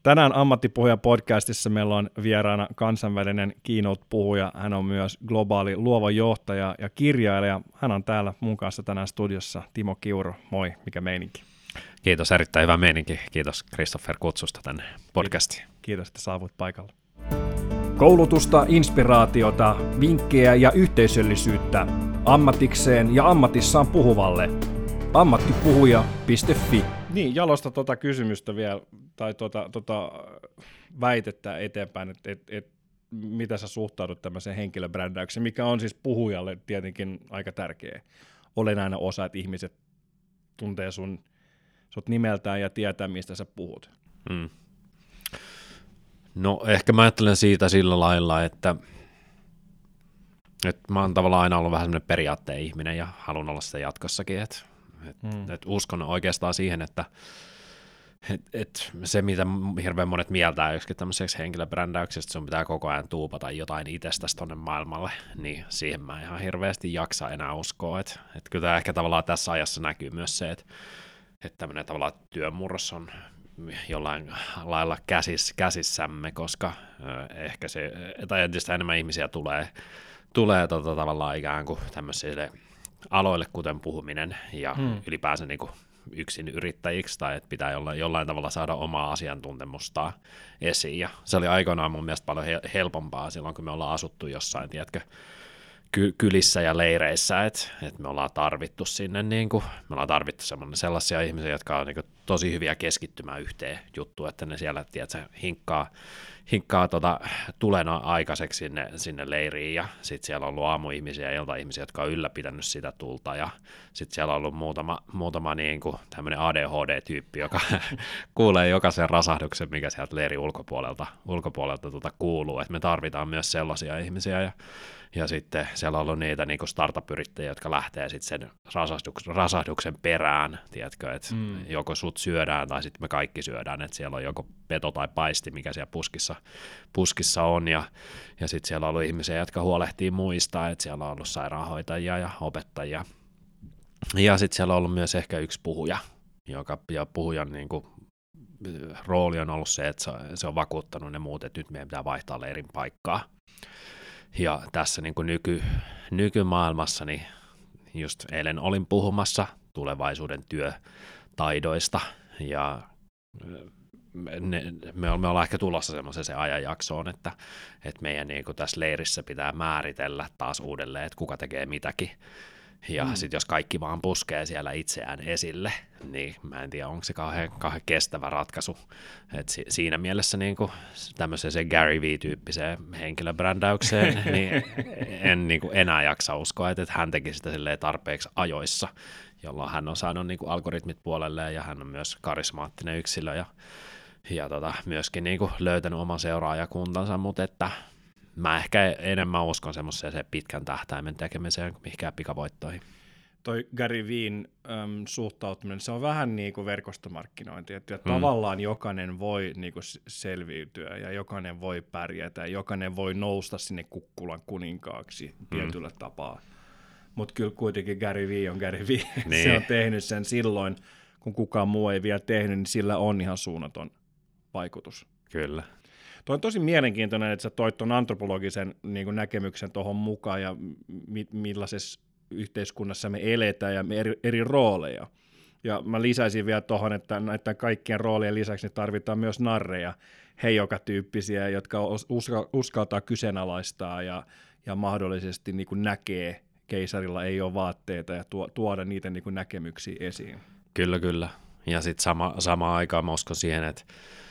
Tänään Ammattipuhuja podcastissa meillä on vieraana kansainvälinen keynote-puhuja. Hän on myös globaali luova johtaja ja kirjailija. Hän on täällä mun kanssa tänään studiossa. Timo Kiuru, moi, mikä meininki? Kiitos, erittäin hyvä meininki. Kiitos Christopher kutsusta tänne podcastiin. Kiitos, että saavut paikalle. Koulutusta, inspiraatiota, vinkkejä ja yhteisöllisyyttä ammatikseen ja ammatissaan puhuvalle. Ammattipuhuja.fi. Niin, jalosta kysymystä vielä, tai väitettä eteenpäin, että mitä sä suhtaudut tämmöiseen henkilöbrändäykseen, mikä on siis puhujalle tietenkin aika tärkeä, olennainen osa, että ihmiset tuntee sut nimeltään ja tietää, mistä sä puhut. No ehkä mä ajattelen siitä sillä lailla, että mä oon tavallaan aina ollut vähän semmoinen periaatteen ihminen ja haluan olla sitä jatkossakin, että uskon oikeastaan siihen, että se, mitä hirveän monet mieltää joskin tämmöiseksi henkilöbrändäyksestä, sun pitää koko ajan tuupata jotain itsestäsi tonne maailmalle, niin siihen mä ihan hirveästi jaksa enää uskoa, että kyllä tämä ehkä tavallaan tässä ajassa näkyy myös se, että tämmöinen tavallaan työnmurros on jollain lailla käsissämme, koska ehkä se, tai entistä enemmän ihmisiä tulee tavallaan ikään kuin tämmöisille aloille, kuten puhuminen ja ylipäänsä niin kuin yksin yrittäjiksi, tai että pitää jollain tavalla saada omaa asiantuntemusta esiin, ja se oli aikoinaan mun mielestä paljon helpompaa silloin, kun me ollaan asuttu jossain, tiedätkö, kylissä ja leireissä, että me ollaan tarvittu sinne, me ollaan tarvittu sellaisia ihmisiä, jotka on tosi hyviä keskittymään yhteen juttuun, että ne siellä, tiedätkö, hinkkaa tulena aikaiseksi sinne leiriin, ja sitten siellä on ollut aamuihmisiä ja iltaihmisiä, jotka on ylläpitänyt sitä tulta, ja sitten siellä on ollut muutama tämmöinen ADHD-tyyppi, joka kuulee jokaisen rasahduksen, mikä sieltä leirin ulkopuolelta kuuluu, että me tarvitaan myös sellaisia ihmisiä, ja sitten siellä on ollut niitä startup-yrittäjiä, jotka lähtee sitten sen rasahduksen perään, tiedätkö, että joko sut syödään tai sitten me kaikki syödään, että siellä on joko peto tai paisti, mikä siellä puskissa on, ja sitten siellä on ollut ihmisiä, jotka huolehtii muista, että siellä on ollut sairaanhoitajia ja opettajia, ja sitten siellä on ollut myös ehkä yksi puhuja, ja puhujan rooli on ollut se, että se on vakuuttanut ne muut, että nyt meidän pitää vaihtaa leirin paikkaa. Ja tässä nykymaailmassa, niin just eilen olin puhumassa tulevaisuuden työtaidoista, ja me ollaan ehkä tulossa semmoiseen ajanjaksoon, että meidän tässä leirissä pitää määritellä taas uudelleen, että kuka tekee mitäkin. Ja sitten jos kaikki vaan puskee siellä itseään esille, niin mä en tiedä, onko se kauhean kestävä ratkaisu. Et siinä mielessä tämmöiseen Gary V-tyyppiseen henkilöbrändäykseen niin en enää jaksa uskoa, että hän teki sitä tarpeeksi ajoissa, jolloin hän on saanut algoritmit puolelleen, ja hän on myös karismaattinen yksilö ja myöskin löytänyt oman seuraajakuntansa, mutta että mä ehkä enemmän uskon semmoiseen pitkän tähtäimen tekemiseen kuin mihinkään pikavoittoihin. Toi Gary Veen suhtautuminen, se on vähän niin kuin verkostomarkkinointi, että tavallaan jokainen voi selviytyä ja jokainen voi pärjätä ja jokainen voi nousta sinne kukkulan kuninkaaksi tietyllä tapaa. Mutta kyllä kuitenkin Gary Vee on Gary Vee. Niin. Se on tehnyt sen silloin, kun kukaan muu ei vielä tehnyt, niin sillä on ihan suunnaton vaikutus. Kyllä. Tuo on tosi mielenkiintoinen, että sä toit tuon antropologisen näkemyksen tuohon mukaan ja millaisessa yhteiskunnassa me eletään ja eri rooleja. Ja mä lisäisin vielä tuohon, että näiden kaikkien roolien lisäksi tarvitaan myös narreja, heijoka-tyyppisiä, jotka uskaltaa kyseenalaistaa ja mahdollisesti näkee, keisarilla ei ole vaatteita ja tuoda niitä näkemyksiä esiin. Kyllä. Ja sitten samaan aikaan mä uskon siihen, että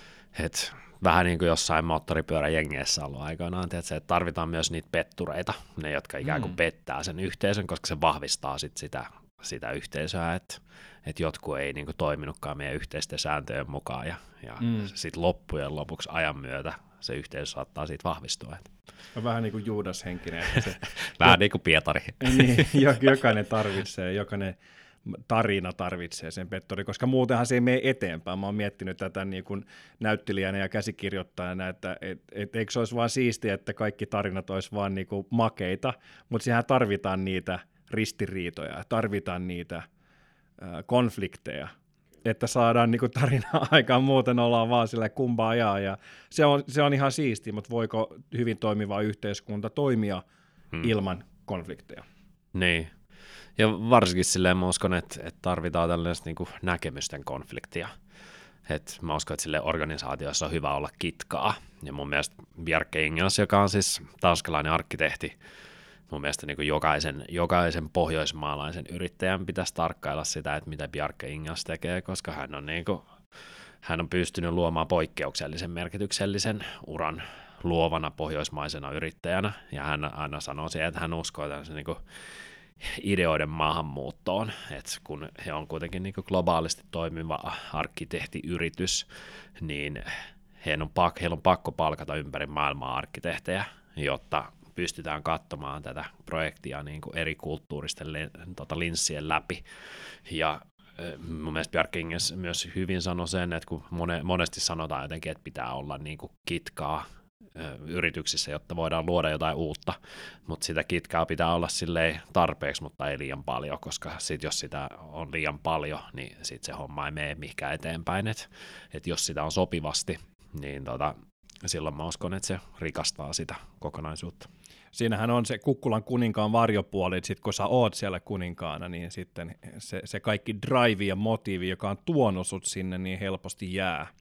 vähän niin kuin jossain moottoripyöräjengeissä ollut aikanaan, että tarvitaan myös niitä pettureita, ne jotka ikään kuin pettää sen yhteisön, koska se vahvistaa sitä yhteisöä, että jotkut ei toiminutkaan meidän yhteisten sääntöjen mukaan, ja sitten loppujen lopuksi ajan myötä se yhteisö saattaa siitä vahvistua. On vähän niin kuin Juudas-henkinen. Vähän niin kuin Pietari. Niin, jokainen tarvitsee, jokainen tarina tarvitsee sen pettori, koska muutenhan se ei mene eteenpäin. Mä oon miettinyt tätä niin kuin näyttelijänä ja käsikirjoittajana, että eikö se olisi vaan siistiä, että kaikki tarinat olisi vaan niin kuin makeita, mutta siihen tarvitaan niitä ristiriitoja, tarvitaan niitä konflikteja, että saadaan niin kuin tarinaa aikaan, muuten ollaan vaan sille kumbaa ja se on ihan siistiä, mutta voiko hyvin toimiva yhteiskunta toimia ilman konflikteja? Niin. Ja varsinkin silleen mä uskon, että tarvitaan tällaista niin kuin näkemysten konfliktia. Et mä uskon, että sille organisaatioissa on hyvä olla kitkaa. Ja mun mielestä Bjarke Ingels, joka on siis tanskalainen arkkitehti, mun mielestä niin kuin jokaisen pohjoismaalaisen yrittäjän pitäisi tarkkailla sitä, että mitä Bjarke Ingels tekee, koska hän on pystynyt luomaan poikkeuksellisen merkityksellisen uran luovana pohjoismaisena yrittäjänä, ja hän aina sanoo siihen, että hän uskoo tämmöisen niin kuin ideoiden maahanmuuttoon, että kun he on kuitenkin niin kuin globaalisti toimiva arkkitehtiyritys, niin heillä on pakko palkata ympäri maailmaa arkkitehtejä, jotta pystytään katsomaan tätä projektia niin kuin eri kulttuuristen linssien läpi. Ja mun mielestä Bjarke Ingels myös hyvin sanoi sen, että kun monesti sanotaan jotenkin, että pitää olla niin kuin kitkaa yrityksissä, jotta voidaan luoda jotain uutta, mutta sitä kitkaa pitää olla silleen tarpeeksi, mutta ei liian paljon, koska sit jos sitä on liian paljon, niin sit se homma ei mene mihinkään eteenpäin, että jos sitä on sopivasti, niin silloin mä uskon, että se rikastaa sitä kokonaisuutta. Siinähän on se Kukkulan kuninkaan varjopuoli, että sit kun sä oot siellä kuninkaana, niin sitten se kaikki drive ja motiivi, joka on tuonut sut sinne, niin helposti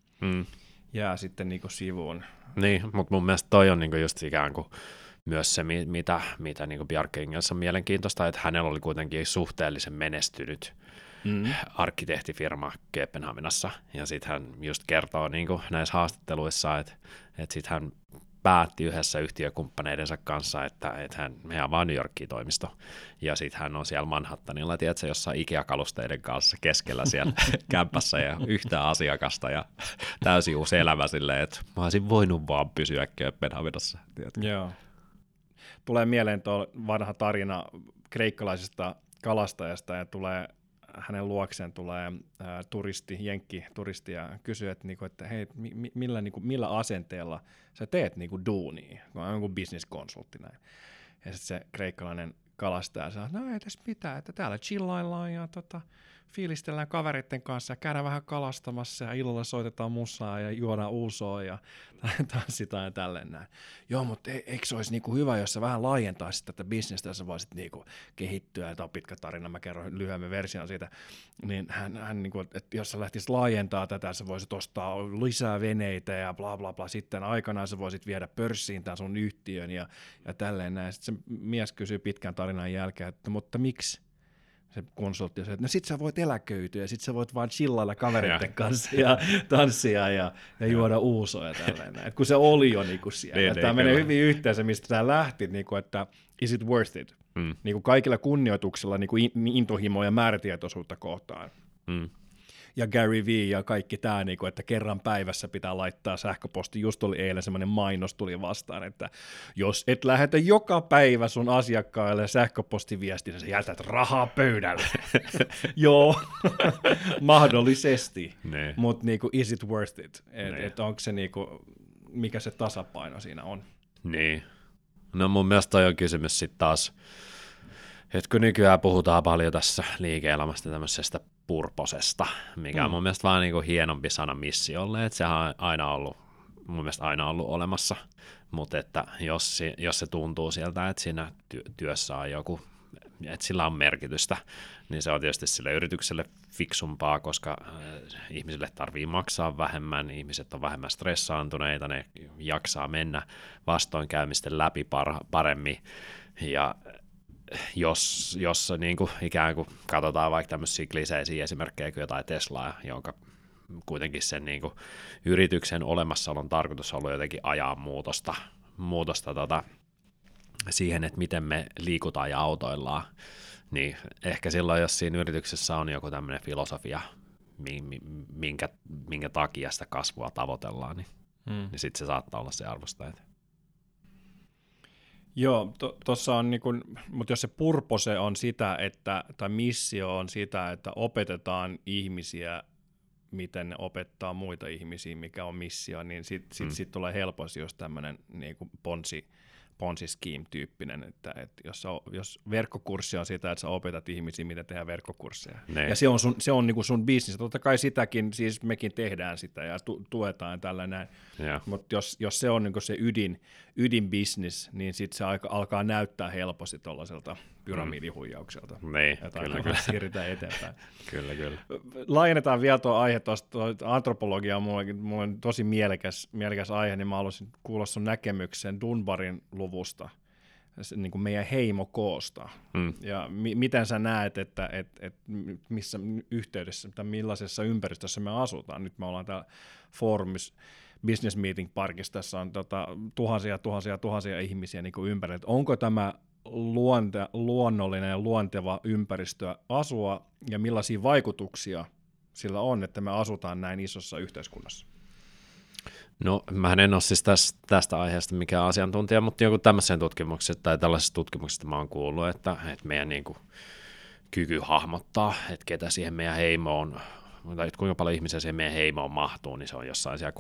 jää sitten niinku sivuun. Niin, mutta mun mielestä toi on niinku just ikään kuin myös se, mitä niinku Bjarke Ingels on mielenkiintoista, että hänellä oli kuitenkin suhteellisen menestynyt arkkitehtifirma Kööpenhaminassa, ja sitten hän just kertoo niinku näissä haastatteluissa, että sitten hän päätti yhdessä yhtiökumppaneidensa kanssa, että he avaa New Yorkiin toimisto, ja sitten hän on siellä Manhattanilla, tiedätkö, jossain Ikea-kalusteiden kanssa keskellä siellä kämpässä ja yhtään asiakasta, ja täysin uusi elämä silleen, että mä olisin voinut vaan pysyä Kööpenhaminassa. Joo. Tulee mieleen tuo vanha tarina kreikkalaisesta kalastajasta, ja hänen luokseen tulee jenkkituristi ja kysyy, että hei, millä asenteella sä teet duunia, kun on joku business-konsultti näin. Ja sitten se kreikkalainen kalastaja sanoo, no ei tässä mitään, että täällä chillaillaan ja fiilistellään kavereiden kanssa ja käydään vähän kalastamassa ja illalla soitetaan musaa ja juodaan uusoa ja tanssitaan ja tälleen näin. Joo, mutta eikö se olisi hyvä, jos sä vähän laajentaisit tätä bisnestä ja sä voisit kehittyä, ja tämä on pitkä tarina, mä kerron lyhyemmän version siitä, niin hän että jos sä lähtisit laajentaa tätä, sä voisit ostaa lisää veneitä ja bla bla bla, sitten aikanaan sä voisit viedä pörssiin tämän sun yhtiön ja tälleen näin. Sitten se mies kysyy pitkän tarinan jälkeen, että mutta miksi? Se konsultti on se, että no sit sä voit eläköityä ja sit sä voit vaan chillailla kavereiden kanssa ja tanssia ja juoda uusoa ja tällainen. Et kun se oli jo siellä. Tämä menee hyvin yhteen se, mistä tämä lähti, että is it worth it? Kaikilla kunnioituksella intohimoa ja määrätietoisuutta kohtaan. Ja Gary Vee ja kaikki tämä, että kerran päivässä pitää laittaa sähköposti. Just oli eilen semmoinen mainos tuli vastaan, että jos et lähetä joka päivä sun asiakkaille sähköpostiviestin, sä jätät rahaa pöydälle. Joo, mahdollisesti, mutta is it worth it? Että onko se mikä se tasapaino siinä on? Niin. No mun mielestä toi on kysymys sitten taas, että kun nykyään puhutaan paljon tässä liike-elämästä tämmöisestä purposesta, mikä on mun mielestä vaan hienompi sana missiolle, että sehän on mun mielestä aina ollut olemassa, mutta että jos se tuntuu sieltä, että siinä työssä on joku, että sillä on merkitystä, niin se on tietysti sille yritykselle fiksumpaa, koska ihmisille tarvii maksaa vähemmän, ihmiset on vähemmän stressaantuneita, ne jaksaa mennä vastoinkäymisten läpi paremmin, ja jos ikään kuin katsotaan vaikka tämmöisiä kliseisiä esimerkkejä kuin jotain Teslaa, jonka kuitenkin sen yrityksen olemassaolon tarkoitus on ollut jotenkin ajaa muutosta siihen, että miten me liikutaan ja autoillaan, niin ehkä silloin, jos siinä yrityksessä on joku tämmöinen filosofia, minkä takia sitä kasvua tavoitellaan, niin sitten se saattaa olla se arvosta. Joo, tuossa on, mutta jos se purpose on sitä, tai missio on sitä, että opetetaan ihmisiä, miten ne opettaa muita ihmisiä, mikä on missio, niin sit tulee helposti just tämmöinen ponsi Ponzi Scheme-tyyppinen, että jos verkkokurssi on sitä, että sä opetat ihmisiä, miten tehdään verkkokursseja. Ne. Ja se on niin kuin sun business. Totta kai sitäkin, siis mekin tehdään sitä ja tuetaan tällä näin. Mutta jos se on niin kuin se ydinbusiness, niin sitten se alkaa näyttää helposti tuollaiselta pyramidihuijaukselta. Niin, kyllä. Siirrytään eteenpäin. Kyllä. Laajennetaan vielä tuo aihe tuosta. Antropologia on mulle on tosi mielekäs aihe, niin mä haluaisin kuulla sun näkemyksen Dunbarin luvusta, niin kuin meidän heimokoosta. Ja miten sä näet, että missä yhteydessä tai millaisessa ympäristössä me asutaan. Nyt me ollaan täällä Forumissa Business Meeting Parkissa, tässä on tuhansia ihmisiä niin kuin ympärillä. Onko tämä luonnollinen ja luonteva ympäristö asua, ja millaisia vaikutuksia sillä on, että me asutaan näin isossa yhteiskunnassa? No, mähän en ole siis tästä aiheesta mikään asiantuntija, mutta joku tämmöiseen tutkimukseen tai tällaisesta tutkimuksesta mä oon kuullut, että meidän niin kuin kyky hahmottaa, että ketä siihen meidän heimoon, tai kuinka paljon ihmisiä siihen meidän heimoon mahtuu, niin se on jossain siellä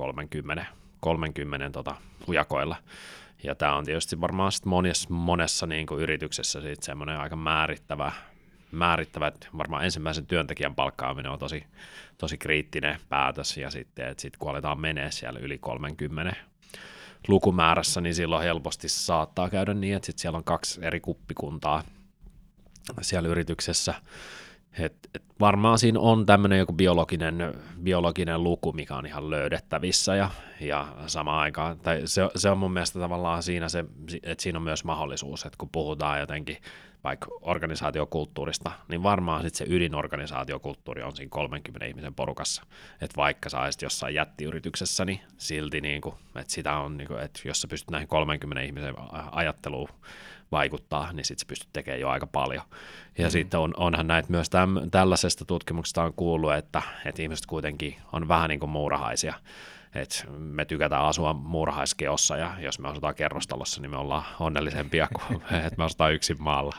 30 hujakoilla. Ja tämä on tietysti varmaan monessa niin kuin yrityksessä semmoinen aika määrittävä, että varmaan ensimmäisen työntekijän palkkaaminen on tosi kriittinen päätös, ja sitten kun aletaan menee siellä yli 30 lukumäärässä, niin silloin helposti saattaa käydä niin, että siellä on 2 eri kuppikuntaa siellä yrityksessä. Varmaan siinä on tämmöinen joku biologinen luku, mikä on ihan löydettävissä, ja samaan aikaan, tai se on mun mielestä tavallaan siinä se, että siinä on myös mahdollisuus, että kun puhutaan jotenkin vaikka organisaatiokulttuurista, niin varmaan sitten se ydinorganisaatiokulttuuri on siinä 30 ihmisen porukassa, että vaikka sä olisit jossain jättiyrityksessä, niin silti, niinku, että sitä on, niinku, että jos sä pystyt näihin 30 ihmisen ajatteluun vaikuttaa, niin sitten sä pystyt tekemään jo aika paljon. Ja sitten onhan näitä myös tällaisesta tutkimuksesta on kuullut, että ihmiset kuitenkin on vähän niin kuin muurahaisia. Et me tykätään asua muurahaiskeossa, ja jos me asutaan kerrostalossa, niin me ollaan onnellisempia kuin että me asutaan yksin maalla.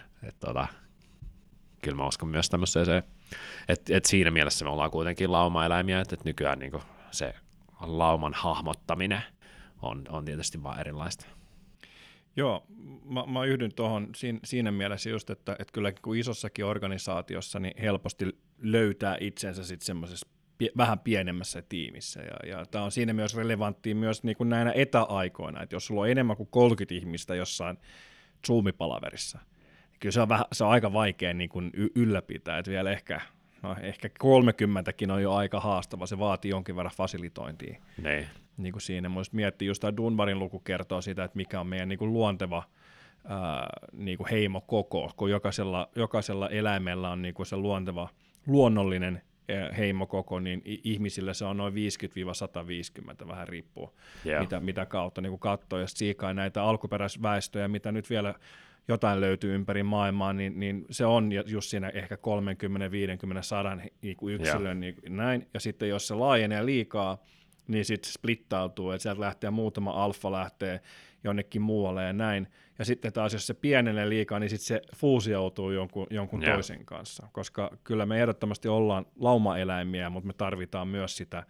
Kyllä mä uskon myös tämmöiseen, että siinä mielessä me ollaan kuitenkin laumaeläimiä, että nykyään niin kuin se lauman hahmottaminen on tietysti vaan erilaista. Joo, mä yhdyn tuohon siinä mielessä just, että kyllä kun isossakin organisaatiossa niin helposti löytää itsensä sitten semmoisessa vähän pienemmässä tiimissä, ja tämä on siinä myös relevanttia myös niin kuin näinä etäaikoina, että jos sulla on enemmän kuin 30 ihmistä jossain Zoom-palaverissa, niin kyllä se on aika vaikea niin kuin ylläpitää, että vielä ehkä 30kin on jo aika haastava, se vaatii jonkin verran fasilitointia. Niin kuin siinä muista miettii, just tämä Dunbarin luku kertoo sitä, että mikä on meidän niin kuin luonteva niin kuin heimokoko, kun jokaisella eläimellä on niin kuin se luonnollinen heimokoko, niin ihmisillä se on noin 50-150, vähän riippuu mitä kautta niin katsoo, ja siikaa näitä alkuperäisväestöjä, mitä nyt vielä jotain löytyy ympäri maailmaa, niin se on just siinä ehkä 30, 50, 100 niin yksilön niin näin, ja sitten jos se laajenee liikaa, niin sitten se splittautuu, että sieltä lähtee muutama alfa lähtee jonnekin muualle ja näin. Ja sitten taas, jos se pienenee liikaa, niin sitten se fuusioituu jonkun toisen kanssa, koska kyllä me ehdottomasti ollaan laumaeläimiä, mutta me tarvitaan myös sitä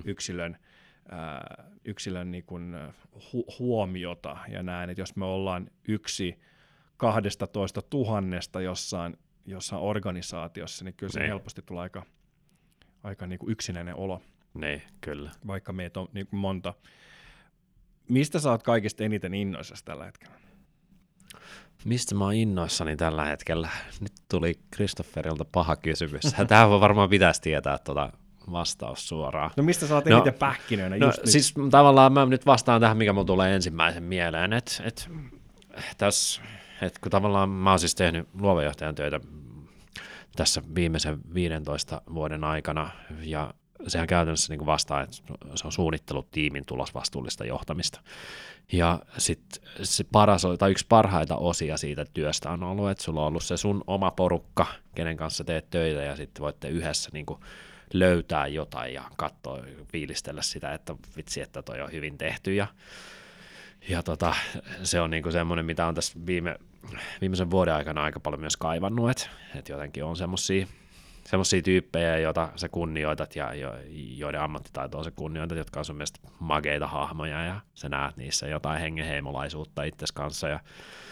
yksilön niin kuin huomiota ja näin, että jos me ollaan 1 12 000 jossain organisaatiossa, niin kyllä se helposti tulee aika niin kuin yksinäinen olo. Niin, kyllä. Vaikka meitä on niin monta. Mistä sä oot kaikista eniten innoissasi tällä hetkellä? Mistä mä oon innoissani tällä hetkellä? Nyt tuli Kristofferilta paha kysymys. Tähän varmaan pitäisi tietää vastaus suoraan. No mistä sä oot eniten pähkinöinä just nyt? Siis tavallaan mä nyt vastaan tähän, mikä mulla tulee ensimmäisen mieleen. Kun tavallaan mä oon siis tehnyt luovajohtajan töitä tässä viimeisen 15 vuoden aikana, ja sehän käytännössä niin kuin vastaa, että se on suunnittelutiimin tulosvastuullista johtamista. Ja sitten se yksi parhaita osia siitä työstä on ollut, että sulla on ollut se sun oma porukka, kenen kanssa teet töitä, ja sitten voitte yhdessä niin kuin löytää jotain ja katsoa, fiilistellä sitä, että vitsi, että toi on hyvin tehty. Ja se on niinku semmoinen, mitä on tässä viimeisen vuoden aikana aika paljon myös kaivannut, että jotenkin on semmoisia semmoisia tyyppejä, joita sä kunnioitat ja joiden ammattitaitoa sä kunnioitat, jotka on sun mielestä mageita hahmoja ja sä näet niissä jotain hengenheimolaisuutta itses kanssa ja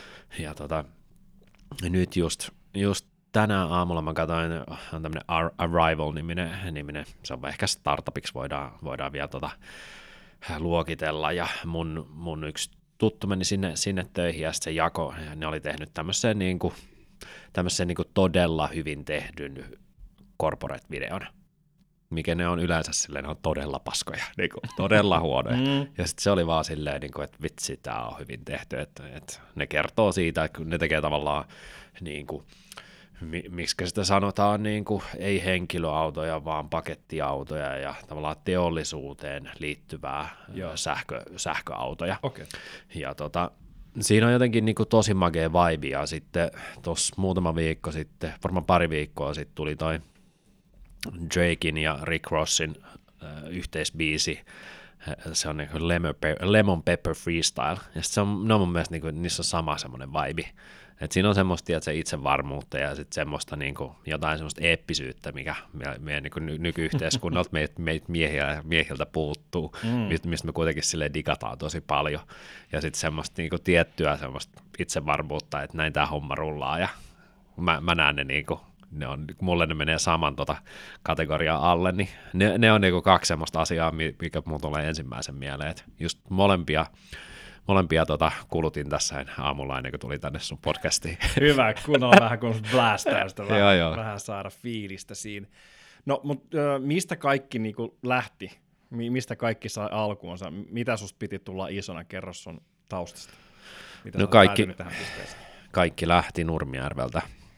nyt just tänään aamulla mä katsoin, on tämmönen Arrival-niminen, se on ehkä startupiksi voidaan vielä luokitella ja mun yksi tuttu meni sinne töihin ja sitten se jako, ja ne oli tehnyt tämmöisen niinku todella hyvin tehdyn corporate-videon, mikä ne on yleensä silleen, ne on todella paskoja, niinku, todella huonoja. Ja sitten se oli vaan silleen, niinku, että vitsi, tää on hyvin tehty, että ne kertoo siitä, että ne tekee tavallaan niinku, miksi sitä sanotaan, niin kuin, ei henkilöautoja, vaan pakettiautoja ja tavallaan teollisuuteen liittyvää sähköautoja. Okay. Ja siinä on jotenkin niin kuin tosi magea vibe, ja sitten tuossa muutama viikko sitten, varmaan pari viikkoa sitten tuli toi Draken ja Rick Rossin yhteisbiisi, se on niin kuin Lemon Pepper Freestyle, ja sitten ne on mun mielestä, niin kuin, niissä on sama semmoinen vibe. Et siinä on semmoista että se itsevarmuutta ja sitten semmoista niinku, jotain semmoista eeppisyyttä, mikä meidän niinku, nykyyhteiskunnalta meitä miehiltä puuttuu, mistä me kuitenkin silleen digataan tosi paljon. Ja sitten semmoista niinku, tiettyä semmoista itsevarmuutta, että näin tämä homma rullaa. Ja mä näen ne, niinku, mulle ne menee saman kategorian alle, niin ne on niinku, kaksi semmoista asiaa, mikä mun tulee ensimmäisen mieleen. Et just molempia kulutin tässä aamulla ennen kuin tuli tänne sun podcastiin. Hyvä, kun on vähän kuin blästäystä, vähän saada fiilistä siinä. No, mutta mistä kaikki niinku lähti? Mistä kaikki sai alkuunsa? Mitä susta piti tulla isona? Kerro sun taustasta. Mitä no kaikki lähti Nurmijärveltä.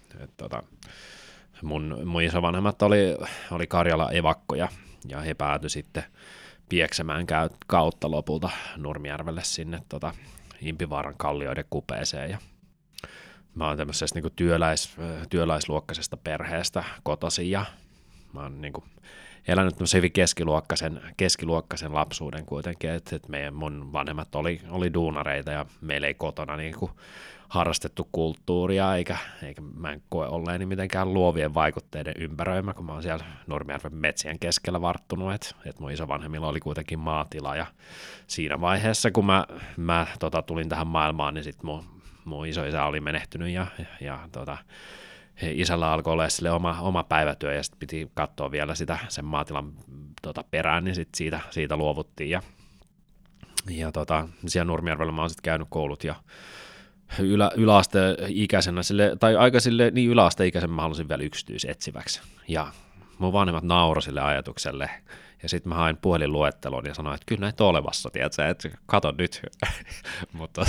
Mun isovanhemmat oli Karjala evakkoja ja he päätyi sitten Pieksämään kautta lopulta Nurmijärvelle sinne Impivaaran kallioiden kupeeseen. Ja mä oon tämmöisestä niinku työläisluokkaisesta perheestä kotoisin ja mä oon niinku elänyt tämmöisen hyvin keskiluokkaisen lapsuuden kuitenkin, että mun vanhemmat oli duunareita ja meillä ei kotona niinku harrastettu kulttuuria, eikä mä en koe olleeni mitenkään luovien vaikutteiden ympäröimä, kun mä oon siellä Nurmijärven metsien keskellä varttunut, että mun isovanhemmilla oli kuitenkin maatila, ja siinä vaiheessa, kun mä tulin tähän maailmaan, niin sit mun isoisä oli menehtynyt, ja isällä alkoi olla sille oma päivätyö, ja sitten piti katsoa vielä sen maatilan perään, niin sit siitä luovuttiin, ja siellä Nurmijärvellä mä oon sitten käynyt koulut, ja yläasteikäisenä, tai aika niin yläasteikäisen mä halusin vielä yksityisetsiväksi. Ja mun vanhemmat nauroi sille ajatukselle. Ja sitten mä hain puhelinluettelon ja sanoin, että kyllä näitä on olevassa, tiedätkö, että kato nyt. Mutta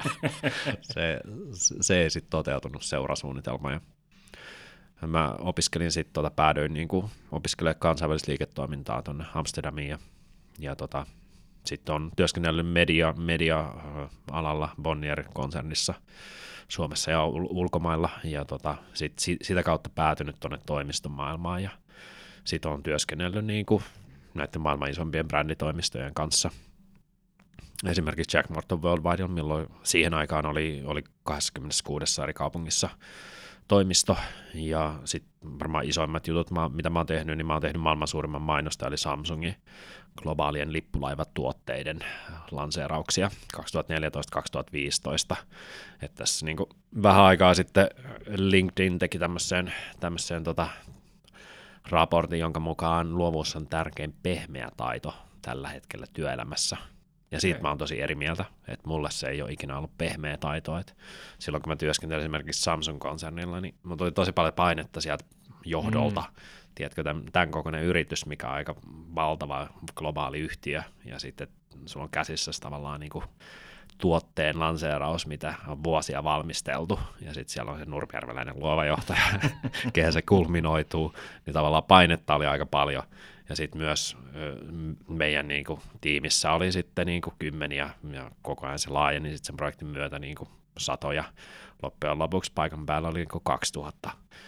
se ei sitten toteutunut seurasuunnitelma. Ja mä opiskelin sitten, päädyin niin opiskelemaan kansainvälistä liiketoimintaa tuonne Amsterdamiin ja sitten on työskennellyt media-alalla Bonnier-konsernissa Suomessa ja ulkomailla, ja sitä kautta päätynyt tuonne toimistomaailmaan, ja sitten on työskennellyt niin kuin näiden maailman isompien bränditoimistojen kanssa. Esimerkiksi Jack Morton Worldwide, milloin siihen aikaan oli 26 eri kaupungissa toimisto, ja sitten varmaan isoimmat jutut, mitä mä oon tehnyt, niin mä oon tehnyt maailman suurimman mainosta, eli Samsungin globaalien lippulaivatuotteiden lanseerauksia 2014-2015. Että tässä niin kuin vähän aikaa sitten LinkedIn teki tämmöisen raportin, jonka mukaan luovuus on tärkein pehmeä taito tällä hetkellä työelämässä. Ja siitä mä oon tosi eri mieltä, että mulle se ei ole ikinä ollut pehmeä taito. Että silloin kun mä työskentelin esimerkiksi Samsung-konsernilla, niin mulla tuli tosi paljon painetta sieltä johdolta. Tiedätkö, tämän kokoinen yritys, mikä on aika valtava globaali yhtiö, ja sitten sulla on käsissä tavallaan niin kuin tuotteen lanseeraus, mitä on vuosia valmisteltu, ja sitten siellä on se nurmijärveläinen luova johtaja, kehen se kulminoituu, niin tavallaan painetta oli aika paljon. Ja sitten myös meidän niin kuin, tiimissä oli sitten niin kuin, kymmeniä, ja koko ajan se laajeni sitten sen projektin myötä niin kuin, satoja. Loppujen lopuksi paikan päällä oli niin kuin 2000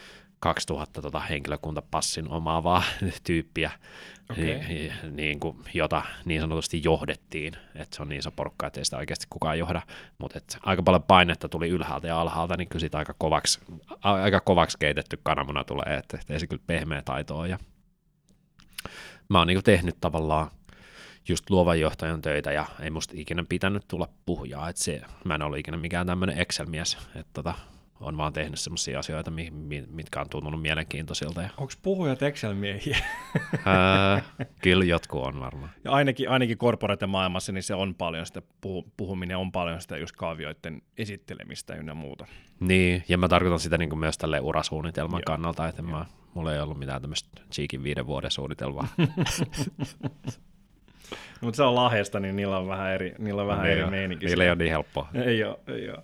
2000 henkilökuntapassin omaavaa tyyppiä, niin kuin, jota niin sanotusti johdettiin, että se on niin iso porukka, että ei sitä oikeasti kukaan johda, mutta aika paljon painetta tuli ylhäältä ja alhaalta, niin kyllä siitä aika kovaksi keitetty kananmuna tulee, että ei se kyllä pehmeä taito ole. Ja mä oon niin kuin tehnyt tavallaan just luovan johtajan töitä, ja ei musta ikinä pitänyt tulla puhujaa, että mä en ollut ikinä mikään tämmöinen Excel-mies, että on vaan tehnyt semmoisia asioita, mitkä on tuntunut mielenkiintoisilta. Onko puhujat Excel-miehiä? Kyllä jotkut on varmaan. Ja ainakin corporate-maailmassa niin se on paljon sitä, puhuminen on paljon sitä just kaavioiden esittelemistä ynnä muuta. Niin, ja mä tarkoitan sitä niin kuin myös tälleen urasuunnitelman kannalta, että mulla ei ollut mitään tämmöistä cheekin 5 vuoden suunnitelmaa. Mutta se on Lahdesta, niin niillä on vähän eri meininki. Niillä ei ole niin helppoa. Ei ole.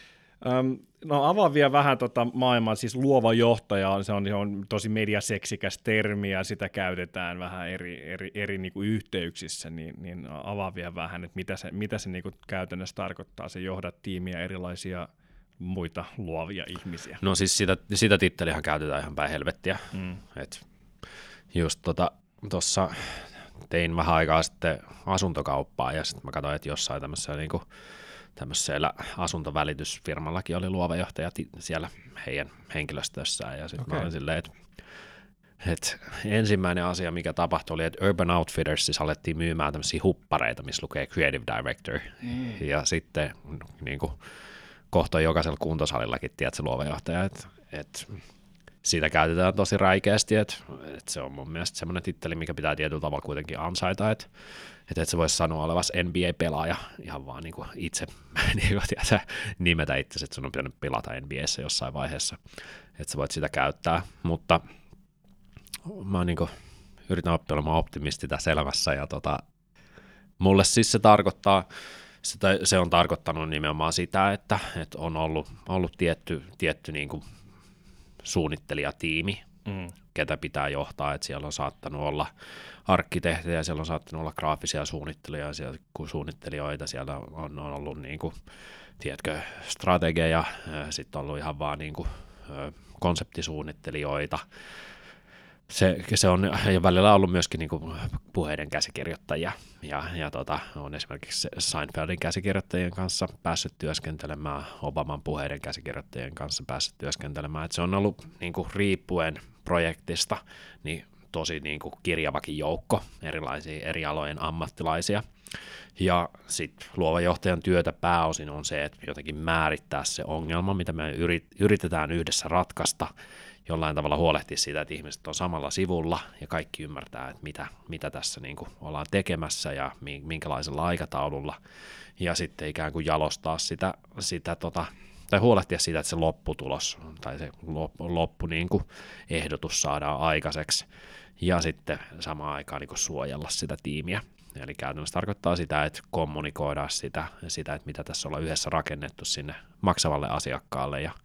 No avaa vielä vähän maailmaa, siis luova johtaja, se on tosi mediaseksikäs termi ja sitä käytetään vähän eri niin kuin yhteyksissä, niin avaa vielä vähän, että mitä se niin kuin käytännössä tarkoittaa, se johdat tiimiä erilaisia muita luovia ihmisiä. No siis sitä tittelihän käytetään ihan päin helvettiä, et just tuossa tein vähän aikaa sitten asuntokauppaa ja sitten mä katsoin, että jossain tämmöisellä asuntovälitysfirmallakin oli luova johtaja siellä heidän henkilöstössään ja sitten mä olin silleen, että ensimmäinen asia, mikä tapahtui, oli, että Urban Outfittersissa alettiin myymään tämmöisiä huppareita, missä lukee Creative Director ja sitten niin kuin, kohta jokaisella kuntosalillakin, tiedätkö, luova johtaja, että siitä käytetään tosi räikeästi, että se on mun mielestä semmoinen titteli, mikä pitää tietyllä tavalla kuitenkin ansaita, että se voisi sanoa olevas NBA-pelaaja ihan vaan niin kuin itse nimetä itsesi, että sun on pitänyt pelata NBA:ssä jossain vaiheessa, että sä voit sitä käyttää, mutta mä niin kuin yritän oppia olemaan optimisti tässä elämässä ja mulle siis se on tarkoittanut nimenomaan sitä, että on ollut tietty niin kuin suunnittelijatiimi, ketä pitää johtaa, että siellä on saattanut olla arkkitehtejä, siellä on saattanut olla graafisia suunnittelijoita, siellä on ollut niin kuin, tiedätkö, strategeja, sitten on ollut ihan vaan niin kuin, konseptisuunnittelijoita. Se on ja välillä ollut myöskin niin kuin puheiden käsikirjoittajia ja on esimerkiksi Seinfeldin käsikirjoittajien kanssa päässyt työskentelemään, Obaman puheiden käsikirjoittajien kanssa päässyt työskentelemään. Et se on ollut niin kuin riippuen projektista niin tosi niin kuin kirjavakin joukko erilaisia eri alojen ammattilaisia. Ja sitten luovan johtajan työtä pääosin on se, että jotenkin määrittää se ongelma, mitä me yritetään yhdessä ratkaista, jollain tavalla huolehtia siitä, että ihmiset on samalla sivulla ja kaikki ymmärtää, että mitä tässä niin kuin ollaan tekemässä ja minkälaisella aikataululla. Ja sitten ikään kuin jalostaa sitä tai huolehtia siitä, että se lopputulos tai se loppu niin kuin ehdotus saadaan aikaiseksi ja sitten samaan aikaan niin kuin suojella sitä tiimiä. Eli käytännössä tarkoittaa sitä, että kommunikoidaan sitä että mitä tässä ollaan yhdessä rakennettu sinne maksavalle asiakkaalle ja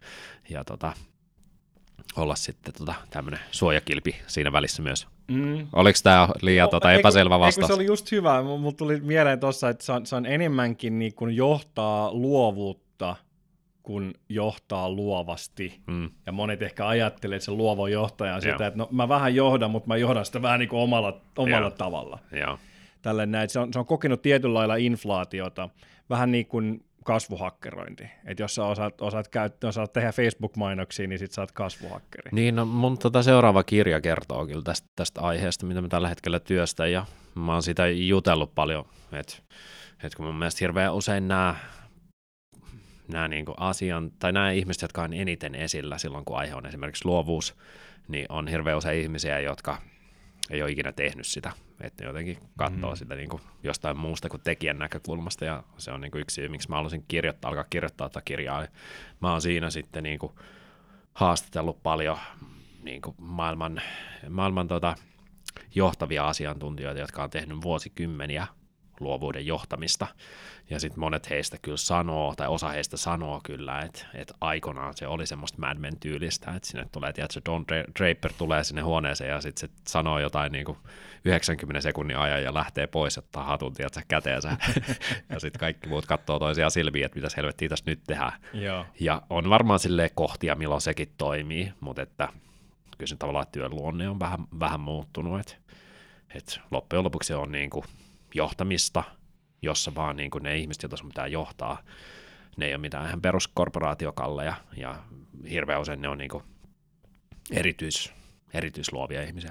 olla sitten tämmöinen suojakilpi siinä välissä myös. Oliko tämä liian epäselvä vastaus? Se oli just hyvä. Mulla tuli mieleen tuossa, että se on enemmänkin niin kuin johtaa luovuutta kuin johtaa luovasti. Ja monet ehkä ajattelee, että se luova johtaja on sitä, että no mä vähän johdan, mutta mä johdan sitä vähän niin kuin omalla tavalla. Tällainen näin. Se on kokenut tietyllä lailla inflaatiota, vähän niin kuin kasvuhakkerointi. Että jos sä osaat tehdä Facebook-mainoksia, niin sit sä oot kasvuhakkeri. Niin, no mun seuraava kirja kertoo kyllä tästä aiheesta, mitä mä tällä hetkellä työstän, ja mä oon sitä jutellut paljon, että kun mun mielestä hirveän usein nämä niinku nämä ihmiset, jotka on eniten esillä silloin, kun aihe on esimerkiksi luovuus, niin on hirveän usein ihmisiä, jotka ei ole ikinä tehnyt sitä, että ne jotenkin katsoo sitä niin kuin jostain muusta kuin tekijän näkökulmasta, ja se on niin kuin yksi syy, miksi mä halusin alkaa kirjoittaa tätä kirjaa. Mä oon siinä sitten niin kuin haastatellut paljon niin kuin maailman johtavia asiantuntijoita, jotka on tehnyt vuosikymmeniä luovuuden johtamista, ja sitten monet heistä kyllä sanoo, tai osa heistä sanoo kyllä, että aikanaan se oli semmoista Mad Men-tyylistä, että sinne tulee, tiedätkö, Don Draper tulee sinne huoneeseen, ja sitten se sanoo jotain niin kuin 90 sekunnin ajan, ja lähtee pois, ottaa hatun, tiedätkö, käteensä, ja sitten kaikki muut katsoo toisiaan silmiin, että mitäs helvettiä tässä nyt tehdään. Joo. Ja on varmaan silleen kohtia, milloin sekin toimii, mutta että mutta kyllä se tavallaan työn luonne on vähän muuttunut, että loppujen lopuksi se on niin kuin johtamista, jossa vaan niin kuin ne ihmiset, joita sun pitää johtaa, ne ei ole mitään ihan peruskorporaatiokalleja, ja hirveän usein ne on niin kuin erityisluovia ihmisiä.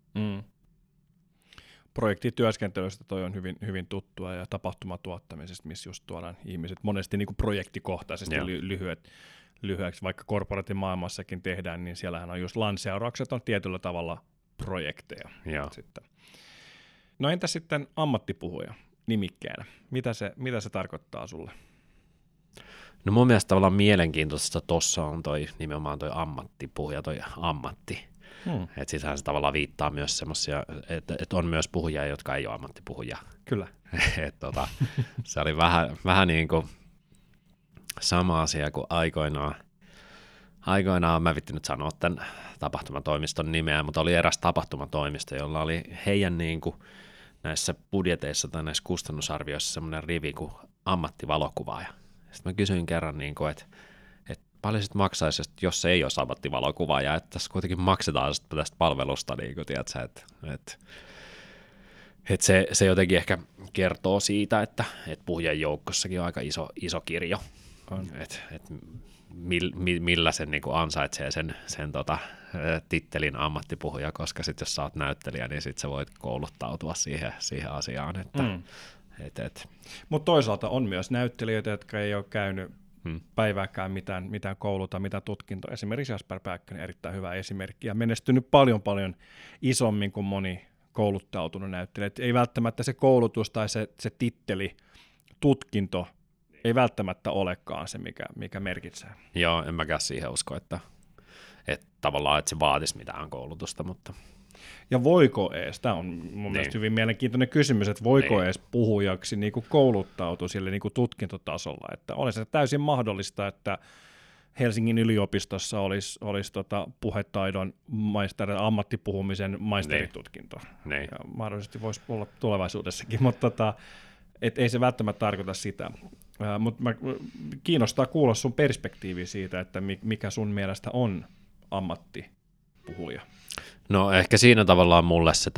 Projektityöskentelystä toi on hyvin, hyvin tuttua, ja tapahtumatuottamisesta, missä just tuodaan ihmiset monesti niin kuin projektikohtaisesti lyhyeksi, vaikka korporaattimaailmassakin tehdään, niin siellähän on just lanseeraukset on tietyllä tavalla projekteja. Sitten. No entä sitten ammattipuhuja nimikkeenä? Mitä se tarkoittaa sulle? No mun mielestä tavallaan mielenkiintoista tuossa on nimenomaan toi ammattipuhuja, toi ammatti. Että sitähän se tavallaan viittaa myös semmoisia, että on myös puhujia, jotka ei ole ammattipuhujia. Kyllä. Se oli vähän niin kuin sama asia kuin aikoinaan mä vittin nyt sanoa tämän tapahtumatoimiston nimeä, mutta oli eräs tapahtumatoimisto, jolla oli heidän niin kuin näissä budjeteissa tai näissä kustannusarvioissa semmoinen rivi kuin ammattivalokuvaaja. Sitten mä kysyin kerran, niin kuin, että paljon sitten maksaisi, jos se ei ole ammattivalokuvaaja, että tässä kuitenkin maksetaan tästä palvelusta, niin kuin, tiedätkö, että se jotenkin ehkä kertoo siitä, että puhujien joukossakin on aika iso kirjo, että millä sen niin kuin ansaitsee sen tittelin ammattipuhuja, koska sitten jos sä oot näyttelijä, niin sitten sä voit kouluttautua siihen asiaan. Mutta toisaalta on myös näyttelijöitä, jotka ei ole käynyt päivääkään mitään kouluta, mitään tutkintoa. Esimerkiksi Jasper Pääkkönen, erittäin hyvä esimerkki, ja menestynyt paljon isommin kuin moni kouluttautunut näyttelijä. Et ei välttämättä se koulutus tai se titteli, tutkinto, ei välttämättä olekaan se, mikä merkitsee. Joo, en mäkään siihen usko, että tavallaan että se vaatisi mitään koulutusta, mutta... Ja voiko ees, tämä on mun mielestä hyvin mielenkiintoinen kysymys, että voiko ees puhujaksi niin kuin kouluttautua sille niin kuin tutkintotasolla, että olisi se täysin mahdollista, että Helsingin yliopistossa olisi puhetaidon ammattipuhumisen maisteritutkinto. Ja mahdollisesti voisi olla tulevaisuudessakin, mutta ei se välttämättä tarkoita sitä. Mutta kiinnostaa kuulla sun perspektiivi siitä, että mikä sun mielestä on ammattipuhuja. No ehkä siinä tavallaan mulle se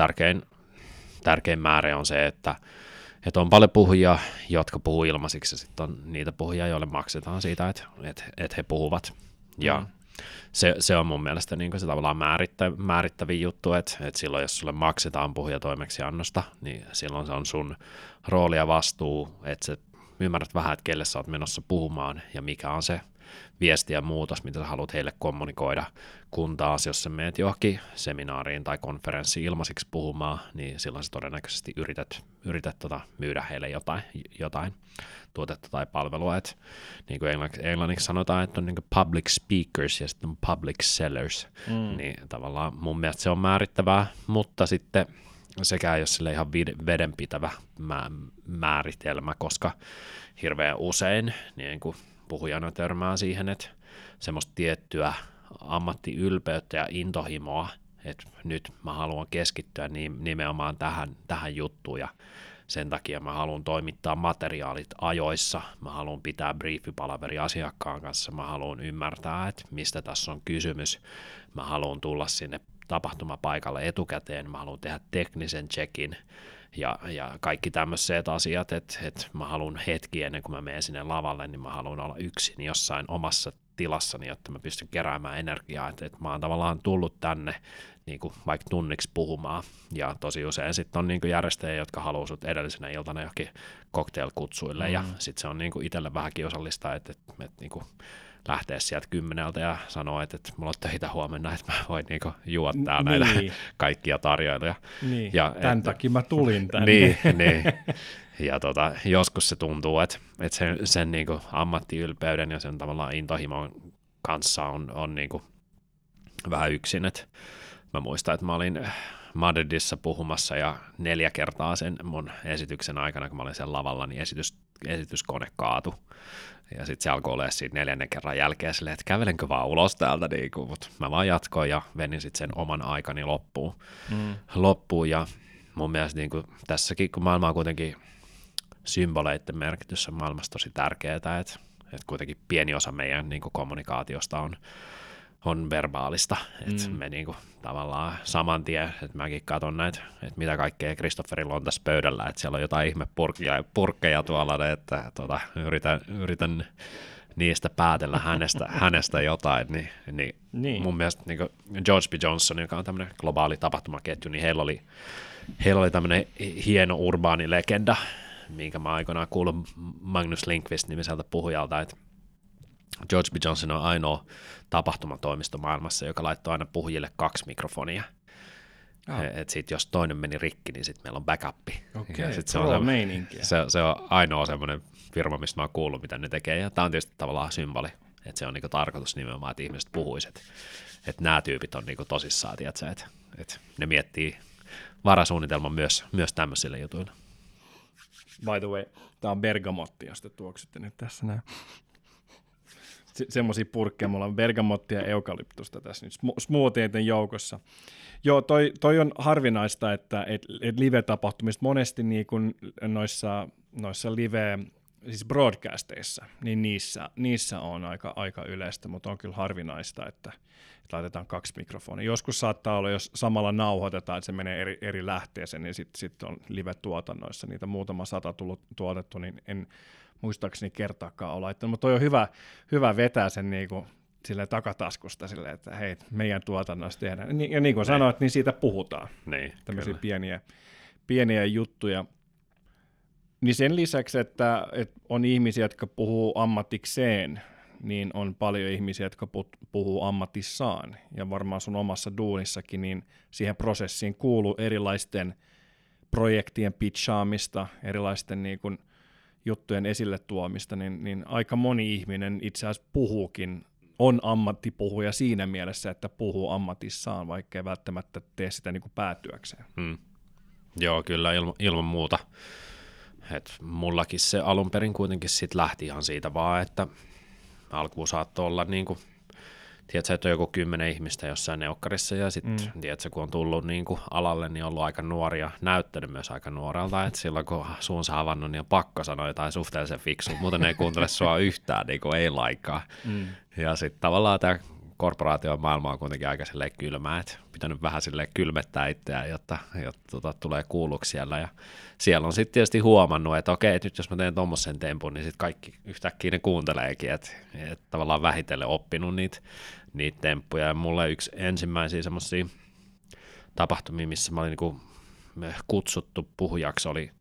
tärkein määrä on se, että on paljon puhujia, jotka puhuu ilmaisiksi, ja sitten on niitä puhujia, joille maksetaan siitä, että he puhuvat. Ja se on mun mielestä niin se tavallaan määrittävin juttu, että silloin jos sulle maksetaan puhujatoimeksiannosta, niin silloin se on sun rooli ja vastuu, että sä ymmärrät vähän, että kelle sä oot menossa puhumaan ja mikä on se viesti ja muutos, mitä sä haluat heille kommunikoida, kun taas jos sä menet johonkin seminaariin tai konferenssiin ilmaisiksi puhumaan, niin silloin sä todennäköisesti yrität myydä heille jotain tuotetta tai palvelua. Et, niin kuin englanniksi sanotaan, että on niin kuin public speakers ja sitten on public sellers, niin tavallaan mun mielestä se on määrittävää, mutta sitten sekä ei ole sille ihan vedenpitävä määritelmä, koska hirveän usein niin kuin puhujana törmää siihen, että semmoista tiettyä ammattiylpeyttä ja intohimoa, että nyt mä haluan keskittyä nimenomaan tähän juttuun ja sen takia mä haluan toimittaa materiaalit ajoissa, mä haluan pitää briefipalaveria asiakkaan kanssa, mä haluan ymmärtää, että mistä tässä on kysymys, mä haluan tulla sinne tapahtumapaikalle etukäteen, mä haluan tehdä teknisen checkin, ja kaikki tämmöiset asiat, että mä haluan hetki ennen kuin mä menen sinne lavalle, niin mä haluan olla yksin jossain omassa tilassani, jotta mä pystyn keräämään energiaa, että mä oon tavallaan tullut tänne niin kuin vaikka tunniksi puhumaan, ja tosi usein sitten on niin kuin järjestäjiä, jotka haluaa sut edellisenä iltana johonkin cocktail-kutsuille, ja sitten se on niin kuin itselle vähän kiusallista, että niin kuin lähteä sieltä 10 ja sanoa, että mulla on töitä huomenna, että mä voin niinku juoda täällä näitä kaikkia tarjoiluja. Niin, ja tämän takia mä tulin tänne. Niin. Ja joskus se tuntuu, että sen niinku ammattiylpeyden ja sen tavallaan intohimon kanssa on niinku vähän yksin. Et mä muistan, että mä olin Madridissa puhumassa ja 4 kertaa sen mun esityksen aikana, kun mä olin sen lavalla, niin esityskone kaatui. Ja sitten se alkoi olemaan siitä 4. kerran jälkeen silleen, että kävelenkö vaan ulos täältä, mutta mä vaan jatkoin ja venin sitten sen oman aikani loppuun. Ja mun mielestä niin kuin tässäkin, kun maailma on kuitenkin symboleiden merkitys on maailmassa tosi tärkeää, että kuitenkin pieni osa meidän niin kuin kommunikaatiosta on verbaalista, että me niinku tavallaan saman tien, että mäkin katson näitä, että mitä kaikkea Christopherilla on tässä pöydällä, että siellä on jotain ihme purkkeja tuolla, että yritän niistä päätellä hänestä jotain, niin. Mun mielestä niin George B. Johnson, joka on tämmöinen globaali tapahtumaketju, niin heillä oli tämmöinen hieno urbaani legenda, minkä mä aikoinaan kuulun Magnus Lindqvist-nimiseltä puhujalta, että George B. Johnson on ainoa tapahtumatoimisto maailmassa, joka laittoi aina puhujille 2 mikrofonia. Että sit jos toinen meni rikki, niin sitten meillä on backupi. Okei, se on ainoa semmoinen firma, mistä mä oon kuullut, mitä ne tekee. Ja tämä on tietysti tavallaan symboli, että se on niinku tarkoitus nimenomaan, että ihmiset puhuisivat. Että nämä tyypit on niinku tosissaan, tiedätkö, että ne miettii varasuunnitelman myös tämmöisille jutuille. By the way, tämä on bergamotti, josta tuoksitte nyt tässä näin. Semmoisia purkkeja, mulla on bergamottia ja eukalyptusta tässä nyt smoothieiden joukossa. Joo, toi on harvinaista, että live-tapahtumista monesti niin kuin noissa live, siis broadcasteissa, niin niissä on aika yleistä, mutta on kyllä harvinaista, että laitetaan 2 mikrofonia. Joskus saattaa olla, jos samalla nauhoitetaan, että se menee eri lähteeseen, niin sitten on live-tuotannoissa niitä muutama 100 tullut tuotettu, niin en muistaakseni kertaakaan ole laittanut, mutta toi on hyvä vetää sen niinku sille takataskusta silleen, että hei, meidän tuotannossa tehdään. Ja niin kuin sanoit, niin siitä puhutaan. Tämmöisiä pieniä juttuja. Niin sen lisäksi, että on ihmisiä, jotka puhuu ammatikseen, niin on paljon ihmisiä, jotka puhuu ammatissaan. Ja varmaan sun omassa duunissakin, niin siihen prosessiin kuuluu erilaisten projektien pitchaamista, erilaisten niin kuin juttujen esille tuomista, niin aika moni ihminen itse asiassa on ammattipuhuja siinä mielessä, että puhuu ammatissaan, vaikka ei välttämättä tee sitä niin kuin päätyökseen. Joo, kyllä ilman muuta. Et mullakin se alun perin kuitenkin sit lähti ihan siitä vaan, että alkuun saattoi olla niin kuin, tiedätkö, että on joku 10 ihmistä jossain neukkarissa ja sitten tiedätkö, kun on tullut niin kuin alalle, niin on ollut aika nuoria, näyttänyt myös aika nuorelta, että silloin kun suunsa avannut, niin on pakko sanoa jotain suhteellisen fiksua, muuten ei kuuntele sua yhtään, niin kuin ei laikaa. Ja sitten tavallaan tämä korporaation maailma on kuitenkin aika silleen kylmää, että pitänyt vähän silleen kylmettää itseään, jotta tulee kuulluksi siellä. Ja siellä on sitten tietysti huomannut, että okei, että nyt jos mä teen tommosen tempun, niin sitten kaikki yhtäkkiä ne kuunteleekin, että tavallaan vähitellen oppinut niitä temppuja. Ja mulle yksi ensimmäisiä semmoisia tapahtumia, missä mä olin niinku kutsuttu puhujaksi, oli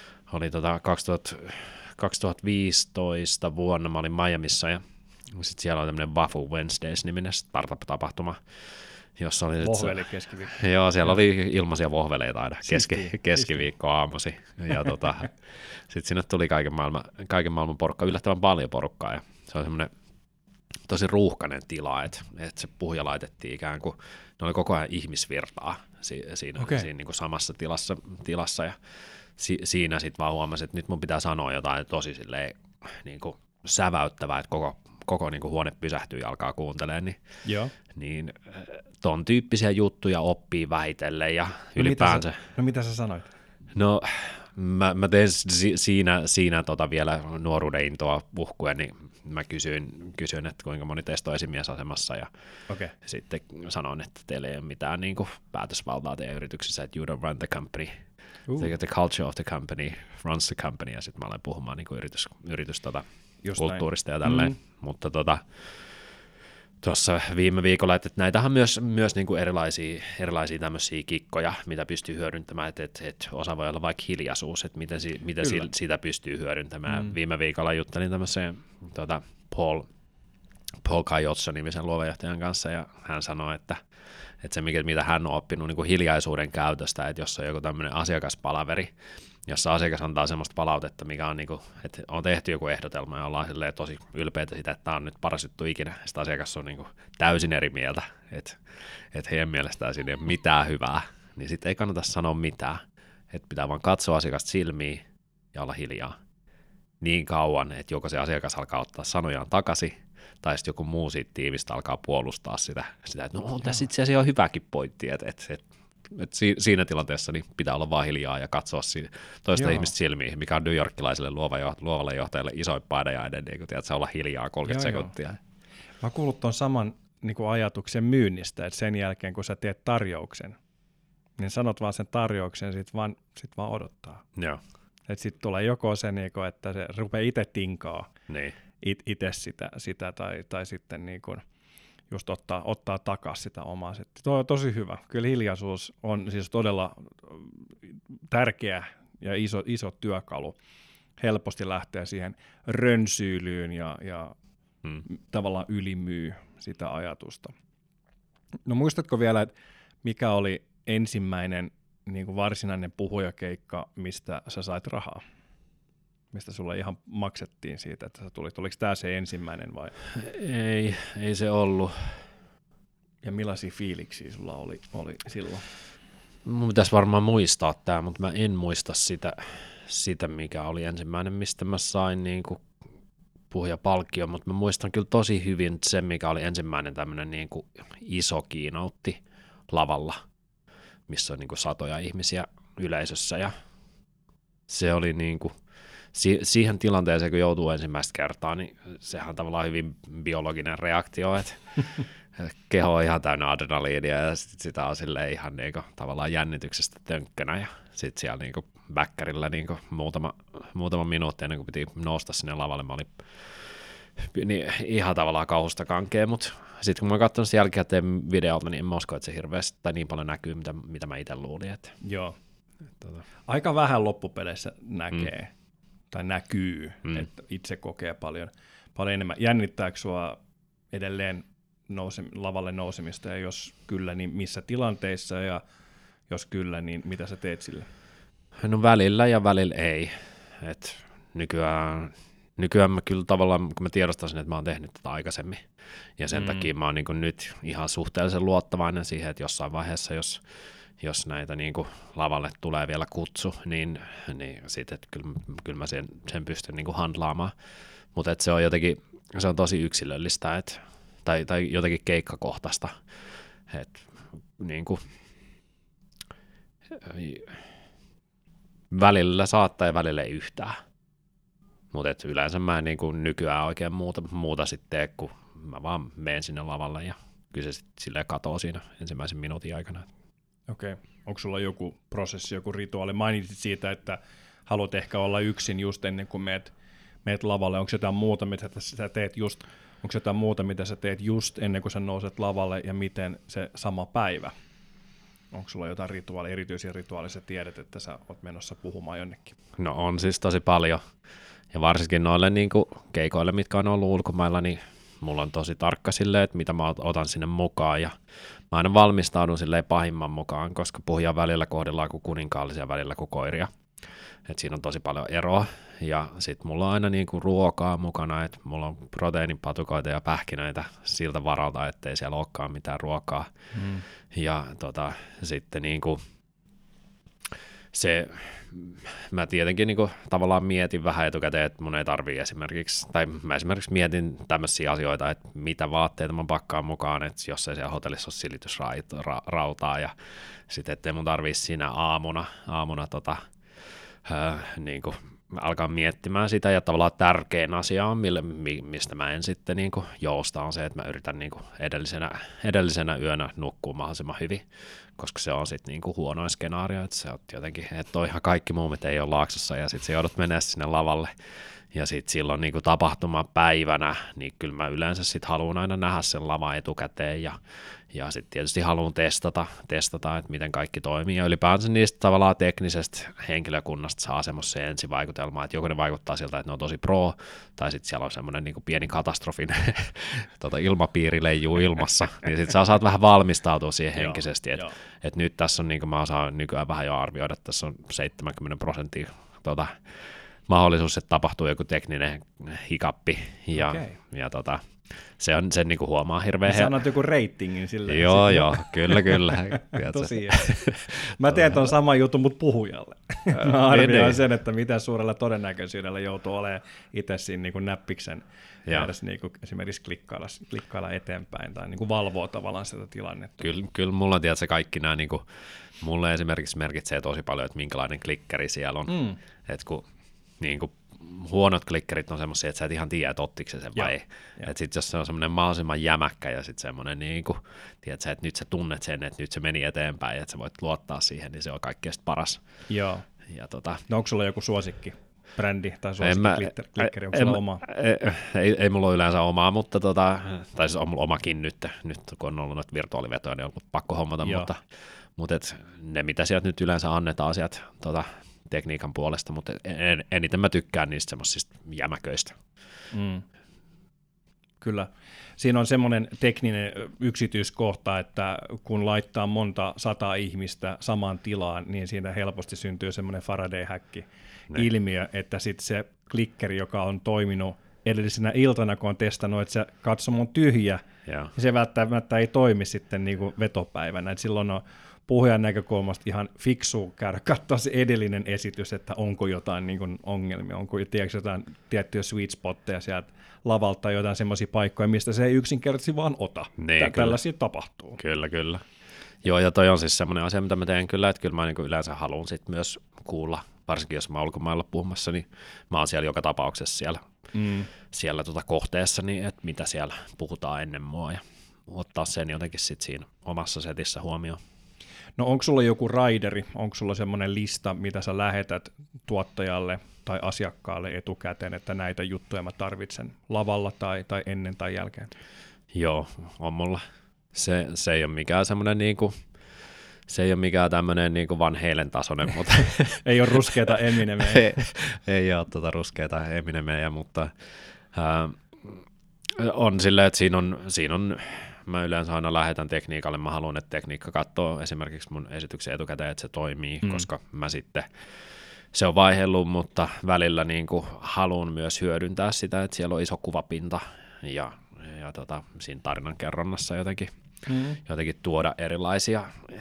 2015 vuonna, mä olin Miamissa ja sitten siellä on tämmöinen Waffle Wednesdays-niminen startup-tapahtuma, jossa oli... Vohveli keskiviikko. Joo, siellä oli ilmaisia vohveleita aina keskiviikko aamusi. Ja sitten sinne tuli kaiken maailman porukka, yllättävän paljon porukkaa. Ja se on semmoinen tosi ruuhkainen tila, että se puhuja laitettiin ikään kuin, ne oli koko ajan ihmisvirtaa siinä niin kuin samassa tilassa. Ja siinä sitten vaan huomasin, että nyt mun pitää sanoa jotain tosi silleen niin kuin säväyttävää, että koko niin kuin huone pysähtyy ja alkaa kuuntelemaan, niin ton tyyppisiä juttuja oppii vähitellen ja ylipäänsä. Mitä sä sanoit? No mä tein siinä vielä nuoruuden intoa uhkuen, niin mä kysyin, että kuinka moni teistä on esimiesasemassa ja sitten sanoin, että teillä ei ole mitään niin kuin päätösvaltaa teidän yrityksessä, että you don't run the company. The culture of the company runs the company, ja sitten mä olen puhumaan niin kuin yritys kulttuurista ja tälleen, mutta tuossa viime viikolla, että näitähän myös niin kuin erilaisia tämmöisiä kikkoja, mitä pystyy hyödyntämään, että osa voi olla vaikka hiljaisuus, että miten sitä pystyy hyödyntämään. Viime viikolla juttelin tämmöiseen Paul Kajotso-nimisen luovajohtajan kanssa, ja hän sanoi, että se mitä hän on oppinut niin kuin hiljaisuuden käytöstä, että jos on joku tämmöinen asiakaspalaveri, jossa asiakas antaa semmoista palautetta, mikä on, niin kuin, että on tehty joku ehdotelma ja ollaan tosi ylpeitä sitä, että tämä on nyt paras juttu ikinä. Sitten asiakas on niin kuin täysin eri mieltä, että heidän mielestään siinä ei ole mitään hyvää, niin sitten ei kannata sanoa mitään. Että pitää vaan katsoa asiakasta silmiin ja olla hiljaa niin kauan, että joko se asiakas alkaa ottaa sanojaan takaisin, tai sitten joku muu siitä tiivistä alkaa puolustaa sitä että no tässä itse asiassa on hyväkin pointti, että siinä tilanteessa niin pitää olla vaan hiljaa ja katsoa toista ihmistä silmiin, mikä on newyorkilaiselle luovalle johtajalle isoin painajainen, niin kun tiedät, olla hiljaa 30 sekuntia. Mä oon kuullut ton saman niin kuin ajatuksen myynnistä, että sen jälkeen kun sä teet tarjouksen, niin sanot vaan sen tarjouksen, sit vaan odottaa. Joo. Että sitten tulee joko se, niin kuin, että se rupeaa itse tinkaa Niin. itse sitä tai sitten niin kuin just ottaa takaisin sitä omaa. Tuo on tosi hyvä. Kyllä hiljaisuus on siis todella tärkeä ja iso työkalu. Helposti lähtee siihen rönsyylyyn ja tavallaan ylimyy sitä ajatusta. No muistatko vielä, että mikä oli ensimmäinen niin kuin varsinainen puhujakeikka, mistä sä sait rahaa? Mistä sulle ihan maksettiin siitä, että sä tulit? Oliko tämä se ensimmäinen vai? Ei se ollut. Ja millaisia fiiliksiä sulla oli silloin? Mun pitäisi varmaan muistaa tämä, mutta mä en muista sitä, mikä oli ensimmäinen, mistä mä sain niin kuin puhujapalkkio, mutta mä muistan kyllä tosi hyvin sen, mikä oli ensimmäinen tämmöinen niin kuin iso keynote lavalla, missä on niin kuin satoja ihmisiä yleisössä, ja se oli niin kuin siihen tilanteeseen, kun joutuu ensimmäistä kertaa, niin sehän on tavallaan hyvin biologinen reaktio, että keho on ihan täynnä adrenaliinia ja sitä on silleen ihan niinku tavallaan jännityksestä tönkkänä ja sitten siellä niinku väkkärillä niinku muutama minuutti ennen kuin piti nousta sinne lavalle, mä olin niin ihan tavallaan kauhusta kankea, mutta sitten kun mä oon katsonut sen jälkikäteen videolta, niin en mä usko, että se hirveästi tai niin paljon näkyy, mitä mä itse luulin. Että, joo. Aika vähän loppupeleissä näkee tai näkyy, että itse kokee paljon enemmän. Jännittääkö sua edelleen lavalle nousemista, ja jos kyllä, niin missä tilanteissa, ja jos kyllä, niin mitä sä teet sille? No välillä ja välillä ei. Et nykyään mä kyllä tavallaan, kun mä tiedostasin, että mä oon tehnyt tätä aikaisemmin, ja sen takia mä oon niin kuin nyt ihan suhteellisen luottavainen siihen, että jossain vaiheessa, jos näitä niin kuin lavalle tulee vielä kutsu, niin sitten kyllä mä sen pystyn niin kuin handlaamaan. Mutta se on tosi yksilöllistä, tai jotenkin keikkakohtaista, että niin kuin välillä saattaa ja välillä ei yhtään, mutta yleensä mä en niin kuin nykyään oikein muuta sitten tee, kun mä vaan menen sinne lavalle ja kyllä se sitten silleen katoo siinä ensimmäisen minuutin aikana. Okei. Onko sulla joku prosessi, joku rituaali? Mainitsit siitä, että haluat ehkä olla yksin just ennen kuin meet lavalle. Onko jotain muuta, mitä sä teet just? Onko jotain muuta, mitä sä teet just ennen kuin sä nouset lavalle, ja miten se sama päivä? Onko sulla jotain erityisiä rituaaleja, sä tiedät, että sä oot menossa puhumaan jonnekin? No on siis tosi paljon. Ja varsinkin noille niin kuin keikoille, mitkä on ollut ulkomailla, niin mulla on tosi tarkka silleen, että mitä mä otan sinne mukaan. Ja mä aina valmistaudun silleen pahimman mukaan, koska puhujan välillä kohdellaan kuin kuninkaallisia, välillä kuin koiria. Et siinä on tosi paljon eroa. Ja sit mulla on aina niinku ruokaa mukana, että mulla on proteiinipatukoita ja pähkinöitä siltä varalta, ettei siellä olekaan mitään ruokaa. Ja sitten niinku mä tietenkin niinku tavallaan mietin vähän etukäteen, että mun ei tarvii mä esimerkiksi mietin tämmöisiä asioita, että mitä vaatteita mä pakkaan mukaan, että jos ei siellä hotellissa ole silitysrautaa, ja sitten ettei mun tarvii siinä aamuna niin kuin alkaa miettimään sitä, ja tavallaan tärkein asia on, mistä mä en sitten niin kuin jousta, on se, että mä yritän niin kuin edellisenä yönä nukkua mahdollisimman hyvin, koska se on sitten niin kuin huonoin skenaario, että se on jotenkin, että ihan kaikki muumit ei ole Laaksossa, ja sitten se joudut menemään sinne lavalle, ja sitten silloin niin kuin tapahtumapäivänä, niin kyllä mä yleensä sitten haluan aina nähdä sen lavan etukäteen, ja sitten tietysti haluan testata, että miten kaikki toimii, ja ylipäänsä niistä tavallaan teknisestä henkilökunnasta saa semmoisen ensivaikutelmaa, että joko ne vaikuttaa siltä, että ne on tosi pro, tai sitten siellä on semmoinen niin kuin pieni katastrofin ilmapiiri leijuu ilmassa, niin sitten sä saat vähän valmistautua siihen henkisesti, että nyt tässä on, niin kuin mä osaan nykyään vähän jo arvioida, että tässä on 70% mahdollisuus, että tapahtuu joku tekninen hikappi, ja sen niin kuin huomaa hirveän. Sanot joku ratingin sillä. Joo, kyllä. Tosiaan. Mä teen ton saman jutun, mutta puhujalle. Mä arvioin sen, että miten suurella todennäköisyydellä joutuu olemaan itse siinä niin kuin näppiksen jäädessä niin kuin esimerkiksi klikkailla eteenpäin tai niin kuin valvoo tavallaan sitä tilannetta. Kyllä mulla tiedät se kaikki nämä, niin kuin, mulle esimerkiksi merkitsee tosi paljon, että minkälainen klikkeri siellä on. Että kun niin kuin huonot klikkerit on semmoisia, että sä et ihan tiedä, että ottiko se sen vai ei. Että sitten jos se on semmoinen mahdollisimman jämäkkä ja sitten semmoinen, niin kuin, tiedätkö, että nyt sä tunnet sen, että nyt se meni eteenpäin ja että sä voit luottaa siihen, niin se on kaikkein paras. Joo. Ja no onko sulla joku suosikki? Brändi tai suosikkiklikkeri, onko sulla oma? Ei mulla ole yleensä omaa, mutta tai siis on mulla omakin nyt kun on ollut noita virtuaalivetoja, niin on ollut pakko hommata, mutta ne mitä sieltä nyt yleensä annetaan sieltä tekniikan puolesta, mutta eniten mä tykkään niistä semmoisista jämäköistä. Kyllä. Siinä on semmoinen tekninen yksityiskohta, että kun laittaa monta 100 ihmistä samaan tilaan, niin siinä helposti syntyy semmoinen Faraday-häkki-ilmiö, että sitten se klikkeri, joka on toiminut edellisenä iltana, kun on testannut, että se katsomo on tyhjä, niin se välttämättä ei toimi sitten niin kuin vetopäivänä. Et silloin on puhujan näkökulmasta ihan fiksu käydä katsoa se edellinen esitys, että onko jotain niin kuin ongelmia, onko jotain tiettyjä sweet spotteja sieltä lavalta tai jotain semmoisia paikkoja, mistä se ei yksinkertaisesti vaan ota. Tällaisia tapahtuu. Kyllä. Joo, ja toi on siis semmoinen asia, mitä mä teen kyllä, että kyllä mä niin kuin yleensä haluan sit myös kuulla, varsinkin jos mä oon ulkomailla puhumassa, niin mä oon siellä joka tapauksessa siellä kohteessa, niin että mitä siellä puhutaan ennen mua ja ottaa sen jotenkin sit siinä omassa setissä huomioon. No onko sulla joku raideri, onko sulla semmoinen lista, mitä sä lähetät tuottajalle tai asiakkaalle etukäteen, että näitä juttuja mä tarvitsen lavalla tai ennen tai jälkeen? Joo, on mulla. Se ei ole mikään semmoinen niinku, se ei ole mikään tämmöinen niinku Van Halen tasoinen, mutta ei ole ruskeita Eminemejä. ei ole ruskeita Eminemejä, mutta on silleen, että siinä on mä yleensä aina lähetän tekniikalle, mä haluan, että tekniikka katsoo esimerkiksi mun esityksen etukäteen, että se toimii, koska mä sitten, se on vaihellut, mutta välillä niin kuin haluan myös hyödyntää sitä, että siellä on iso kuvapinta ja siinä tarinankerronnassa jotenkin tuoda erilaisia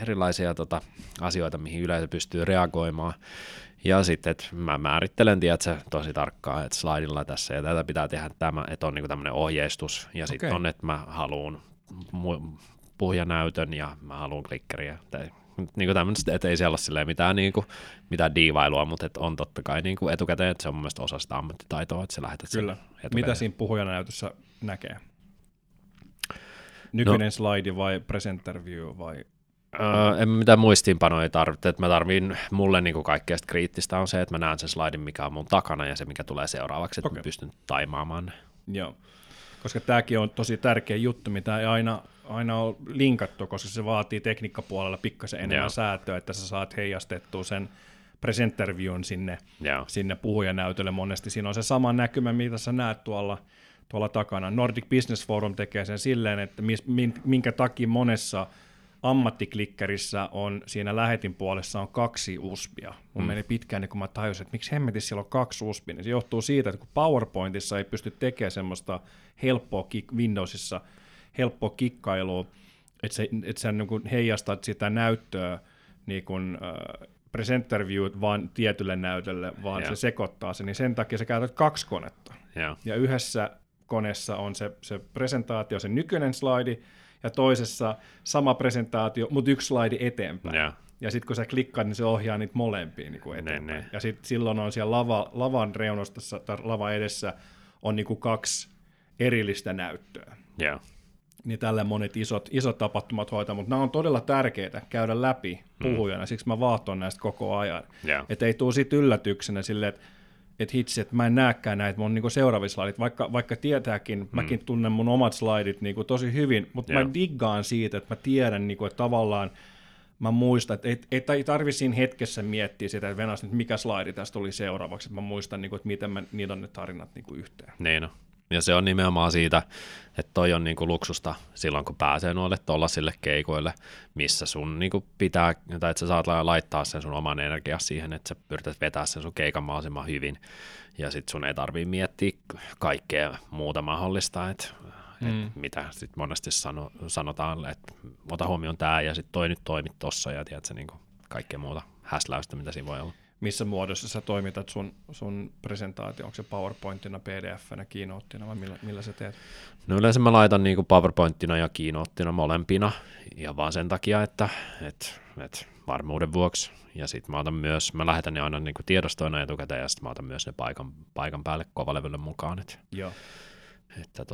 asioita, mihin yleisö pystyy reagoimaan. Ja sitten, että mä määrittelen, tiedätkö, tosi tarkkaan, että slaidilla tässä ja tätä pitää tehdä tämä, että on niin kuin tämmöinen ohjeistus. Ja sitten on, että mä haluan puhujanäytön ja mä haluan klikkeriä. Niin kuin tämmöistä, että ei siellä ole silleen mitään diivailua, mutta että on totta kai niin kuin etukäteen, että se on mun mielestä osa sitä ammattitaitoa, että sä lähetät sen etukäteen. Mitä siinä puhujanäytössä näkee? Nykyinen slide vai presenter view vai? En mitään muistiinpanoja tarvitse, että mä tarviin, mulle niin kuin kaikkein kriittistä on se, että mä näen sen slaidin, mikä on mun takana ja se, mikä tulee seuraavaksi, että mä pystyn taimaamaan ne. Joo, koska tämäkin on tosi tärkeä juttu, mitä ei aina ole linkattu, koska se vaatii tekniikkapuolella pikkasen enemmän säätöä, että sä saat heijastettua sen presenter viewn sinne puhujanäytölle monesti. Siinä on se sama näkymä, mitä sä näet tuolla takana. Nordic Business Forum tekee sen silleen, että minkä takia monessa ammattiklikkerissä on siinä lähetinpuolessa on 2 USBia. Mun meni pitkään, niin kun mä tajusin, että miksi hemmetissä siellä on 2 USBia, niin se johtuu siitä, että kun PowerPointissa ei pysty tekemään semmoista Windowsissa helppoa kikkailua, että sä niin kun heijastat sitä näyttöä niin kun, presenter view vaan tietylle näytölle, vaan se sekoittaa sen, niin sen takia sä käytät 2 konetta. Ja yhdessä koneessa on se presentaatio, se nykyinen slaidi, ja toisessa sama presentaatio, mutta 1 slaidi eteenpäin. Ja sitten kun sä klikkaat, niin se ohjaa niitä molempia niin kuin eteenpäin. Ja sitten silloin on siellä lavan reunostossa tai lavan edessä on niin kuin 2 erillistä näyttöä. Niin tällä monet isot tapahtumat hoitaa, mutta nämä on todella tärkeitä käydä läpi puhujana, siksi mä vaahtoon näistä koko ajan. Että ei tule siitä yllätyksenä silleen, että hitsi, että mä en näekään näitä mun niinku seuraavia slaidit, vaikka tietääkin, mäkin tunnen mun omat slaidit niinku tosi hyvin, mutta mä diggaan siitä, että mä tiedän, niinku, että tavallaan mä muistan, että ei tarvitse siinä hetkessä miettiä sitä, että venas nyt mikä slaidi tästä tuli seuraavaksi, että mä muistan, niinku, että miten mä niitä ne tarinat niinku yhteen. Niin no. Ja se on nimenomaan siitä, että toi on niinku luksusta silloin, kun pääsee noille tollasille keikoille, missä sun niinku pitää, tai että sä saat laittaa sen sun oman energiaa siihen, että sä pyrität vetää sen sun keikan mahdollisimman hyvin, ja sit sun ei tarvii miettiä kaikkea muuta mahdollista, että mitä sit monesti sanotaan, että ota huomioon tää, ja sit toi nyt toimit tossa, ja tiedätkö, niinku kaikkea muuta häsläystä, mitä siinä voi olla. missä muodossa sä toimitat sun presentaatio, onko se PowerPointina, PDF:nä, Keynoteina vai millä sä teet? No yleensä mä laitan niinku PowerPointina ja Keynoteina molempina, ja vaan sen takia, että varmuuden vuoksi. Ja sitten mä lähetän ne aina niinku tiedostoina etukäteen, ja sitten mä otan myös ne paikan päälle kovalevylle mukaan, Joo. että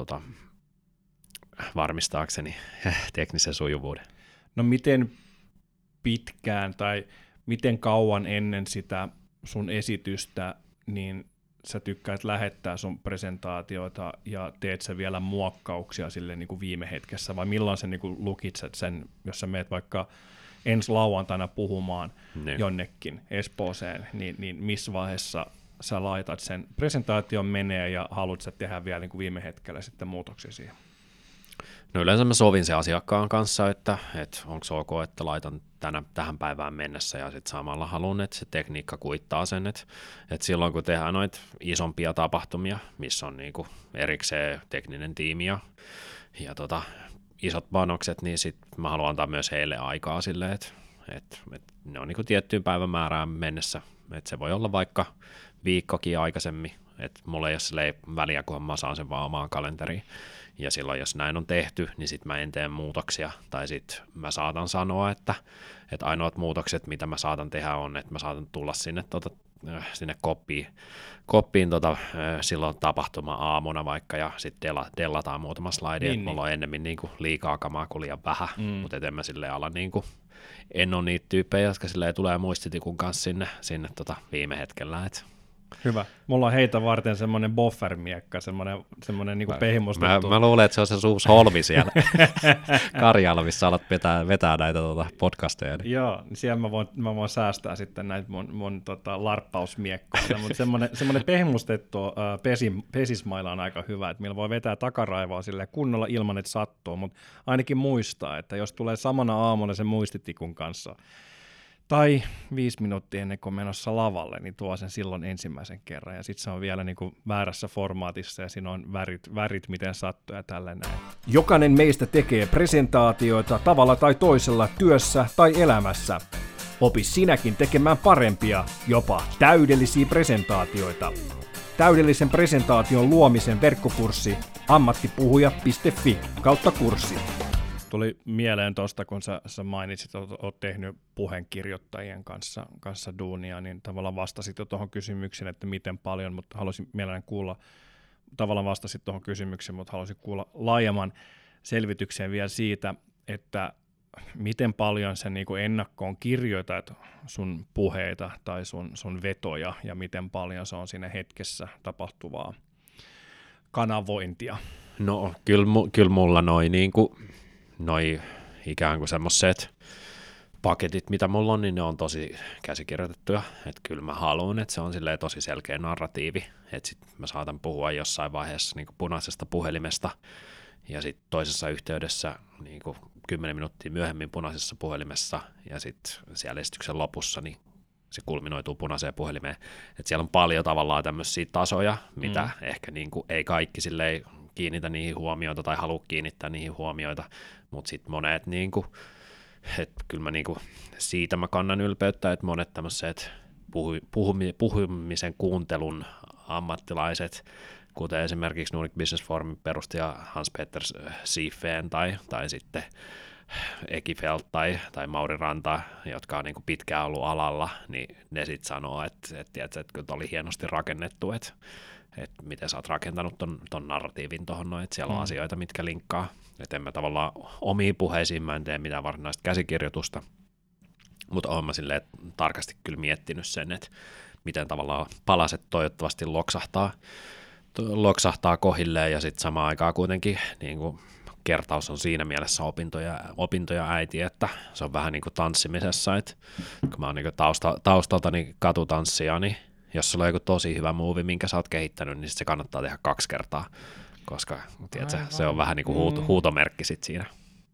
varmistaakseni teknisen sujuvuuden. No miten pitkään tai miten kauan ennen sitä sun esitystä, niin sä tykkäät lähettää sun presentaatioita ja teet sä vielä muokkauksia sille niin kuin viime hetkessä, vai milloin sä niin kuin lukitset sen, jos sä meet vaikka ensi lauantaina puhumaan jonnekin Espooseen, niin missä vaiheessa sä laitat sen presentaation menee ja haluat sä tehdä vielä niin kuin viime hetkellä sitten muutoksia siihen? No yleensä mä sovin sen asiakkaan kanssa, että onko ok, että laitan tähän päivään mennessä, ja sitten samalla haluan, että se tekniikka kuittaa sen, että silloin kun tehdään noita isompia tapahtumia, missä on niinku erikseen tekninen tiimi ja isot panokset, niin sitten mä haluan antaa myös heille aikaa silleen, että ne on niinku tiettyyn päivämäärään mennessä, että se voi olla vaikka viikkokin aikaisemmin, että mulla ei ole väliä, kunhan mä saan sen vaan omaan kalenteriin. Ja silloin, jos näin on tehty, niin sitten mä en tee muutoksia, tai sitten mä saatan sanoa, että ainoat muutokset, mitä mä saatan tehdä, on, että mä saatan tulla sinne koppiin silloin tapahtuma-aamuna vaikka, ja sitten dellataan muutama slaidi, että mulla on ennemmin niinku liikaa kamaa kuin liian vähän, mutta en mä silleen ala niinku, en ole niitä tyyppejä, jotka silleen tulee muistitikun kanssa sinne viime hetkellä, että hyvä. Mulla on heitä varten semmoinen boffermiekka, semmoinen niinku pehmustettu. Mä luulen, että se on se Suus Holmi siellä Karjalla, missä alat vetää näitä podcasteja. Joo, siellä mä voin säästää sitten näitä mun larppausmiekkoja, mutta semmoinen pehmustettu pesismaila on aika hyvä, että millä voi vetää takaraivoa silleen kunnolla ilman, että sattuu, mutta ainakin muistaa, että jos tulee samana aamuna sen muistitikun kanssa, tai 5 minuuttia ennen kuin menossa lavalle, niin tuo sen silloin ensimmäisen kerran. Ja sitten se on vielä niin kuin väärässä formaatissa ja siinä on värit miten sattuu ja tälleen näin. Jokainen meistä tekee presentaatioita tavalla tai toisella työssä tai elämässä. Opi sinäkin tekemään parempia, jopa täydellisiä presentaatioita. Täydellisen presentaation luomisen verkkokurssi ammattipuhuja.fi/kurssi. Tuli mieleen tuosta, kun sä mainitsit, että olet tehnyt puheenkirjoittajien kanssa duunia, niin tavallaan vastasit jo tuohon kysymykseen, että miten paljon, mutta haluaisin mielelläni kuulla, tavallaan vastasit tuohon kysymykseen, mutta haluaisin kuulla laajemman selvityksen vielä siitä, että miten paljon sä niin kuin ennakkoon kirjoitat sun puheita tai sun vetoja ja miten paljon se on siinä hetkessä kanavointia. No kyllä mulla noi ikään kuin semmoiset paketit, mitä mulla on, niin ne on tosi käsikirjoitettuja. Että kyllä mä haluan, että se on silleen tosi selkeä narratiivi. Että sit mä saatan puhua jossain vaiheessa niin kuin punaisesta puhelimesta ja sitten toisessa yhteydessä niin kuin 10 minuuttia myöhemmin punaisessa puhelimessa ja sitten siellä esityksen lopussa niin se kulminoituu punaiseen puhelimeen. Että siellä on paljon tavallaan tämmöisiä tasoja, mitä ehkä niin kuin ei kaikki silleen kiinnitä niihin huomioita tai halua kiinnittää niihin huomioita, mutta sitten monet että kyllä mä siitä mä kannan ylpeyttä, että monet tämmöiset puhumisen kuuntelun ammattilaiset, kuten esimerkiksi Nordic Business Forumin perustaja Hans-Peter Sieffen tai sitten Eki Felt tai Mauri Ranta, jotka on pitkään ollut alalla, niin ne sitten sanoo, että kyllä oli hienosti rakennettu, että miten sä oot rakentanut ton narratiivin tuohon noin, että siellä on asioita, mitkä linkkaa. Että en mä tavallaan omiin puheisiin, mä en tee mitään varsinaista käsikirjoitusta, mutta oon mä silleen tarkasti kyllä miettinyt sen, että miten tavallaan palaset toivottavasti loksahtaa kohilleen, ja sitten samaan aikaan kuitenkin niin kuin kertaus on siinä mielessä opintoja äiti, että se on vähän niin kuin tanssimisessa, että kun mä oon niin taustaltani katutanssija, niin jos sulla on joku tosi hyvä muuvi, minkä sä oot kehittänyt, niin sit se kannattaa tehdä 2 kertaa, koska tiedätkö, se on vähän niin kuin huutomerkki sit siinä.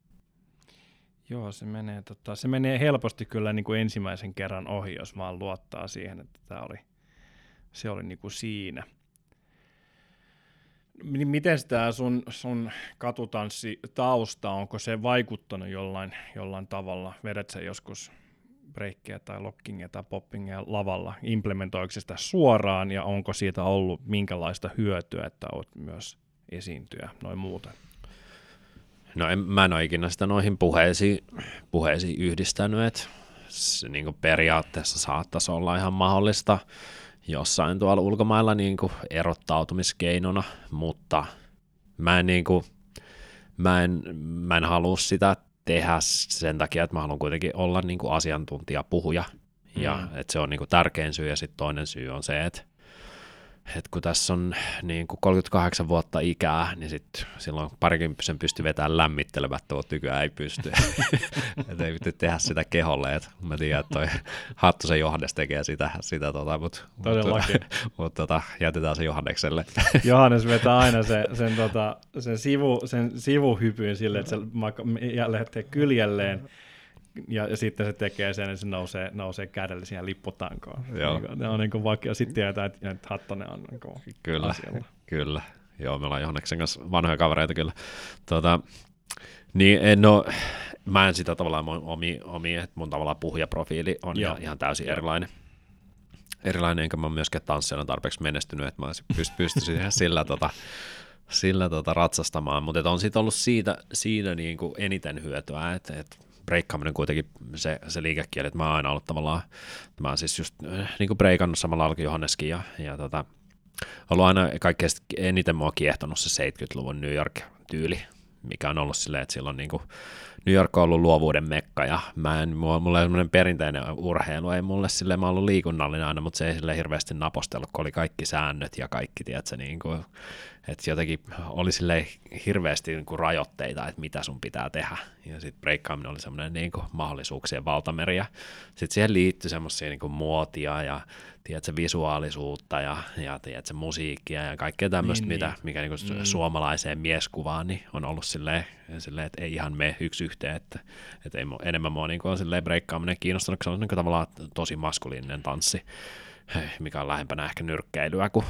Joo, se menee helposti kyllä niin kuin ensimmäisen kerran ohi, jos vaan luottaa siihen, että se oli niin kuin siinä. Miten tämä sun katutanssitausta, onko se vaikuttanut jollain tavalla? Vedät sä joskus breikkiä tai lockingia tai poppingia lavalla, implementoiko sitä suoraan ja onko siitä ollut minkälaista hyötyä, että olet myös esiintyjä noin muuten? No mä en ole ikinä sitä noihin puheisiin yhdistänyt, että se niin kuin periaatteessa saattaisi olla ihan mahdollista jossain tuolla ulkomailla niin kuin erottautumiskeinona, mutta mä en halua sitä tehdä sen takia, että mä haluan kuitenkin olla niin kuin asiantuntijapuhuja, ja että se on niin kuin tärkein syy, ja sitten toinen syy on se, että kun tässä on niin kuin 38 vuotta ikää, niin sitten silloin parikymppisen pystyy vetämään lämmittelemättä, mutta nykyään ei pysty. Että ei pysty tehdä sitä keholle. Et mä tiedän, että toi Hattusen Johannes tekee sitä mutta jätetään se Johannekselle. Johannes vetää aina sen sivuhypyn silleen, että se lähtee kyljelleen. Ja sitten se tekee sen, että se nousee kädellä siihen lipputankoon. Ne on niin vakio. Sitten tietää, että Hattonen on niin asialla. Kyllä. Joo, me ollaan Johanneksen kanssa vanhoja kavereita kyllä. Mä en sitä tavallaan että mun tavallaan puhujaprofiili on ihan täysin erilainen, enkä mä myöskään tanssijana tarpeeksi menestynyt, että mä pystyisin sillä ratsastamaan, mutta on sitten ollut siitä niin kuin eniten hyötyä, että breikkaaminen kuitenkin se liikekieli, että mä oon aina ollut tavallaan, mä oon siis just niin kuin breikannut samalla alku Johanneskin ja ollut aina kaikkein eniten mua kiehtonut se 70-luvun New York-tyyli, mikä on ollut silleen, että silloin niin kuin New York on ollut luovuuden mekka ja mulla ei semmoinen perinteinen urheilu, ei mulle silleen, mä oon ollut liikunnallinen aina, mutta se ei silleen hirveästi napostellut, kun oli kaikki säännöt ja kaikki, tiedätkö, niin kuin, että jotenkin oli silleen hirveästi niin kuin rajoitteita, että mitä sun pitää tehdä, ja sitten breikkaaminen oli semmoinen niin kuin mahdollisuuksien valtameri, ja sitten siihen liittyi semmoisia niin kuin muotia ja tiedätkö, visuaalisuutta ja tiedätkö, musiikkia ja kaikkea tämmöistä, mikä niin kuin suomalaiseen mieskuvaan niin on ollut silleen, että ei ihan mene yksi yhteen, että ei enemmän mua niin kuin on silleen breikkaaminen kiinnostunut, se on niin kuin tavallaan tosi maskuliininen tanssi, mikä on lähempänä ehkä nyrkkeilyä kuin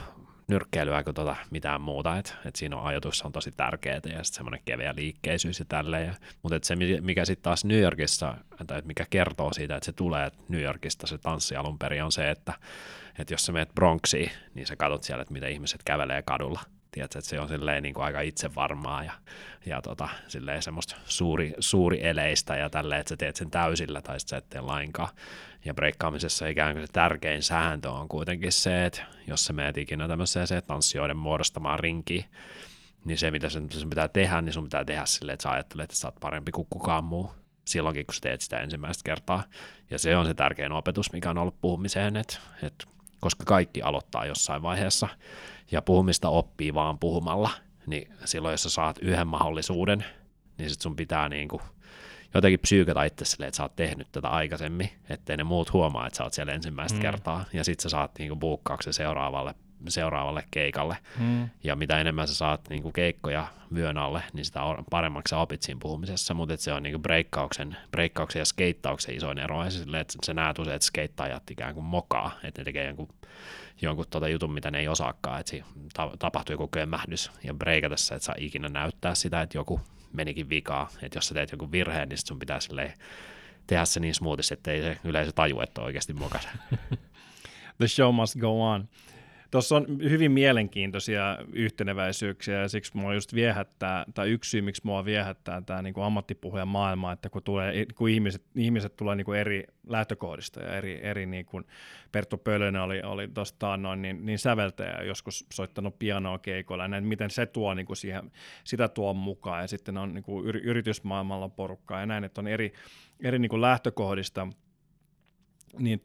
mitään muuta, että siinä on ajoitussa on tosi tärkeää ja sitten semmoinen keveä liikkeisyys ja tälleen, mutta se mikä sitten taas New Yorkissa, tai mikä kertoo siitä, että se tulee New Yorkista se tanssi alun perin on se, että jos sä menet Bronxiin, niin sä katsot siellä, että mitä ihmiset kävelee kadulla. Tiedätkö, että se on silleen niin kuin aika itsevarmaa ja silleen semmoista suuri eleistä ja tälleen, että sä teet sen täysillä tai sitten sä et tee lainkaan. Ja breikkaamisessa ikään kuin se tärkein sääntö on kuitenkin se, että jos sä meet ikinä tämmöiseen tanssijoiden muodostamaan rinkiin, niin se mitä sun pitää tehdä, niin sun pitää tehdä silleen, että sä ajattelet, että sä oot parempi kuin kukaan muu silloinkin, kun sä teet sitä ensimmäistä kertaa. Ja se on se tärkein opetus, mikä on ollut puhumiseen, että koska kaikki aloittaa jossain vaiheessa ja puhumista oppii vaan puhumalla, niin silloin jos sä saat yhden mahdollisuuden, niin sit sun pitää niinku jotenkin psyykata itse silleen, että sä oot tehnyt tätä aikaisemmin, ettei ne muut huomaa, että sä oot siellä ensimmäistä kertaa, ja sit sä saat niinku buukkauksen seuraavalle keikalle, ja mitä enemmän sä saat niinku keikkoja vyön alle, niin sitä paremmaksi sä opit siinä puhumisessa, mutta se on niinku breikkauksen ja skeittauksen isoin ero, ja silleen, että se näet usein, että skeittajat ikään kuin mokaa, että ne tekee jonkun jutun, mitä ne ei osaakaan, että siinä tapahtuu joku kömmähdys, ja breikatessa et saa ikinä näyttää sitä, että joku menikin vikaa, että jos sä teet jonkun virheen, niin sun pitää tehdä se niin smoothisti, ettei se yleisö taju, että on oikeasti mokas. The show must go on. Tuossa on hyvin mielenkiintoisia yhteneväisyyksiä, ja siksi mua just viehättää, tai yksi syy, miksi mua viehättää tämä niin ammattipuhujan maailma, että kun ihmiset tulee niin kuin eri lähtökohdista, ja eri niin kuin Perttu Pölönen oli tuosta niin säveltäjä, joskus soittanut pianoa keikoilla, ja näin, miten se tuo niin kuin sitä tuo mukaan, ja sitten on niin kuin yritysmaailmalla porukkaa, ja näin, että on eri niin kuin lähtökohdista, niin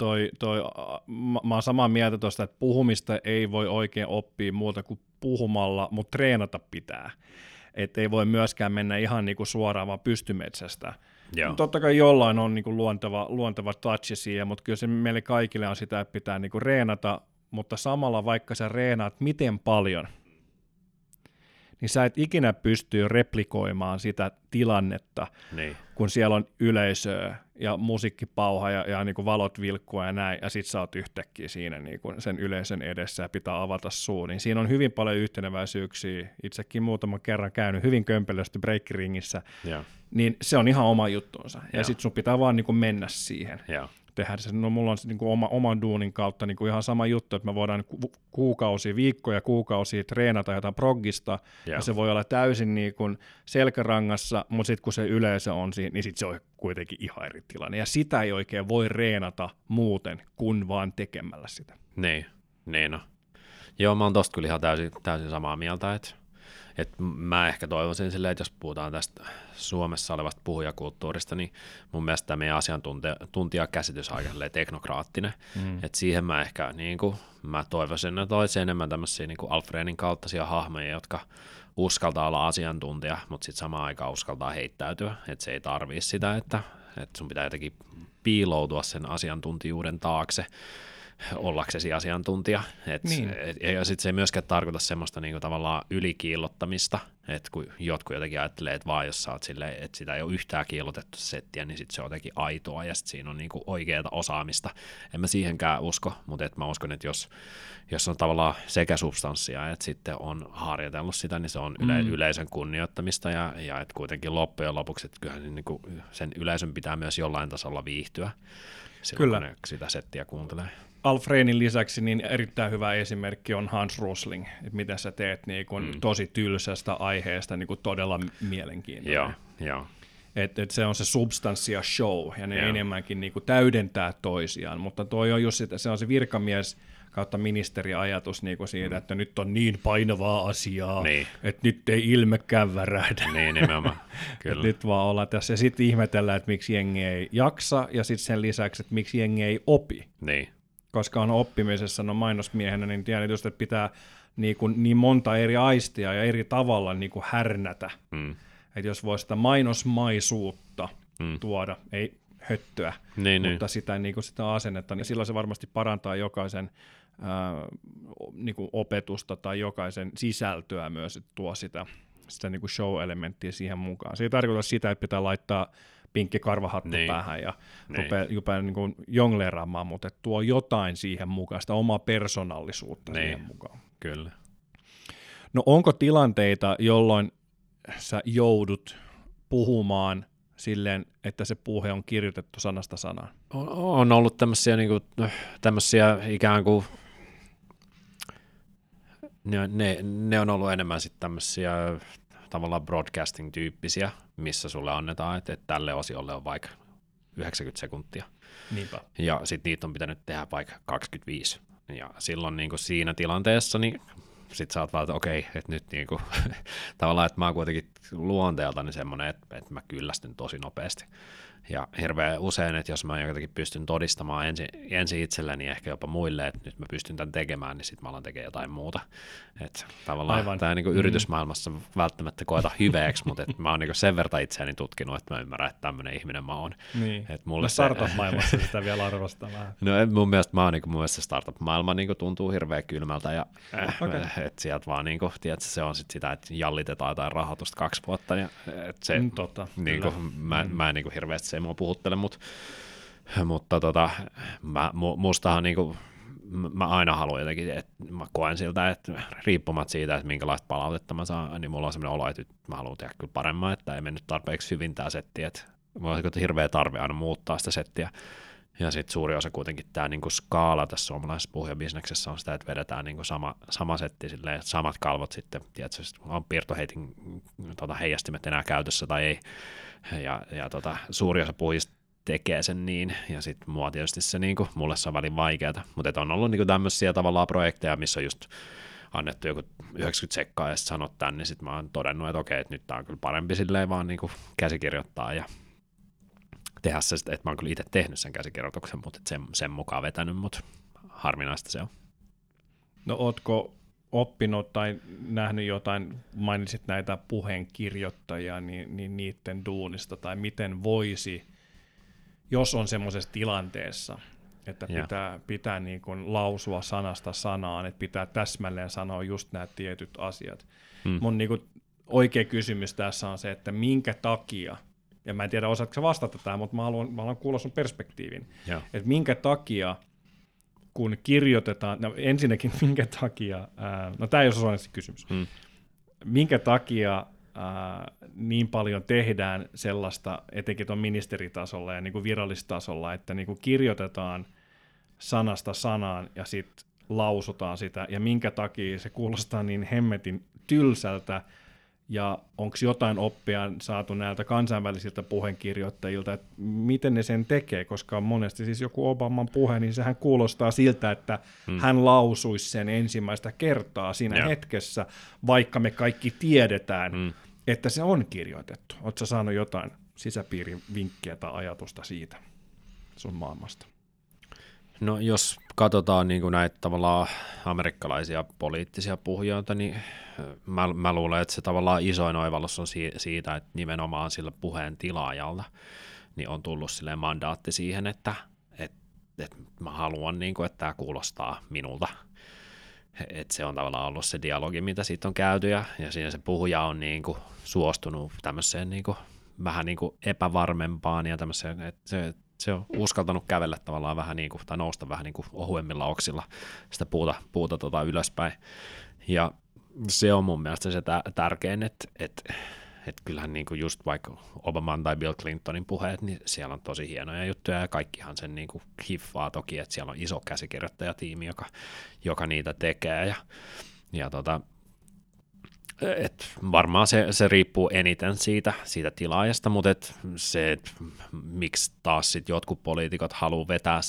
mä oon samaa mieltä tuosta, että puhumista ei voi oikein oppia muuta kuin puhumalla, mutta treenata pitää. Että ei voi myöskään mennä ihan niinku suoraan vaan pystymetsästä. Totta kai jollain on niinku luonteva touch siihen, mutta kyllä se meille kaikille on sitä, että pitää niinku reenata, mutta samalla vaikka sä reenaat miten paljon, niin sä et ikinä pysty replikoimaan sitä tilannetta, kun siellä on yleisöä ja musiikkipauha ja niin kuin valot vilkkua ja näin, ja sit sä oot yhtäkkiä siinä niin kuin sen yleisön edessä ja pitää avata suu, niin siinä on hyvin paljon yhteneväisyyksiä. Itsekin muutaman kerran käynyt hyvin kömpelösti breikkiringissä, niin se on ihan oma juttuunsa, ja sit sun pitää vaan niin kuin mennä siihen. tehdä se. No mulla on se niin kuin oman duunin kautta niin kuin ihan sama juttu, että me voidaan kuukausia treenata jotain proggista, ja se voi olla täysin niin kuin selkärangassa, mutta sitten kun se yleisö on siinä, niin sitten se on kuitenkin ihan eri tilanne. Ja sitä ei oikein voi reenata muuten kuin vaan tekemällä sitä. Niin no. Joo, mä oon tosta kyllä ihan täysin samaa mieltä, että mä ehkä toivoisin silleen, että jos puhutaan tästä Suomessa olevasta puhujakulttuurista, niin mun mielestä tämä meidän asiantuntijakäsitys on aika teknokraattinen, että siihen mä ehkä niin kuin, mä toivoisin, että olisi enemmän tämmöisiä niin kuin Alfredin kaltaisia hahmoja, jotka uskaltaa olla asiantuntija, mutta sitten samaan aikaan uskaltaa heittäytyä, että se ei tarvii sitä, että sun pitää jotenkin piiloutua sen asiantuntijuuden taakse, ollaksesi asiantuntija. Ja sitten se ei myöskään tarkoita semmoista niinku tavallaan ylikiillottamista, että kun jotkut jotenkin ajattelee, että vaan jos sä oot silleen, että sitä ei ole yhtään kiillotettu settiä, niin sitten se on jotenkin aitoa ja sitten siinä on niinku oikeaa osaamista. En mä siihenkään usko, mutta mä uskon, että jos on tavallaan sekä substanssia, että sitten on harjoitellut sitä, niin se on yleisön kunnioittamista ja että kuitenkin loppujen lopuksi, että kyllähän niinku sen yleisön pitää myös jollain tasolla viihtyä silloin, kun ne sitä settiä kuuntelee. Alfredin lisäksi niin erittäin hyvä esimerkki on Hans Rosling, että miten sä teet niin kun tosi tylsästä aiheesta niin kun todella mielenkiintoinen. Joo. Et se on se substanssi ja show, ja ne enemmänkin niin kun täydentää toisiaan, mutta toi on just sitä, se on se virkamies kautta ministeriajatus niin kuin siitä, että nyt on niin painavaa asiaa, että nyt ei ilmekään värähdä. Niin, nimenomaan. Kyllä. Nyt vaan ollaan tässä, ja sitten ihmetellään, että miksi jengi ei jaksa, ja sitten sen lisäksi, että miksi jengi ei opi. Niin. Koska on oppimisessa, no mainosmiehenä, niin tiedän just, että pitää niin monta eri aistia ja eri tavalla niin kuin härnätä. Että jos voi sitä mainosmaisuutta tuoda, ei höttöä, mutta sitä, niin kuin sitä asennetta, niin silloin se varmasti parantaa jokaisen niin kuin opetusta tai jokaisen sisältöä myös, että tuo sitä niin kuin show-elementtiä siihen mukaan. Se ei tarkoita sitä, että pitää laittaa pinkki karvahattu päähän ja rupeaa niin kuin jongleeraamaan, mutta tuo jotain siihen mukaan, sitä omaa persoonallisuutta siihen mukaan. Kyllä. No onko tilanteita, jolloin sä joudut puhumaan silleen, että se puhe on kirjoitettu sanasta sanaan? On ollut tämmöisiä ikään kuin, ne on ollut enemmän sitten tämmöisiä tavallaan broadcasting-tyyppisiä, missä sulle annetaan, että tälle osiolle on vaikka 90 sekuntia. Niinpä. Ja sitten niitä on pitänyt tehdä vaikka 25. Ja silloin niin kuin siinä tilanteessa, niin sitten sä oot vaan, että okei, että nyt niin kuin, tavallaan, että mä oon kuitenkin luonteeltani semmoinen, että mä kyllästyn tosi nopeasti. Ja hirveän usein, että jos mä jotenkin pystyn todistamaan ensin itselleni ehkä jopa muille, että nyt mä pystyn tämän tekemään, niin sitten mä alan tekemään jotain muuta. Että tavallaan tämä niin yritysmaailmassa välttämättä koeta hyveeksi, mutta että mä oon niin sen verran itseäni tutkinut, että mä ymmärrän, että tämmöinen ihminen mä oon. Niin, no startup-maailmassa sitä vielä arvostaa vähän. No mun mielestä startup-maailma niin tuntuu hirveän kylmältä ja että sieltä vaan niin kuin, tiedätkö, se on sit sitä, että jallitetaan jotain rahoitusta 2 vuotta. Ja, että se, niin kuin, mä en niin kuin hirveästi se ei mua puhuttele, mutta mustahan niinku, mä aina haluan jotenkin, että mä koen siltä, että riippumatta siitä, että minkälaista palautetta mä saan, niin mulla on sellainen olo, että mä haluan tehdä kyllä paremmin, että ei mennyt tarpeeksi hyvin tämä setti, että mulla on hirveä tarve aina muuttaa sitä settiä. Ja sitten suuri osa kuitenkin tämä niinku skaala tässä suomalaisessa puhujabisneksessä on sitä, että vedetään niinku sama setti, silleen, että samat kalvot sitten, tiedätkö, on piirtoheitin heijastimet enää käytössä tai ei. Ja suuri osa puhujista tekee sen niin, ja sitten mua tietysti se niinku, mulle se on välin vaikeaa, mutta on ollut niinku tämmöisiä tavallaan projekteja, missä on just annettu joku 90 sekkaa ja sitten sanot tän, niin sitten mä oon todennut, että okei, että nyt tää on kyllä parempi silleen vaan niinku käsikirjoittaa ja tehdä se, että mä oon kyllä itse tehnyt sen käsikirjoituksen, mutta sen mukaan vetänyt, mutta harvinaista se on. No ootko oppinut tai nähnyt jotain, mainitsit näitä puheenkirjoittajia, niin niiden duunista, tai miten voisi, jos on semmoisessa tilanteessa, että pitää niin kuin lausua sanasta sanaan, että pitää täsmälleen sanoa just nämä tietyt asiat. Mun niin kuin oikea kysymys tässä on se, että minkä takia, ja mä en tiedä osaatko sä vastata tähän, mutta mä haluan kuulla sun perspektiivin, että minkä takia kun kirjoitetaan, no ensinnäkin minkä takia, no tämä ei ole suorasti kysymys, minkä takia niin paljon tehdään sellaista, etenkin tuon ministeritasolla ja niin kuin virallistasolla, että niin kuin kirjoitetaan sanasta sanaan ja sitten lausutaan sitä, ja minkä takia se kuulostaa niin hemmetin tylsältä, ja onko jotain oppia saatu näiltä kansainvälisiltä puheenkirjoittajilta, että miten ne sen tekee, koska monesti siis joku Obaman puhe, niin sehän kuulostaa siltä, että hän lausuisi sen ensimmäistä kertaa siinä hetkessä, vaikka me kaikki tiedetään, että se on kirjoitettu. Oletko saanut jotain sisäpiirin vinkkiä tai ajatusta siitä sun maailmasta? No jos katsotaan niin kuin näitä tavallaan amerikkalaisia poliittisia puhujoita, niin mä luulen, että se tavallaan isoin oivallus on siitä, että nimenomaan sillä puheen tilaajalla niin on tullut silleen mandaatti siihen, että mä haluan, niin kuin, että tämä kuulostaa minulta. Että se on tavallaan ollut se dialogi, mitä siitä on käyty, ja siinä se puhuja on niin kuin suostunut tämmöiseen niin kuin, vähän niin kuin epävarmempaan ja tämmöiseen, että se on uskaltanut kävellä tavallaan vähän niin kuin, tai nousta vähän niin kuin ohuemmilla oksilla sitä puuta ylöspäin. Ja se on mun mielestä se tärkein, että kyllähän niin kuin just vaikka Obaman tai Bill Clintonin puheet, niin siellä on tosi hienoja juttuja, ja kaikkihan sen niin kuin hiffaa toki, että siellä on iso käsikirjoittajatiimi, joka niitä tekee, ja et varmaan se riippuu eniten siitä tilaajasta, mutta miksi taas sit jotkut poliitikot haluaa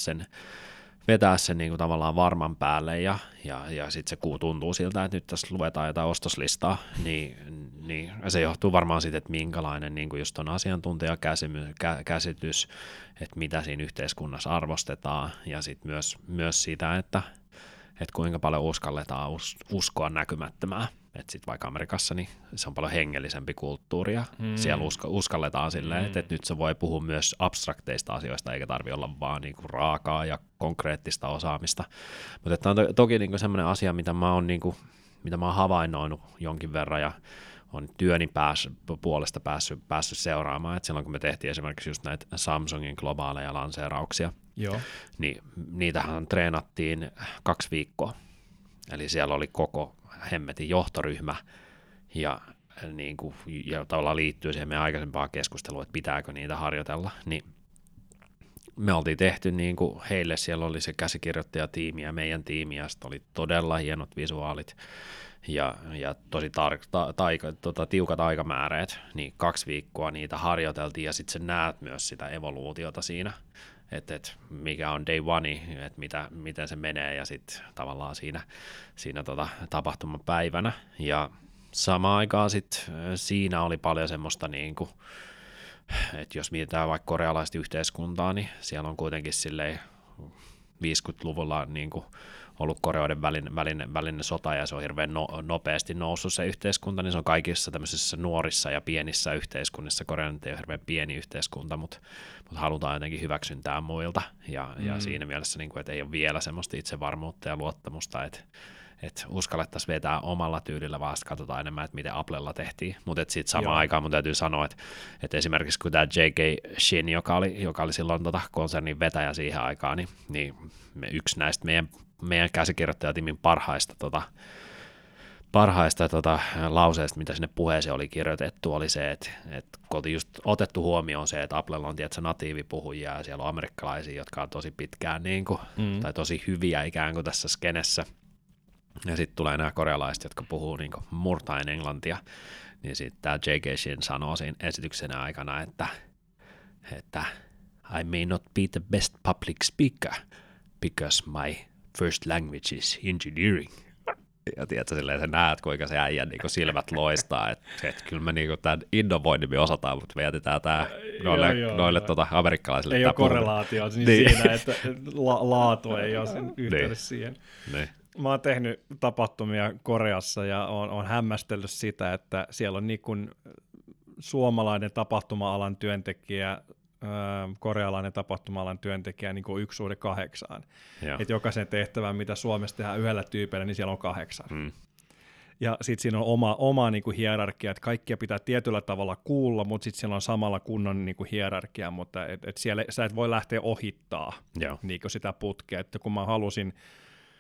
vetää sen niin kuin tavallaan varman päälle ja sitten se tuntuu siltä, että nyt tässä luetaan jotain ostoslistaa, niin se johtuu varmaan siitä, että minkälainen niin kuin just on asiantuntijakäsitys, että mitä siinä yhteiskunnassa arvostetaan, ja sitten myös sitä, että kuinka paljon uskalletaan uskoa näkymättömää. Että sitten vaikka Amerikassa niin se on paljon hengellisempi kulttuuri, ja siellä uskalletaan silleen, että nyt se voi puhua myös abstrakteista asioista, eikä tarvitse olla vaan niinku raakaa ja konkreettista osaamista. Mutta tämä on toki niinku semmoinen asia, mitä mä oon havainnoinut jonkin verran, ja on työni puolesta päässyt seuraamaan, että silloin kun me tehtiin esimerkiksi just näitä Samsungin globaaleja lanseerauksia, niin niitähän treenattiin 2 viikkoa. Eli siellä oli koko hemmetin johtoryhmä, ja tavallaan liittyy siihen meidän aikaisempaan keskusteluun, että pitääkö niitä harjoitella, niin me oltiin tehty niin kuin heille, siellä oli se käsikirjoittajatiimi ja meidän tiimi, ja sitten oli todella hienot visuaalit, ja tosi tiukat aikamääreet, niin 2 viikkoa niitä harjoiteltiin, ja sitten sä näet myös sitä evoluutiota siinä, että mikä on day one, että miten se menee, ja sitten tavallaan siinä tapahtuman päivänä, ja samaan aikaan sitten siinä oli paljon semmoista niinku, että jos mietitään vaikka korealaista yhteiskuntaa, niin siellä on kuitenkin silleen 50-luvulla niinku ollut Koreoiden välinen sota, ja se on hirveän nopeasti noussut se yhteiskunta, niin se on kaikissa tämmöisissä nuorissa ja pienissä yhteiskunnissa. Korea ei ole hirveän pieni yhteiskunta, mutta halutaan jotenkin hyväksyntää muilta, ja siinä mielessä, niin kuin, että ei ole vielä semmoista itsevarmuutta ja luottamusta, että uskallettaisiin vetää omalla tyylillä, vaan katsotaan enemmän, että miten Applella tehtiin. Mutta sitten samaan aikaan mun täytyy sanoa, että esimerkiksi kun tämä J.K. Shin, joka oli silloin konsernin vetäjä siihen aikaan, niin yksi näistä meidän käsikirjoittajatiimin parhaista lauseista, mitä sinne puheeseen oli kirjoitettu, oli se, että kun oltiin just otettu huomioon se, että Applella on tietysti natiivipuhujia, ja siellä on amerikkalaisia, jotka on tosi pitkään tai tosi hyviä ikään kuin tässä skenessä, ja sitten tulee nämä korealaiset, jotka puhuu niin kuin murtaen englantia, niin sitten tämä J.K. Shin sanoo siinä esityksenä aikana, että I may not be the best public speaker because my first language is engineering. Ja tiedätkö, silleen sä näet, kuinka se äijän niin silmät loistaa, että kyllä me niin tämän innovoinnin me osataan, mutta me jätetään tämä noille amerikkalaisille. Ei ole korrelaatio niin siinä, että laatu ei ole sen yhteydessä siihen. Niin. Mä oon tehnyt tapahtumia Koreassa, ja oon hämmästellyt sitä, että siellä on niin kuin suomalainen tapahtuma-alan työntekijä, korealainen tapahtuma-alan työntekijä niin kuin 1:8. Että jokaisen tehtävän, mitä Suomessa tehdään yhdellä tyypillä, niin siellä on 8. Ja sitten siinä on oma niin kuin hierarkia, että kaikkia pitää tietyllä tavalla kuulla, mutta sitten siellä on samalla kunnon niin kuin hierarkia, mutta et siellä sä et voi lähteä ohittaa niin kuin sitä putkea, että kun mä halusin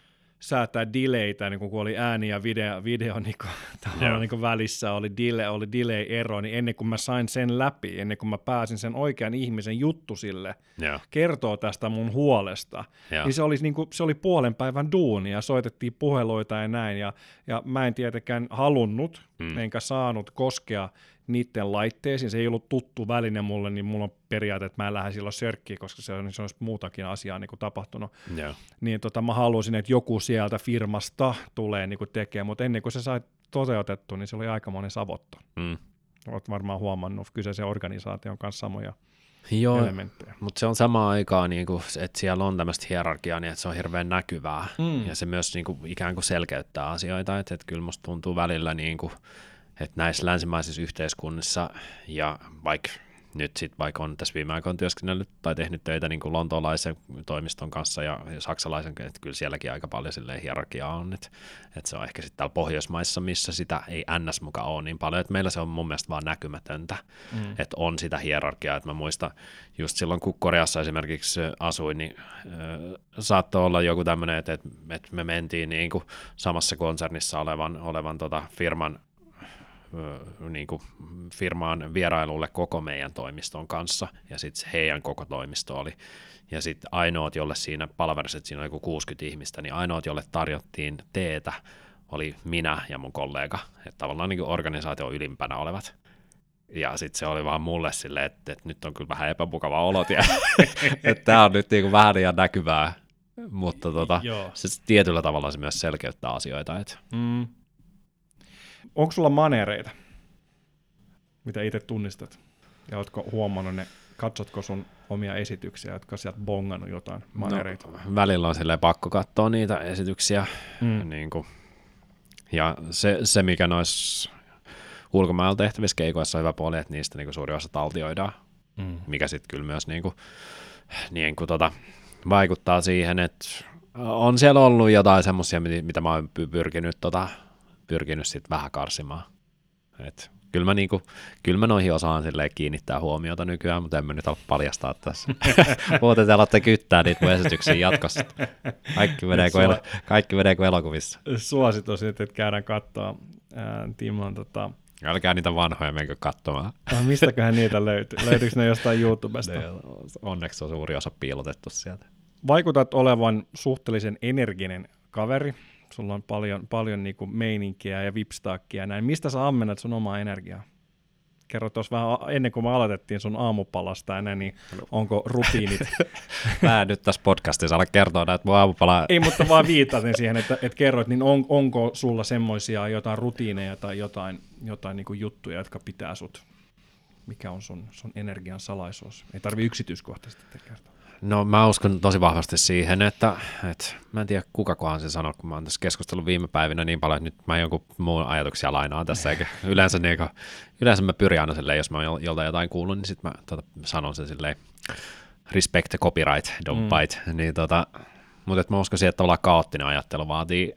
säätää delaytä, niin kun oli ääni ja video niin niin välissä, oli delay-ero, niin ennen kuin mä sain sen läpi, ennen kuin mä pääsin sen oikean ihmisen juttu sille, kertoo tästä mun huolesta, niin se oli puolen päivän duunia, soitettiin puheluita ja näin, ja mä en tietenkään halunnut, enkä saanut koskea niiden laitteisiin, se ei ollut tuttu väline mulle, niin mulla on periaate, että mä en lähde silloin sörkkiin, koska se on muutakin asiaa niin kuin tapahtunut. Niin mä halusin, että joku sieltä firmasta tulee niin kuin tekemään, mutta ennen kuin se sai toteutettu, niin se oli aikamoinen savotto. Olet varmaan huomannut kyseisen organisaation kanssa samoja elementtejä. Mutta se on samaan aikaan, niin kuin, että siellä on tämmöistä hierarkiaa, niin että se on hirveän näkyvää, ja se myös niin kuin, ikään kuin selkeyttää asioita, että kyllä musta tuntuu välillä niin kuin, että näissä länsimaisissa yhteiskunnissa, ja vaikka on tässä viime aikoina työskennellyt tai tehnyt töitä niin kuin lontoolaisen toimiston kanssa ja saksalaisen, että kyllä sielläkin aika paljon hierarkiaa on, että se on ehkä sitten täällä Pohjoismaissa, missä sitä ei ns. Mukaan ole niin paljon, että meillä se on mun mielestä vaan näkymätöntä, että on sitä hierarkiaa, että mä muistan just silloin, kun Koreassa esimerkiksi asuin, niin saattoi olla joku tämmöinen, että me mentiin niin kuin samassa konsernissa olevan firman niin kuin firmaan vierailulle koko meidän toimiston kanssa, ja sitten heidän koko toimisto oli. Ja sitten ainoat, jolle siinä palvelisi, että siinä oli joku 60 ihmistä, niin ainoat, jolle tarjottiin teetä, oli minä ja mun kollega, että tavallaan niin kuin organisaation ylimpänä olevat. Ja sitten se oli vaan mulle silleen, että nyt on kyllä vähän epämukava olot, ja että tämä on nyt niin kuin vähän liian näkyvää, mutta se tietyllä tavalla se myös selkeyttää asioita. Että. Onko sulla maneereita, mitä itse tunnistat? Ja ootko huomannut ne, katsotko sun omia esityksiä, jotka sieltä bongannut jotain maneereita? No, välillä on silleen pakko katsoa niitä esityksiä. Niin kuin. Ja se, mikä noissa ulkomailla tehtävissä keikoissa on hyvä puoli, että niistä niin kuin suuri osa taltioidaan, mikä sitten kyllä myös niin kuin vaikuttaa siihen, että on siellä ollut jotain semmoisia, mitä mä oon pyrkinyt sitten vähän karsimaan. Et kyllä mä noihin osaan kiinnittää huomiota nykyään, mutta en mä nyt ole paljastaa tässä. Muuten te alatte kyttää niitä mun esityksiä jatkossa. Kaikki menee kuin elokuvissa. Suositus, että käydään katsoa Timon Älkää niitä vanhoja menkö katsomaan. Mistäköhän niitä löytyy? Löytyykö ne jostain YouTubesta? Onneksi on suuri osa piilotettu sieltä. Vaikutat olevan suhteellisen energinen kaveri. Sulla on paljon niin kuin meininkiä ja vipstakkia ja näin. Mistä sä ammennat sun omaa energiaa? Kerro tuossa vähän ennen kuin me aloitettiin sun aamupalasta ja näin, niin onko rutiinit? Mä en nyt tässä podcastissa ala kertoa näitä mun aamupalaa. Ei, mutta vaan viittasin siihen, että kerroit, niin onko sulla semmoisia jotain rutiineja tai jotain niin kuin juttuja, jotka pitää sut? Mikä on sun energian salaisuus? Ei tarvitse yksityiskohtaisesti kertoa. No mä uskon tosi vahvasti siihen, että mä en tiedä kukakohan se sanoo, kun mä oon tässä keskustellut viime päivinä niin paljon, että nyt mä jonkun muun ajatuksia lainaan tässä, eikä yleensä mä pyrin aina silleen, jos mä oon joltain jotain kuullut, niin sit mä sanon sen silleen, respect the copyright, don't bite, niin mutta mä uskon siihen, että tavallaan kaoottinen ajattelu vaatii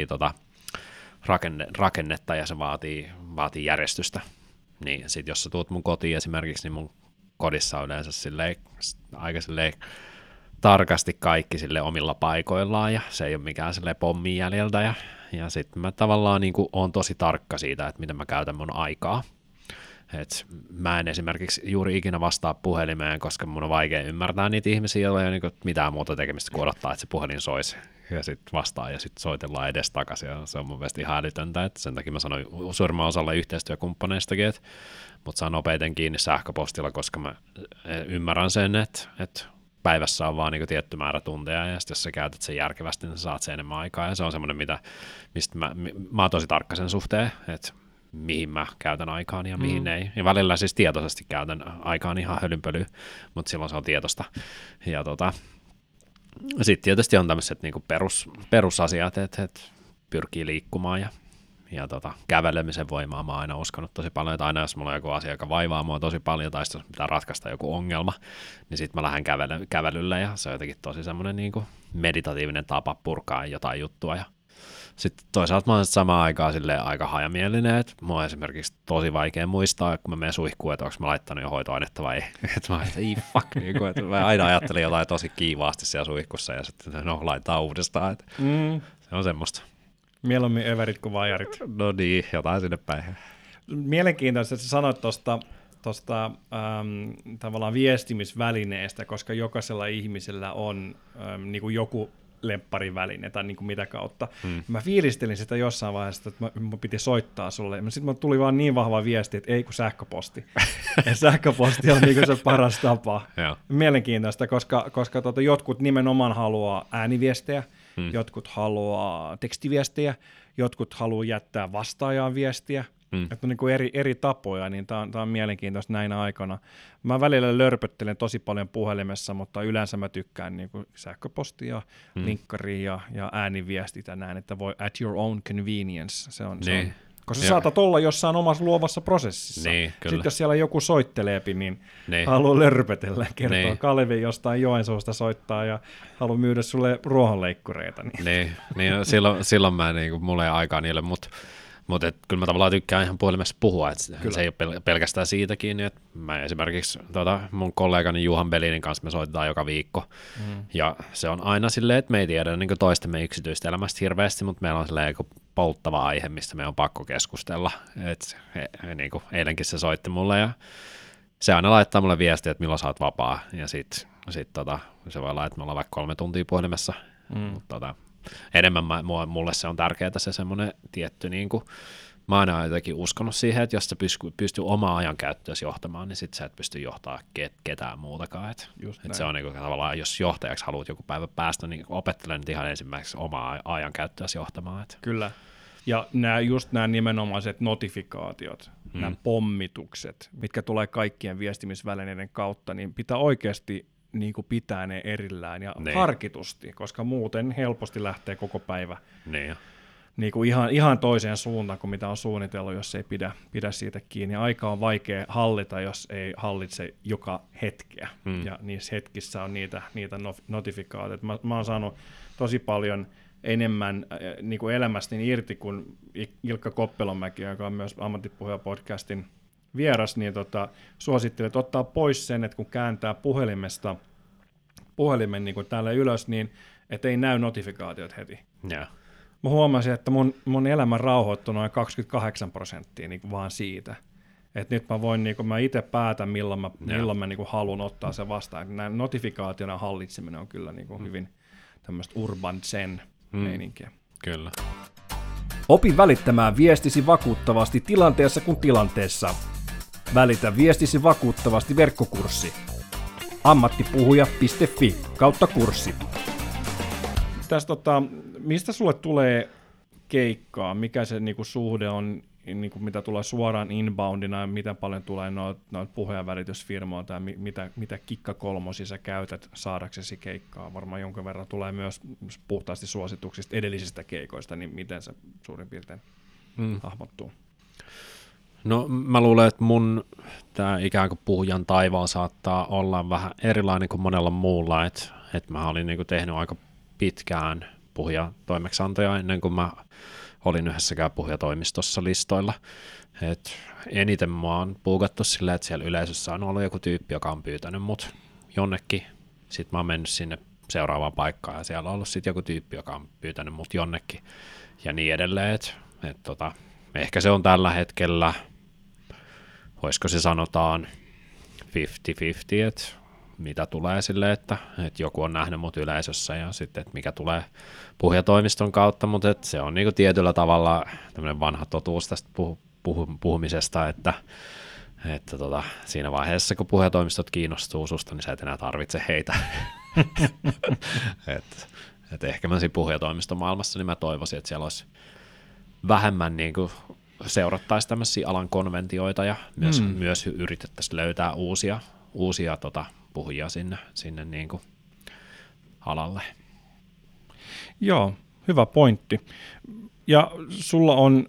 rakennetta ja se vaatii järjestystä, niin sit jos sä tuut mun kotiin esimerkiksi, niin mun kodissa on yleensä aika tarkasti kaikki omilla paikoillaan ja se ei ole mikään pommin jäljeltä ja sitten mä tavallaan niin oon tosi tarkka siitä, että miten mä käytän mun aikaa. Et mä en esimerkiksi juuri ikinä vastaa puhelimeen, koska mun on vaikea ymmärtää niitä ihmisiä, joilla ei ole niin mitään muuta tekemistä kuin odottaa, että se puhelin soisi ja sitten vastaa ja sitten soitellaan edes takaisin ja se on mun mielestä ihan älytöntä, että sen takia mä sanoin suurimman osalle yhteistyökumppaneistakin, mutta saan nopeiten kiinni sähköpostilla, koska mä ymmärrän sen, että päivässä on vaan niin tietty määrä tunteja ja sitten jos sä käytät sen järkevästi, niin sä saat sen enemmän aikaa ja se on semmoinen, mistä mä oon tosi tarkka sen suhteen, että mihin mä käytän aikaan ja mihin ei. Ja välillä siis tietoisesti käytän aikaan ihan hölynpölyä, mutta silloin se on tietoista. Ja sitten tietysti on tämmöiset niinku perusasiat, että pyrkii liikkumaan ja kävelemisen voimaa mä oon aina uskonut tosi paljon, että aina jos mulla on joku asia, joka vaivaa mua tosi paljon, tai jos pitää ratkaista joku ongelma, niin sitten mä lähden kävelylle, ja se on jotenkin tosi semmoinen niin kuin meditatiivinen tapa purkaa jotain juttua, ja sitten toisaalta mä oon samaan aikaan aika hajamielinen, että mua on esimerkiksi tosi vaikea muistaa, kun mä menen suihkuun, että onko mä laittanut jo hoitoainetta vai ei. Että mä ei fuck, niin kuin, että mä aina ajattelin jotain tosi kiivaasti siellä suihkussa ja sitten laitetaan uudestaan. Se on semmoista. Mieluummin överit kuin vajarit. No niin, jotain sinne päin. Mielenkiintoista, että sä sanoit tuosta tavallaan viestimisvälineestä, koska jokaisella ihmisellä on niin kuin joku lemppariväline tai niin kuin mitä kautta. Mä fiilistelin sitä jossain vaiheessa, että mun piti soittaa sulle. Sitten mun tuli vaan niin vahva viesti, että ei kun sähköposti. Sähköposti on niin kuin se paras tapa. Mielenkiintoista, koska jotkut nimenomaan haluaa ääniviestejä, jotkut haluaa tekstiviestejä, jotkut haluaa jättää vastaajaan viestiä. Että on niin kuin eri tapoja, niin tämä on mielenkiintoista näinä aikana. Mä välillä lörpöttelen tosi paljon puhelimessa, mutta yleensä mä tykkään niin kuin sähköpostia, linkkaria ja ääniviestit ja näin, että voi at your own convenience. Se on, koska sä saatat olla jossain omassa luovassa prosessissa. Sitten jos siellä joku soitteleepi, niin haluaa lörpötellä, kertoa Kalevi jostain Joensuusta soittaa ja haluaa myydä sulle ruohonleikkureita. Niin silloin mä mulla ei aikaa niille, mutta kyllä mä tavallaan tykkään ihan puhelimessa puhua, että se ei ole pelkästään siitä kiinni, että mä esimerkiksi mun kollegani Juhan Belinin kanssa me soitetaan joka viikko, ja se on aina silleen, että me ei tiedä niin toistemme yksityistä elämästä hirveästi, mutta meillä on silleen joku polttava aihe, mistä me on pakko keskustella, että niin eilenkin se soitti mulle, ja se aina laittaa mulle viestiä, että milloin sä oot vapaa, ja sit se voi olla, että me ollaan vaikka 3 tuntia puhelimessa, mutta enemmän mulle se on tärkeää se semmoinen tietty, niin kuin, mä aina jotenkin uskonut siihen, että jos sä pystyy omaa ajankäyttöäsi johtamaan, niin sit sä et pysty johtaa ketään muutakaan. Et se on niin kuin, tavallaan, jos johtajaksi haluat joku päivä päästä, niin opettele nyt ihan ensimmäiseksi omaa ajankäyttöäsi johtamaan. Et. Kyllä. Ja just nämä nimenomaiset notifikaatiot, nämä pommitukset, mitkä tulee kaikkien viestimisvälineiden kautta, niin pitää oikeasti niin kuin pitää ne erillään ja harkitusti, koska muuten helposti lähtee koko päivä niin kuin ihan toiseen suuntaan kuin mitä on suunnitellut, jos ei pidä siitä kiinni. Aika on vaikea hallita, jos ei hallitse joka hetkeä, ja niissä hetkissä on niitä notifikaatioita. Mä oon saanut tosi paljon enemmän niin kuin elämästäni irti kuin Ilkka Koppelomäki, joka on myös Ammattipuhuja-podcastin vieras, niin suosittelen, että ottaa pois sen, että kun kääntää puhelimen niin kuin täällä ylös, niin et ei näy notifikaatiot heti. Yeah. Mä huomasin, että mun elämä rauhoittui noin 28% niin kuin vaan siitä. Että nyt mä voin, niin kuin mä itse päätän, milloin mä niin kuin haluan ottaa sen vastaan. Nämä notifikaationa hallitseminen on kyllä niin kuin hyvin tämmöistä urban zen meininkiä. Kyllä. Opi välittämään viestisi vakuuttavasti tilanteessa kuin tilanteessa. Välitä viestisi vakuuttavasti verkkokurssi. ammattipuhuja.fi/kurssi. Mistä sulle tulee keikkaa? Mikä se niinku suhde on, niinku mitä tulee suoraan inboundina ja mitä paljon tulee noita puheenvälitysfirmoilta ja mitä kikkakolmosia sä käytät saadaksesi keikkaa? Varmaan jonkin verran tulee myös puhtaasti suosituksista edellisistä keikoista, niin miten se suurin piirtein hahmottuu? No mä luulen, että mun tämä ikään kuin puhujan taivaan saattaa olla vähän erilainen kuin monella muulla, että mä olin niinku tehnyt aika pitkään puhujatoimeksiantoja ennen kuin mä olin yhdessäkään puhujatoimistossa listoilla. Et eniten mä oon puukattu silleen, että siellä yleisössä on ollut joku tyyppi, joka on pyytänyt mut jonnekin. Sitten mä oon mennyt sinne seuraavaan paikkaan ja siellä on ollut sitten joku tyyppi, joka on pyytänyt mut jonnekin ja niin edelleen. Ehkä se on tällä hetkellä, voisiko se sanotaan 50-50, että mitä tulee sille, että joku on nähnyt mut yleisössä ja sitten, että mikä tulee puhujatoimiston kautta, mutta että se on niinku tietyllä tavalla tämmöinen vanha totuus tästä puhumisesta, että siinä vaiheessa, kun puhujatoimistot kiinnostuu susta, niin sä et enää tarvitse heitä. et ehkä mä siinä puhujatoimiston maailmassa, niin mä toivoisin, että siellä olisi vähemmän niinku seurattaisiin tämmöisiä alan konventioita ja myös yritettäisiin löytää uusia puhujia sinne niin kuin alalle. Joo, hyvä pointti. Ja sulla on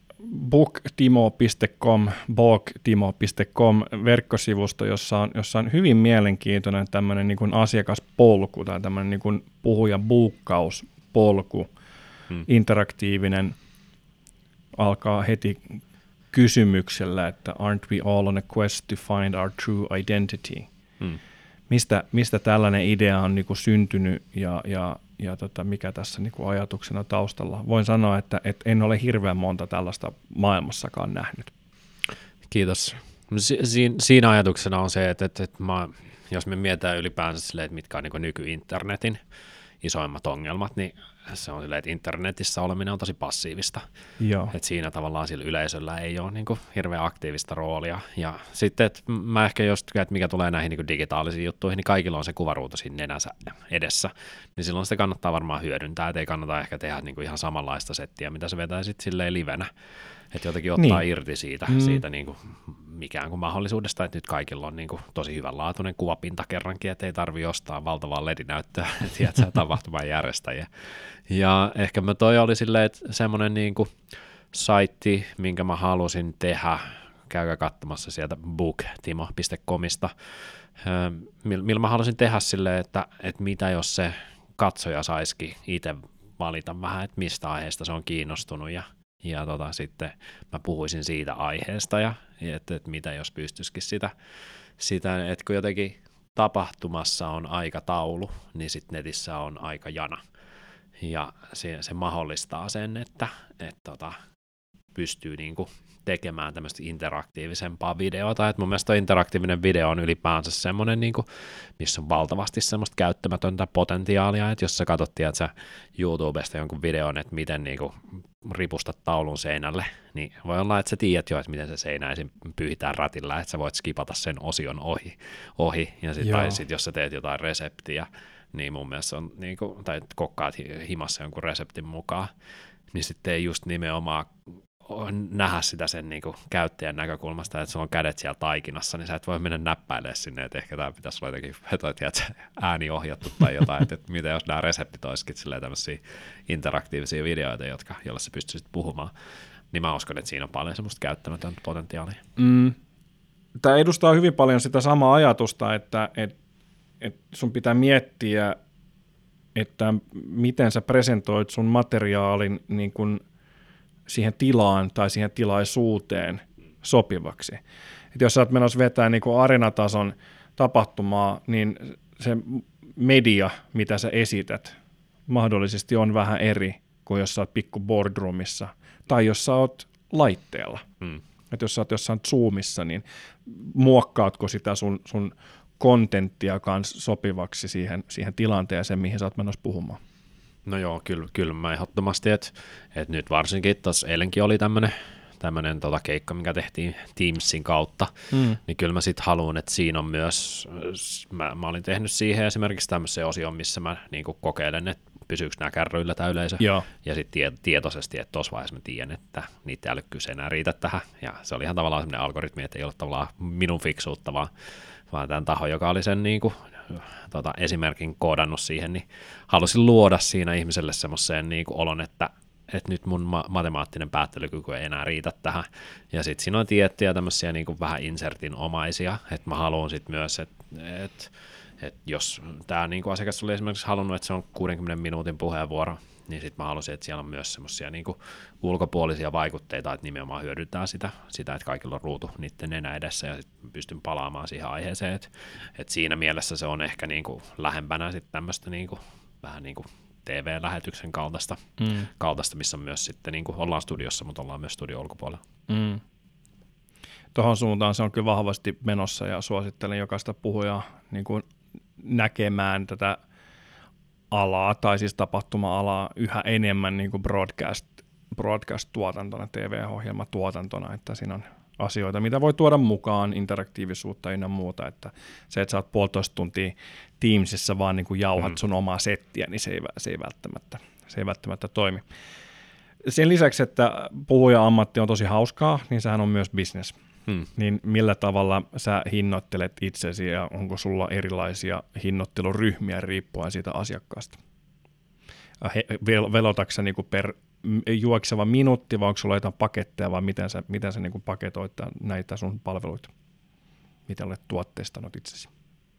booktimo.com verkkosivusto, jossa on hyvin mielenkiintoinen tämmöinen niin kuin asiakaspolku tai tämmöinen niin kuin puhujabuukkauspolku, interaktiivinen, alkaa heti kysymyksellä, että aren't we all on a quest to find our true identity? Mistä tällainen idea on niin kuin syntynyt ja mikä tässä niin kuin ajatuksena taustalla. Voin sanoa, että en ole hirveän monta tällaista maailmassakaan nähnyt. Kiitos. Siinä ajatuksena on se, että jos me mietitään ylipäänsä silleen, että mitkä on niin kuin nyky-internetin isoimmat ongelmat, niin se on silleen, että internetissä oleminen on tosi passiivista. Joo. Että siinä tavallaan sillä yleisöllä ei ole niin kuin hirveän aktiivista roolia. Ja sitten, että mä ehkä just, että mikä tulee näihin niin kuin digitaalisiin juttuihin, niin kaikilla on se kuvaruutu siinä nenänsä edessä. Niin silloin sitä kannattaa varmaan hyödyntää, että ei kannata ehkä tehdä niin kuin ihan samanlaista settiä, mitä se vetää sitten silleen livenä. Että jotenkin ottaa irti siitä niin kuin mikään kuin mahdollisuudesta, että nyt kaikilla on niin kuin tosi hyvänlaatuinen kuvapinta kerrankin, että ei tarvitse ostaa valtavaa LED-näyttöä, tiedätkö, tapahtuman järjestäjiä. Ja ehkä toi oli silleen, että semmoinen niin kuin saitti, minkä mä halusin tehdä, käykää katsomassa sieltä booktimo.comista, millä mä halusin tehdä silleen, että mitä jos se katsoja saisikin itse valita vähän, että mistä aiheesta se on kiinnostunut ja sitten mä puhuisin siitä aiheesta ja että mitä jos pystyisikin sitä, että kun jotenkin tapahtumassa on aikataulu, niin sitten netissä on aikajana. Ja se mahdollistaa sen, että pystyy niinku tekemään tämmöistä interaktiivisempaa videota. Et mun mielestä interaktiivinen video on ylipäänsä semmoinen, niinku, missä on valtavasti semmoista käyttämätöntä potentiaalia, että jos sä katsot, että sä YouTubesta jonkun videon, että miten niinku ripustat taulun seinälle, niin voi olla, että sä tiedät jo, että miten se seinä esim. Pyyhitään ratilla, että sä voit skipata sen osion ohi. Ja tai sit jos sä teet jotain reseptiä, niin mun mielestä on, niinku, tai kokkaat himassa jonkun reseptin mukaan, niin sitten ei just nimenomaan nähdä sitä sen niinku käyttäjän näkökulmasta, että sulla on kädet siellä taikinassa, niin sä et voi mennä näppäilemään sinne, että ehkä tämä pitäisi olla jotenkin ääni ohjattu tai jotain, että mitä jos nämä reseptit olisikin tämmöisiä interaktiivisia videoita, joilla sä pystyisit puhumaan, niin mä uskon, että siinä on paljon semmoista käyttämätöntä potentiaalia. Tämä edustaa hyvin paljon sitä samaa ajatusta, että sun pitää miettiä, että miten sä presentoit sun materiaalin niin kuin siihen tilaan tai siihen tilaisuuteen sopivaksi. Et jos sä oot menossa vetää niin kuin areenatason tapahtumaa, niin se media, mitä sä esität, mahdollisesti on vähän eri kuin jos sä oot pikku boardroomissa tai jos sä oot laitteella. Et jos sä oot jossain Zoomissa, niin muokkaatko sitä sun kontenttia kanssa sopivaksi siihen tilanteeseen, mihin sä oot menossa puhumaan? No joo, kyllä mä ehdottomasti, että nyt varsinkin tuossa eilenkin oli tämmöinen keikka, mikä tehtiin Teamsin kautta, niin kyllä mä sitten haluan, että siinä on myös, mä olin tehnyt siihen esimerkiksi tämmöisen osion, missä mä niinku kokeilen, että pysyykö nämä kärryillä tämä yleisö, ja sitten tietoisesti, että tuossa vaiheessa mä tiedän, että niitä älykkyys ei enää riitä tähän, ja se oli ihan tavallaan semmoinen algoritmi, että ei ole tavallaan minun fiksuutta, vaan tämän taho, joka oli sen niinku esimerkin koodannut siihen, niin halusin luoda siinä ihmiselle semmoiseen niinku olon, että nyt mun matemaattinen päättelykyky ei enää riitä tähän. Ja sitten siinä on tiettyjä tämmöisiä niinku vähän insertinomaisia, että mä haluan sitten myös, että jos tämä niinku asiakas oli esimerkiksi halunnut, että se on 60 minuutin puheenvuoro, niin sitten mä halusin, että siellä on myös semmoisia niinku ulkopuolisia vaikutteita, että nimenomaan hyödyntää sitä, että kaikilla on ruutu niiden nenä edessä ja sitten pystyn palaamaan siihen aiheeseen, että siinä mielessä se on ehkä niinku lähempänä sitten tämmöistä niinku, vähän niin kuin TV-lähetyksen kaltaista, missä myös sitten niinku ollaan studiossa, mutta ollaan myös studion ulkopuolella. Tuohon suuntaan se on kyllä vahvasti menossa ja suosittelen jokaista puhujaa niin kuin näkemään tätä alaa, tai siis tapahtuma-alaa yhä enemmän niin kuin broadcast-tuotantona, TV-ohjelmatuotantona, että siinä on asioita, mitä voi tuoda mukaan, interaktiivisuutta ynnä muuta, että se, että sä oot 1,5 tuntia Teamsissa vaan niin kuin jauhat sun omaa settiä, niin se ei välttämättä toimi. Sen lisäksi, että puhuja-ammatti on tosi hauskaa, niin sehän on myös business. Niin millä tavalla sä hinnoittelet itsesi ja onko sulla erilaisia hinnoitteluryhmiä riippuen siitä asiakkaasta? Velotatko sä niinku per juokseva minuutti vai onko sulla jotain paketteja vai miten sä niinku paketoit näitä sun palveluita? Mitä olet tuotteistanut itsesi?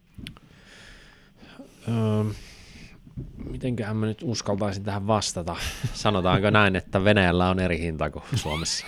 Mitenköhän mä nyt uskaltaisin tähän vastata? Sanotaanko näin, että Venäjällä on eri hinta kuin Suomessa?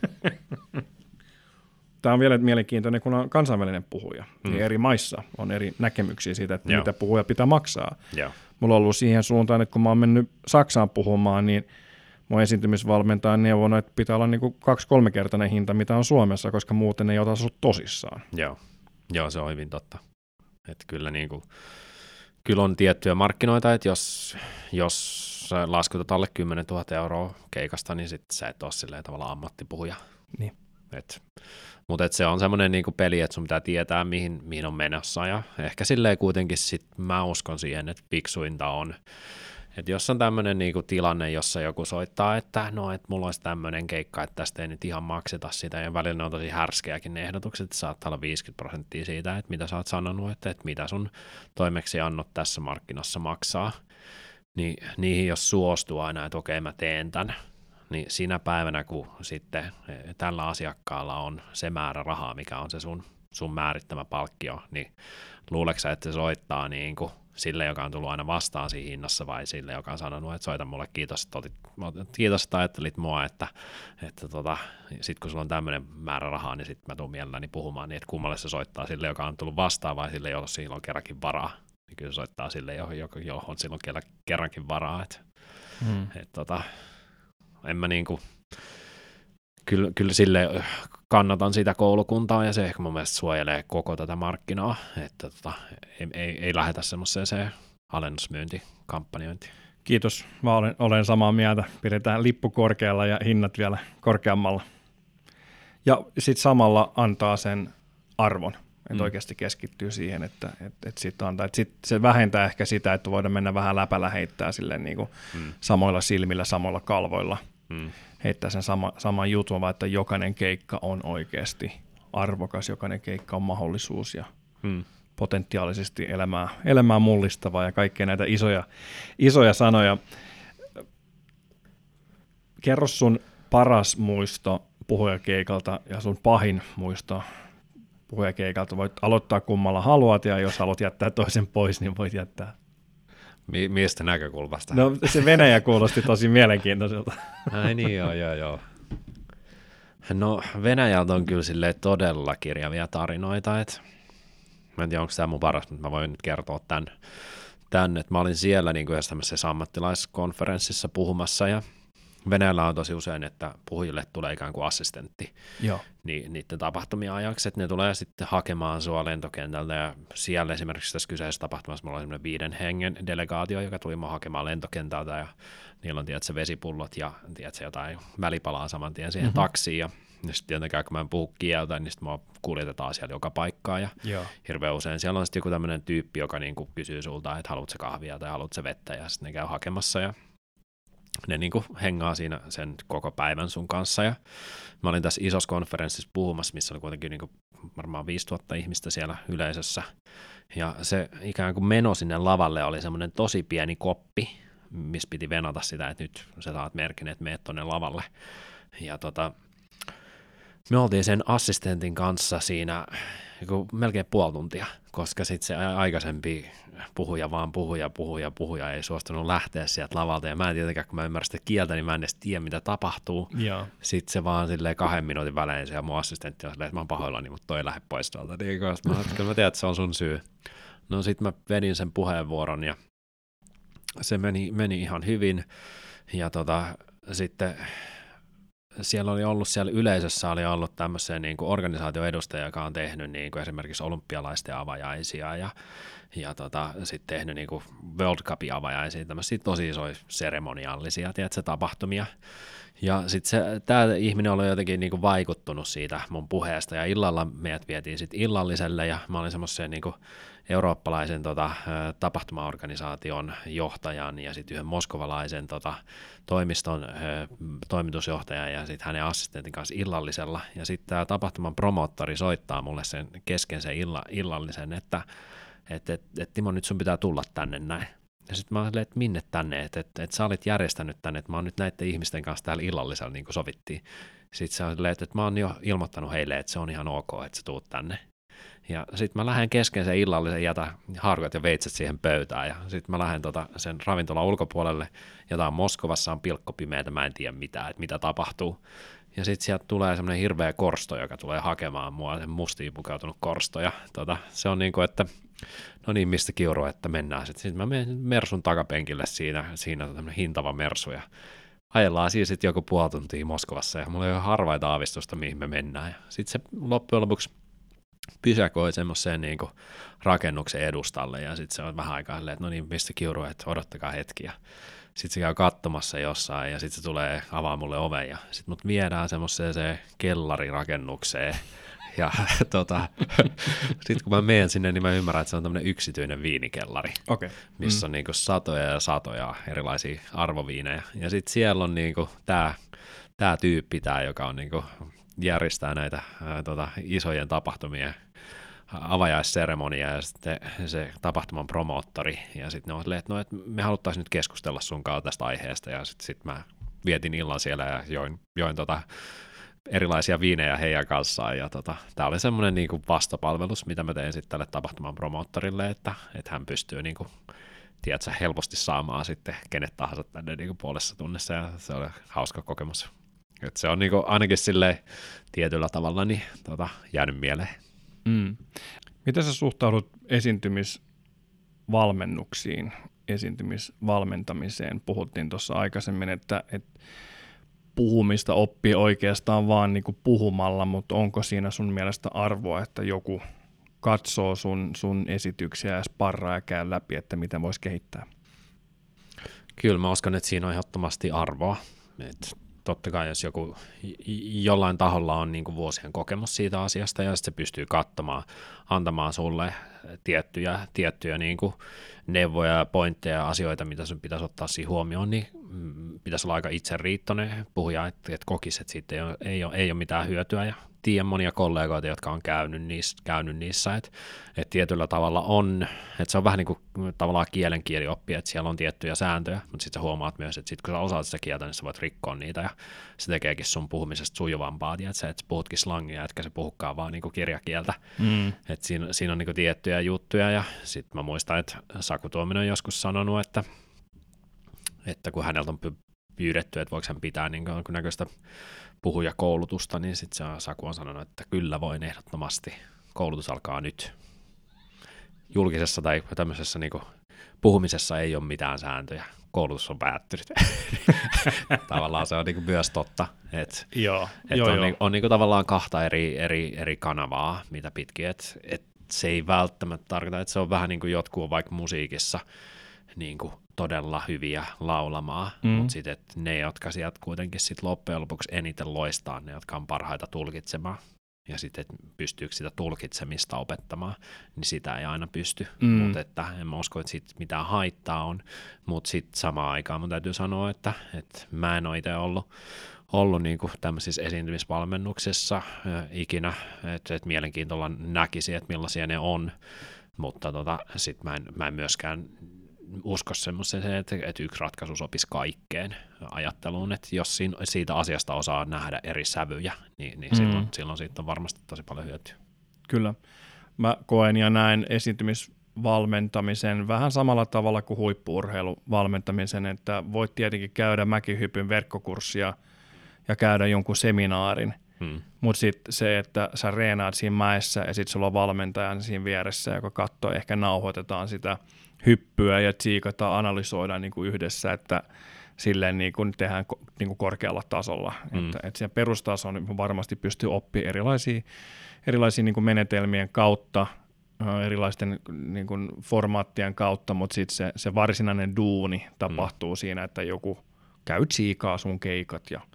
Tämä on vielä mielenkiintoinen, kun on kansainvälinen puhuja. Niin eri maissa on eri näkemyksiä siitä, että mitä puhuja pitää maksaa. mulla on ollut siihen suuntaan, että kun mä oon mennyt Saksaan puhumaan, niin mun esiintymisvalmentaja on neuvonut, että pitää olla niin kuin 2-3-kertainen hinta, mitä on Suomessa, koska muuten ei ota sut tosissaan. Joo, se on hyvin totta. Että kyllä, kyllä on tiettyjä markkinoita, että jos laskutat alle 10 000 euroa keikasta, niin sit sä et ole silleen tavallaan ammattipuhuja. Niin. Mutta se on semmoinen niinku peli, että sun pitää tietää, mihin on menossa, ja ehkä silleen kuitenkin sit mä uskon siihen, että fiksuinta on, että jos on tämmöinen niinku tilanne, jossa joku soittaa, että no, että mulla olisi tämmöinen keikka, että tästä ei nyt ihan makseta sitä, ja välillä ne on tosi härskeäkin ne ehdotukset, että saattaa olla 50% siitä, että mitä sä oot sanonut, että mitä sun toimeksiannot tässä markkinassa maksaa, niin niihin jos suostuu aina, että okei, mä teen tämän, niin siinä päivänä, kun sitten tällä asiakkaalla on se määrä rahaa, mikä on se sun määrittämä palkkio, niin luuleeko sä, että se soittaa niin kuin sille, joka on tullut aina vastaan siinä hinnassa, vai sille, joka on sanonut, että soita mulle, kiitos, että ajattelit mua, että sit kun sulla on tämmöinen määrä rahaa, niin sitten mä tuun mielelläni puhumaan, niin että kummalle se soittaa sille, joka on tullut vastaan, vai sille, jolla sillä on kerrankin varaa. Niin kyllä se soittaa sille, johon silloin kerrankin varaa. En mä niinku, kyllä sille kannatan sitä koulukuntaa, ja se ehkä mun mielestä suojelee koko tätä markkinaa, että ei lähdetä semmoiseen alennusmyyntikampanjointiin. Kiitos, mä olen samaa mieltä. Pidetään lippu korkealla ja hinnat vielä korkeammalla. Ja sitten samalla antaa sen arvon, että oikeasti keskittyy siihen, että sit antaa. Sit se vähentää ehkä sitä, että voidaan mennä vähän läpällä heittää silleen niin kuin samoilla silmillä, samoilla kalvoilla. Heittää sen saman jutun, vaan että jokainen keikka on oikeasti arvokas, jokainen keikka on mahdollisuus ja potentiaalisesti elämää mullistava ja kaikkea näitä isoja sanoja. Kerro sun paras muisto puhujakeikalta ja sun pahin muisto puhujakeikalta. Voit aloittaa kummalla haluat, ja jos haluat jättää toisen pois, niin voit jättää. Miestä näkökulmasta? No se Venäjä kuulosti tosi mielenkiintoiselta. Ai niin, joo. No Venäjältä on kyllä silleen todella kirjavia tarinoita, että mä en tiedä, onko tämä mun paras, mutta mä voin nyt kertoa tämän, että mä olin siellä niin kuin yhdessä tämmöisessä ammattilaiskonferenssissa puhumassa, ja Venäjällä on tosi usein, että puhujille tulee ikään kuin assistentti niiden tapahtumia ajaksi, että ne tulee sitten hakemaan sua lentokentältä, ja siellä esimerkiksi tässä kyseisessä tapahtumassa mulla oli semmoinen 5 hengen delegaatio, joka tuli mua hakemaan lentokentältä, ja niillä on tiedätkö, vesipullot ja tiedätkö, jotain välipalaa saman tien siihen taksiin, ja sitten tietenkään kun mä en puhu kieltä, niin sitten mua kuljetetaan siellä joka paikkaan, ja hirveän usein siellä on sitten joku tämmöinen tyyppi, joka niin kuin kysyy sulta, että haluatko kahvia tai haluatko vettä, ja sitten ne käy hakemassa, ja ne niin kuin hengaa siinä sen koko päivän sun kanssa, ja mä olin tässä isossa konferenssissa puhumassa, missä oli kuitenkin niin kuin varmaan 5000 ihmistä siellä yleisössä, ja se ikään kuin meno sinne lavalle oli semmoinen tosi pieni koppi, missä piti venata sitä, että nyt sä saat merkin, että meet tonne lavalle, ja me oltiin sen assistentin kanssa siinä melkein puoli tuntia, koska sitten se aikaisempi puhuja ei suostunut lähteä sieltä lavalta, ja mä en tietenkään, kun mä ymmärrän sitä kieltä, niin mä en edes tiedä, mitä tapahtuu. Sitten se vaan silleen 2 minuutin välein, se ja mun assistentti on silleen, että mä oon pahoillani, mutta toi lähde pois tuolta. Niin, kyllä mä tiedän, että se on sun syy. No sit mä vedin sen puheenvuoron, ja se meni ihan hyvin, ja sitten siellä yleisössä oli ollut tämmöisen niin kuin organisaation edustaja, joka on tehnyt niin kuin esimerkiksi olympialaisten avajaisia ja sitten tehnyt niin kuin World Cupin avajaisia, tämmöisiä tosi isoja seremoniallisia tapahtumia. Ja sitten tämä ihminen oli jotenkin niin kuin vaikuttunut siitä mun puheesta, ja illalla meidät vietiin sitten illalliselle, ja mä olin semmoisen niin kuin eurooppalaisen tapahtumaorganisaation johtajan ja sitten yhden moskovalaisen toimiston toimitusjohtajan ja sitten hänen assistentin kanssa illallisella. Ja sitten tämä tapahtuman promoottori soittaa mulle sen kesken sen illallisen, että Timo, nyt sun pitää tulla tänne näin. Ja sitten mä olin, että minne tänne, että sä olit järjestänyt tänne, että mä oon nyt näiden ihmisten kanssa täällä illallisella, niin kuin sovittiin. Sitten se on että mä oon jo ilmoittanut heille, että se on ihan ok, että sä tuut tänne. Ja sitten mä lähden kesken sen illallisen, jätä haarukat ja veitset siihen pöytään, ja sitten mä lähden sen ravintolan ulkopuolelle, jota on Moskovassa, on pilkkopimeätä, mä en tiedä mitään, että mitä tapahtuu. Ja sitten sieltä tulee semmoinen hirveä korsto, joka tulee hakemaan mua, se mustiin pukeutunut korsto. Ja se on niin kuin, että no niin, mistä Kiuru, että mennään. Sitten mä menen Mersun takapenkille siinä on tämmöinen hintava Mersu. Ja ajellaan siis sitten joku puoli tuntia Moskovassa. Ja mulla ei ole harvaita aavistusta, mihin me mennään. Ja sitten se loppujen lopuksi pysäkoi semmoiseen niin kuin rakennuksen edustalle. Ja sitten se on vähän aikaa silleen, että no niin, mistä Kiuru, että odottakaa hetki. Ja sitten se käy katsomassa jossain ja sitten se tulee avaa mulle oven ja sitten mut viedään semmoiseen kellarirakennukseen ja sitten kun mä menen sinne, niin mä ymmärrän, että se on tämmöinen yksityinen viinikellari, missä on niinku satoja ja satoja erilaisia arvoviinejä ja sitten siellä on niinku tää tyyppi, joka on niinku järjestää näitä isojen tapahtumia avajaisseremonia ja sitten se tapahtuman promoottori, ja sitten ne on silleen, että me haluttaisiin nyt keskustella sun kanssa tästä aiheesta, ja sitten mä vietin illan siellä ja join erilaisia viinejä heidän kanssaan, ja tämä oli semmoinen niinku vastapalvelus, mitä mä tein sitten tälle tapahtuman promoottorille, että hän pystyy niinku, tiedätkö, helposti saamaan sitten kenet tahansa tänne niinku puolessa tunnissa, ja se oli hauska kokemus. Et se on niinku ainakin silleen tietyllä tavalla niin, jäänyt mieleen. Miten sä suhtaudut esiintymisvalmennuksiin, esiintymisvalmentamiseen? Puhuttiin tuossa aikaisemmin, että puhumista oppii oikeastaan vaan niin kuin puhumalla, mutta onko siinä sun mielestä arvoa, että joku katsoo sun esityksiä ja sparraa ja käy läpi, että mitä voisi kehittää? Kyllä mä uskon, että siinä on ehdottomasti arvoa. Totta kai jos jollain taholla on niin kuin vuosien kokemus siitä asiasta ja sitten se pystyy katsomaan, antamaan sulle tiettyjä niin kuin neuvoja ja pointteja ja asioita, mitä sun pitäisi ottaa siihen huomioon, niin pitäisi olla aika itseriittoinen puhuja, että kokisi, että siitä ei ole mitään hyötyä ja tiedän monia kollegoita, jotka on käynyt niissä että tietyllä tavalla on, että se on vähän niin kuin tavallaan kielioppi, että siellä on tiettyjä sääntöjä, mutta sitten sä huomaat myös, että sit kun sä osaat sitä kieltä, niin sä voit rikkoa niitä ja se tekeekin sun puhumisesta sujuvampaa, että sä puhutkin slangia, etkä se puhukaan vaan niin kuin kirjakieltä, että siinä on niin kuin tiettyjä juttuja ja sitten mä muistan, että Saku Tuominen on joskus sanonut, että kun häneltä on pyydetty, että voiko hän pitää niin näköistä puhujakoulutusta, niin sitten Saku on sanonut, että kyllä voin ehdottomasti, koulutus alkaa nyt. Julkisessa tai tämmöisessä niin kuin puhumisessa ei ole mitään sääntöjä, koulutus on päättynyt. Tavallaan se on niin kuin myös totta, että on niin kuin tavallaan kahta eri kanavaa, mitä pitkin, että se ei välttämättä tarkoita, että se on vähän niin kuin jotkut on vaikka musiikissa, niin kuin todella hyviä laulamaan, mutta sitten ne, jotka sieltä kuitenkin sit loppujen lopuksi eniten loistaa, ne, jotka on parhaita tulkitsemaan, ja sitten pystyykö sitä tulkitsemista opettamaan, niin sitä ei aina pysty, mutta että en mä usko, että siitä mitään haittaa on, mutta sitten samaan aikaan mun täytyy sanoa, että mä en ole itse ollut niinku tämmöisissä esiintymisvalmennuksissa ikinä, että mielenkiintoilla näkisi, että millaisia ne on, mutta sitten mä en myöskään usko semmoiseen, että yksi ratkaisu sopisi kaikkeen ajatteluun, että jos siitä asiasta osaa nähdä eri sävyjä, niin silloin siitä on varmasti tosi paljon hyötyä. Kyllä. Mä koen ja näen esiintymisvalmentamisen vähän samalla tavalla kuin huippu-urheiluvalmentamisen, että voit tietenkin käydä mäkihypyn verkkokurssia ja käydä jonkun seminaarin, mutta sitten se, että sä reenaat siinä mäessä ja sitten sulla on valmentaja siinä vieressä, joka katsoo, ehkä nauhoitetaan sitä hyppyä ja tsiikataan, analysoidaan niin kuin yhdessä, että silleen niin kuin tehdään niin kuin korkealla tasolla. Että siellä perustason varmasti pystyy oppimaan erilaisia niin kuin menetelmien kautta, erilaisten niin kuin formaattien kautta, mutta sitten se varsinainen duuni tapahtuu siinä, että joku käy tsiikaa sun keikat ja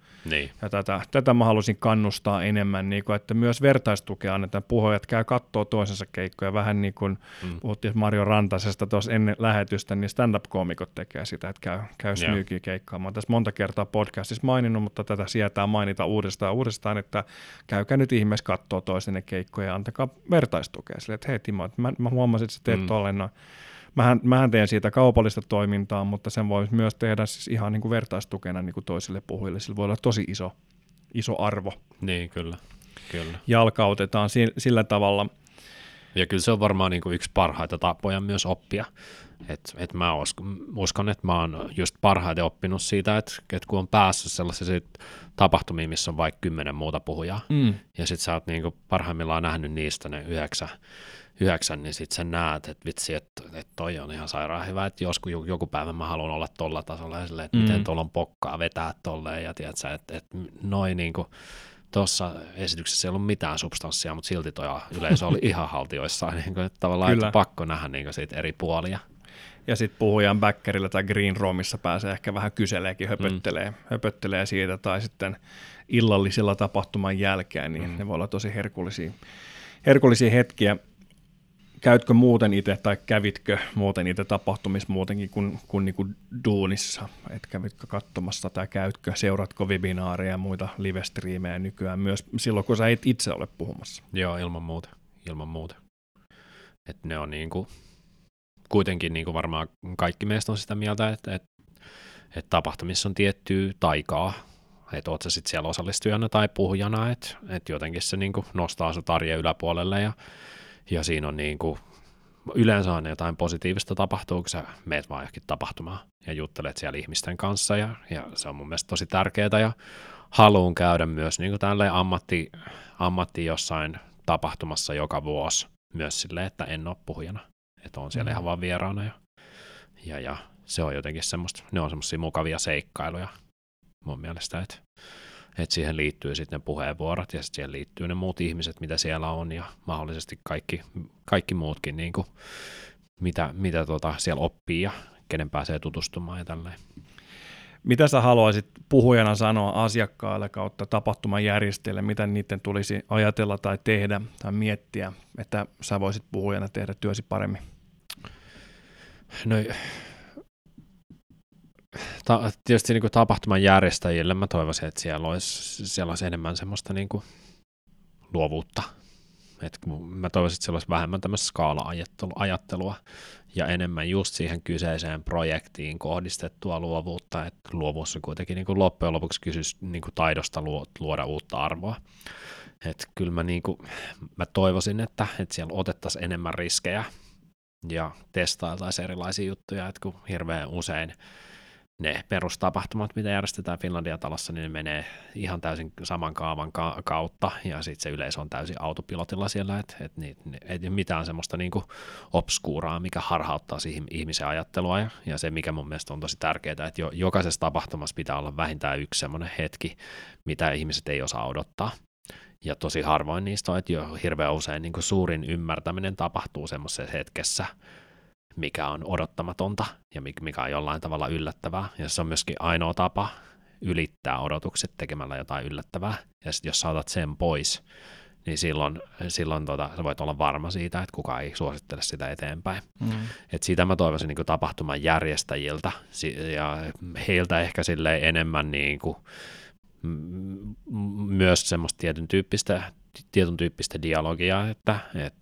tätä mä halusin kannustaa enemmän, niin kuin, että myös vertaistukea annetaan. Puhujat käy kattoo toisensa keikkoja, vähän niin kuin puhuttiin Mario Rantasesta tuossa ennen lähetystä, niin stand-up-koomikot tekee sitä, että käy smyykiä keikkaa. Mä oon tässä monta kertaa podcastissa maininnut, mutta tätä sietää mainita uudestaan, että käykää nyt ihmeessä kattoo toisenne keikkoja ja antakaa vertaistukea. Sille, että hei Timo, mä huomasin, että sä teet tolleen noin. Mähän teen siitä kaupallista toimintaa, mutta sen voi myös tehdä siis ihan niin kuin vertaistukena niin kuin toisille puhujille. Sillä voi olla tosi iso arvo. Niin, kyllä. Jalkautetaan sillä tavalla. Ja kyllä se on varmaan niin kuin yksi parhaita tapoja myös oppia. Et mä uskon, että mä oon just parhaiten oppinut siitä, että kun on päässyt sellaisiin tapahtumiin, missä on vaikka 10 muuta puhujaa, ja sit sä oot niin kuin parhaimmillaan nähnyt niistä ne 9, niin sit sä näet, että vitsi, että toi on ihan sairaan hyvä, että joskus joku päivä mä haluan olla tolla tasolla, ja silleen, että miten tuolla on pokkaa vetää tolleen, ja tiedät sä, että noin niinku tuossa esityksessä ei ollut mitään substanssia, mutta silti toi yleisö oli ihan haltioissaan, niin kuin, että tavallaan että pakko nähdä niin kuin siitä eri puolia. Ja sitten puhujan backerilla tai green roomissa pääsee ehkä vähän kyseleekin, höpöttelee siitä, tai sitten illallisilla tapahtuman jälkeen, niin ne voi olla tosi herkullisia hetkiä. Käytkö muuten itse tai kävitkö muuten itse tapahtumissa muutenkin kuin niinku duunissa? Et kävitkö katsomassa tai käytkö, seuratko webinaareja ja muita live-striimejä nykyään myös silloin, kun sä et itse ole puhumassa? Joo, ilman muuta. Et ne on niinku, kuitenkin niinku varmaan kaikki meistä on sitä mieltä, että tapahtumissa on tiettyä taikaa, että oot sä sitten siellä osallistujana tai puhujana, että jotenkin se niinku nostaa sut arjen yläpuolelle ja siinä on niinku, yleensä on jotain positiivista tapahtuu, kun sä meet vaan johonkin tapahtumaan ja juttelet siellä ihmisten kanssa ja se on mun mielestä tosi tärkeää ja haluan käydä myös niinku tälleen ammatti jossain tapahtumassa joka vuosi myös silleen, että en ole puhujana, että on siellä ihan vaan vieraana ja se on jotenkin semmoista, ne on semmoisia mukavia seikkailuja mun mielestä, että siihen liittyy sitten ne puheenvuorot ja sitten siihen liittyy ne muut ihmiset, mitä siellä on ja mahdollisesti kaikki muutkin, niin kuin, mitä siellä oppii ja kenen pääsee tutustumaan ja tälleen. Mitä sä haluaisit puhujana sanoa asiakkaille kautta tapahtuman järjestäjille, mitä niiden tulisi ajatella tai tehdä tai miettiä, että sä voisit puhujana tehdä työsi paremmin? No, tietysti niin kuin tapahtuman järjestäjille mä toivoisin, että siellä olisi enemmän semmoista niin kuin luovuutta. Mä toivoisin, että siellä olisi vähemmän tämmöistä skaala-ajattelua ja enemmän just siihen kyseiseen projektiin kohdistettua luovuutta. Että luovuus on kuitenkin niin kuin loppujen lopuksi kysymys niin kuin taidosta luoda uutta arvoa. Että kyllä mä toivoisin, että siellä otettaisiin enemmän riskejä ja testailtaisiin erilaisia juttuja, että kun hirveän usein ne perustapahtumat, mitä järjestetään Finlandia-talossa, niin ne menee ihan täysin saman kaavan kautta, ja sitten se yleisö on täysin autopilotilla siellä, että ei ole mitään semmoista niinku obskuuraa, mikä harhauttaa siihen ihmisen ajattelua, ja se, mikä mun mielestä on tosi tärkeää, että jokaisessa tapahtumassa pitää olla vähintään yksi semmoinen hetki, mitä ihmiset ei osaa odottaa. Ja tosi harvoin niistä on, että jo hirveän usein niin kuin suurin ymmärtäminen tapahtuu semmoisessa hetkessä, mikä on odottamatonta ja mikä on jollain tavalla yllättävää. Ja se on myöskin ainoa tapa ylittää odotukset tekemällä jotain yllättävää. Ja sitten jos saatat sen pois, niin silloin sä voit olla varma siitä, että kukaan ei suosittele sitä eteenpäin. Et siitä mä toivoisin niin kuin tapahtuman järjestäjiltä ja heiltä ehkä silleen enemmän niin kuin myös semmoista tietyn tyyppistä dialogia, että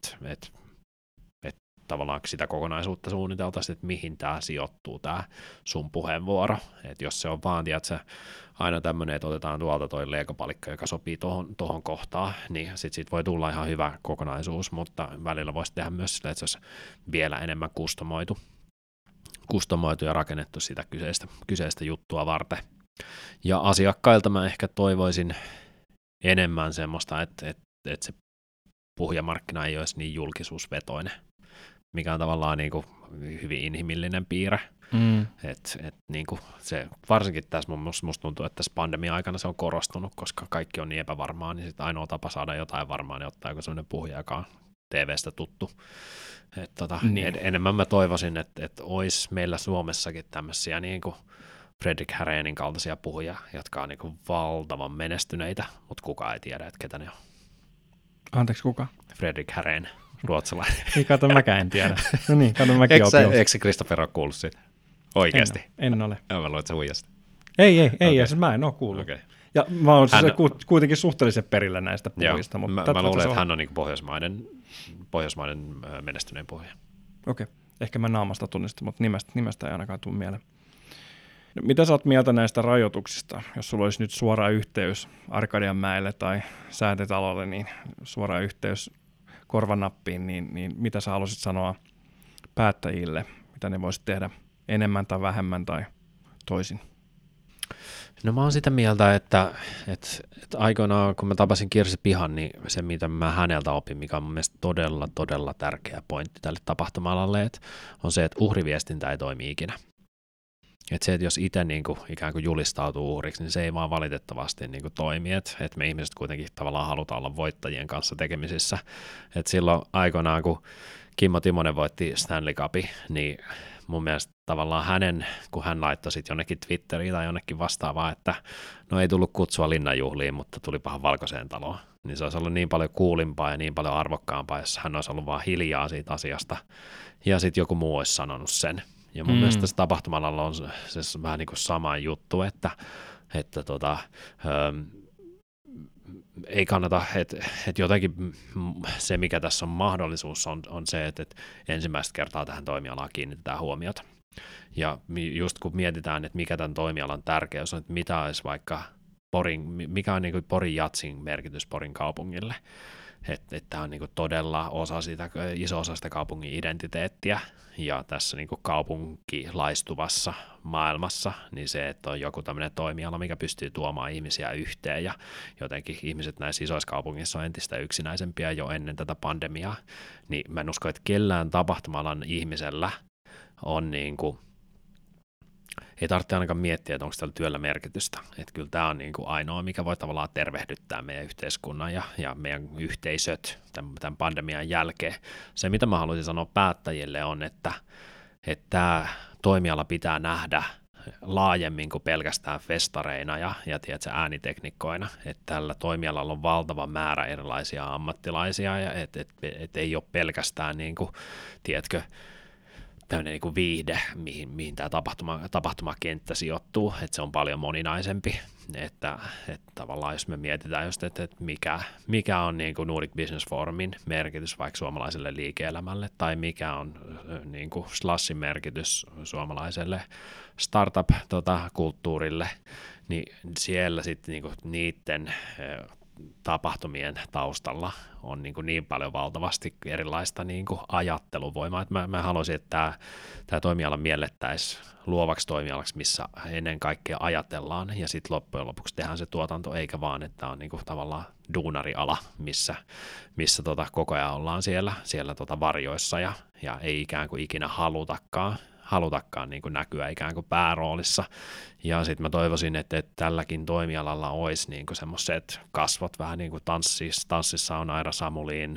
tavallaan sitä kokonaisuutta suunniteltaisiin, että mihin tämä sijoittuu, tämä sun puheenvuoro. Että jos se on vaan, tiedätkö, aina tämmöinen, että otetaan tuolta toi leikopalikka, joka sopii tuohon kohtaan, niin sitten siitä voi tulla ihan hyvä kokonaisuus, mutta välillä voisi tehdä myös sillä, että se olisi vielä enemmän kustomoitu ja rakennettu sitä kyseistä juttua varten. Ja asiakkailta mä ehkä toivoisin enemmän semmoista, että se puhujamarkkina ei olisi niin julkisuusvetoinen, mikä on tavallaan niin kuin hyvin inhimillinen piirre. Niin kuin se, varsinkin tässä musta tuntuu, että tässä pandemia-aikana se on korostunut, koska kaikki on niin epävarmaa, niin sitten ainoa tapa saada jotain varmaa, niin ottaa joku sellainen puhuja, joka on TV:stä tuttu. Niin. Enemmän mä toivoisin, että olisi meillä Suomessakin tämmöisiä niin kuin Fredrik Härenin kaltaisia puhujia, jotka on niin kuin valtavan menestyneitä, mutta kukaan ei tiedä, että ketä ne on. Anteeksi, kuka? Fredrik Härén, ruotsalainen. Ei, kato, mäkään en tiedä. No niin, kato, mäkin opin. Eikö se Christopher ole kuullut siitä? Oikeasti? En ole. Mä luulen, että sä huijasta. Ei, ja siis mä en ole kuullut. Okay. Ja mä oon siis kuitenkin suhteellisen perillä näistä puhujista. Mutta mä luulen, että hän on niin pohjoismaiden menestyneen puhuja. Okei. Ehkä mä naamasta tunnistan, mutta nimestä ei ainakaan tule mieleen. No, mitä sä oot mieltä näistä rajoituksista? Jos sulla olisi nyt suora yhteys Arkadianmäelle tai Säätytalolle, niin suora yhteys korvanappiin, niin mitä sä haluaisit sanoa päättäjille, mitä ne voisivat tehdä enemmän tai vähemmän tai toisin? No mä oon sitä mieltä, että aikoinaan kun mä tapasin Kirsi Pihan, niin se mitä mä häneltä opin, mikä on mun mielestä todella, todella tärkeä pointti tälle tapahtuma-alalle, on se, että uhriviestintä ei toimi ikinä. Että se, että jos itse niin kuin, ikään kuin julistautuu uhriksi, niin se ei vaan valitettavasti niin kuin toimi, että me ihmiset kuitenkin tavallaan halutaan olla voittajien kanssa tekemisissä. Että silloin aikoinaan, kun Kimmo Timonen voitti Stanley Cupin, niin mun mielestä tavallaan kun hän laittoi sitten jonnekin Twitteriin tai jonnekin vastaavaa, että no ei tullut kutsua linnanjuhliin, mutta tuli pahan Valkoiseen taloon, niin se olisi ollut niin paljon kuulimpaa ja niin paljon arvokkaampaa, jos hän olisi ollut vaan hiljaa siitä asiasta ja sitten joku muu olisi sanonut sen. Ja mun mielestä tässä tapahtumalla on se vähän niin kuin sama juttu, että ei kannata, että jotenkin se, mikä tässä on mahdollisuus, on se, että ensimmäistä kertaa tähän toimialaan kiinnitetään huomiota. Ja just kun mietitään, että mikä tämän toimialan tärkeys on, että mitä olisi vaikka mikä on niin kuin Porin Jatsin merkitys Porin kaupungille, että tämä on niin kuin todella iso osa sitä kaupungin identiteettiä, ja tässä niin kuin kaupunkilaistuvassa maailmassa, niin se, että on joku tämmöinen toimiala, mikä pystyy tuomaan ihmisiä yhteen, ja jotenkin ihmiset näissä isoissa kaupungissa on entistä yksinäisempiä jo ennen tätä pandemiaa, niin mä en usko, että kellään tapahtuma-alan ihmisellä on niin kuin, ei tarvitse ainakaan miettiä, että onko tällä työllä merkitystä. Että kyllä tämä on niin kuin ainoa, mikä voi tavallaan tervehdyttää meidän yhteiskunnan ja meidän yhteisöt tämän pandemian jälkeen. Se, mitä mä haluaisin sanoa päättäjille, on, että tämä toimiala pitää nähdä laajemmin kuin pelkästään festareina ja tiedätkö, ääniteknikkoina. Että tällä toimialalla on valtava määrä erilaisia ammattilaisia, ja et ei ole pelkästään, niin kuin, tiedätkö, tämmöinen niin kuin viihde, mihin tämä tapahtumakenttä sijoittuu, että se on paljon moninaisempi, että tavallaan jos me mietitään just, että mikä on niin kuin Nordic Business Forumin merkitys vaikka suomalaiselle liike-elämälle, tai mikä on niin kuin Slushin merkitys suomalaiselle startup-kulttuurille, niin siellä sitten niin kuin niiden tapahtumien taustalla on niin paljon valtavasti erilaista niin kuin ajatteluvoimaa, että mä haluaisin, että tämä toimiala miellettäisiin luovaksi toimialaksi, missä ennen kaikkea ajatellaan, ja sitten loppujen lopuksi tehdään se tuotanto, eikä vaan, että on niin kuin tavallaan duunariala, missä koko ajan ollaan siellä varjoissa, ja ei ikään kuin ikinä halutakaan niin kuin näkyä ikään kuin pääroolissa. Ja sitten mä toivoisin, että tälläkin toimialalla olisi niin kuin semmoiset kasvot vähän niin kuin tanssissa on Aira Samulin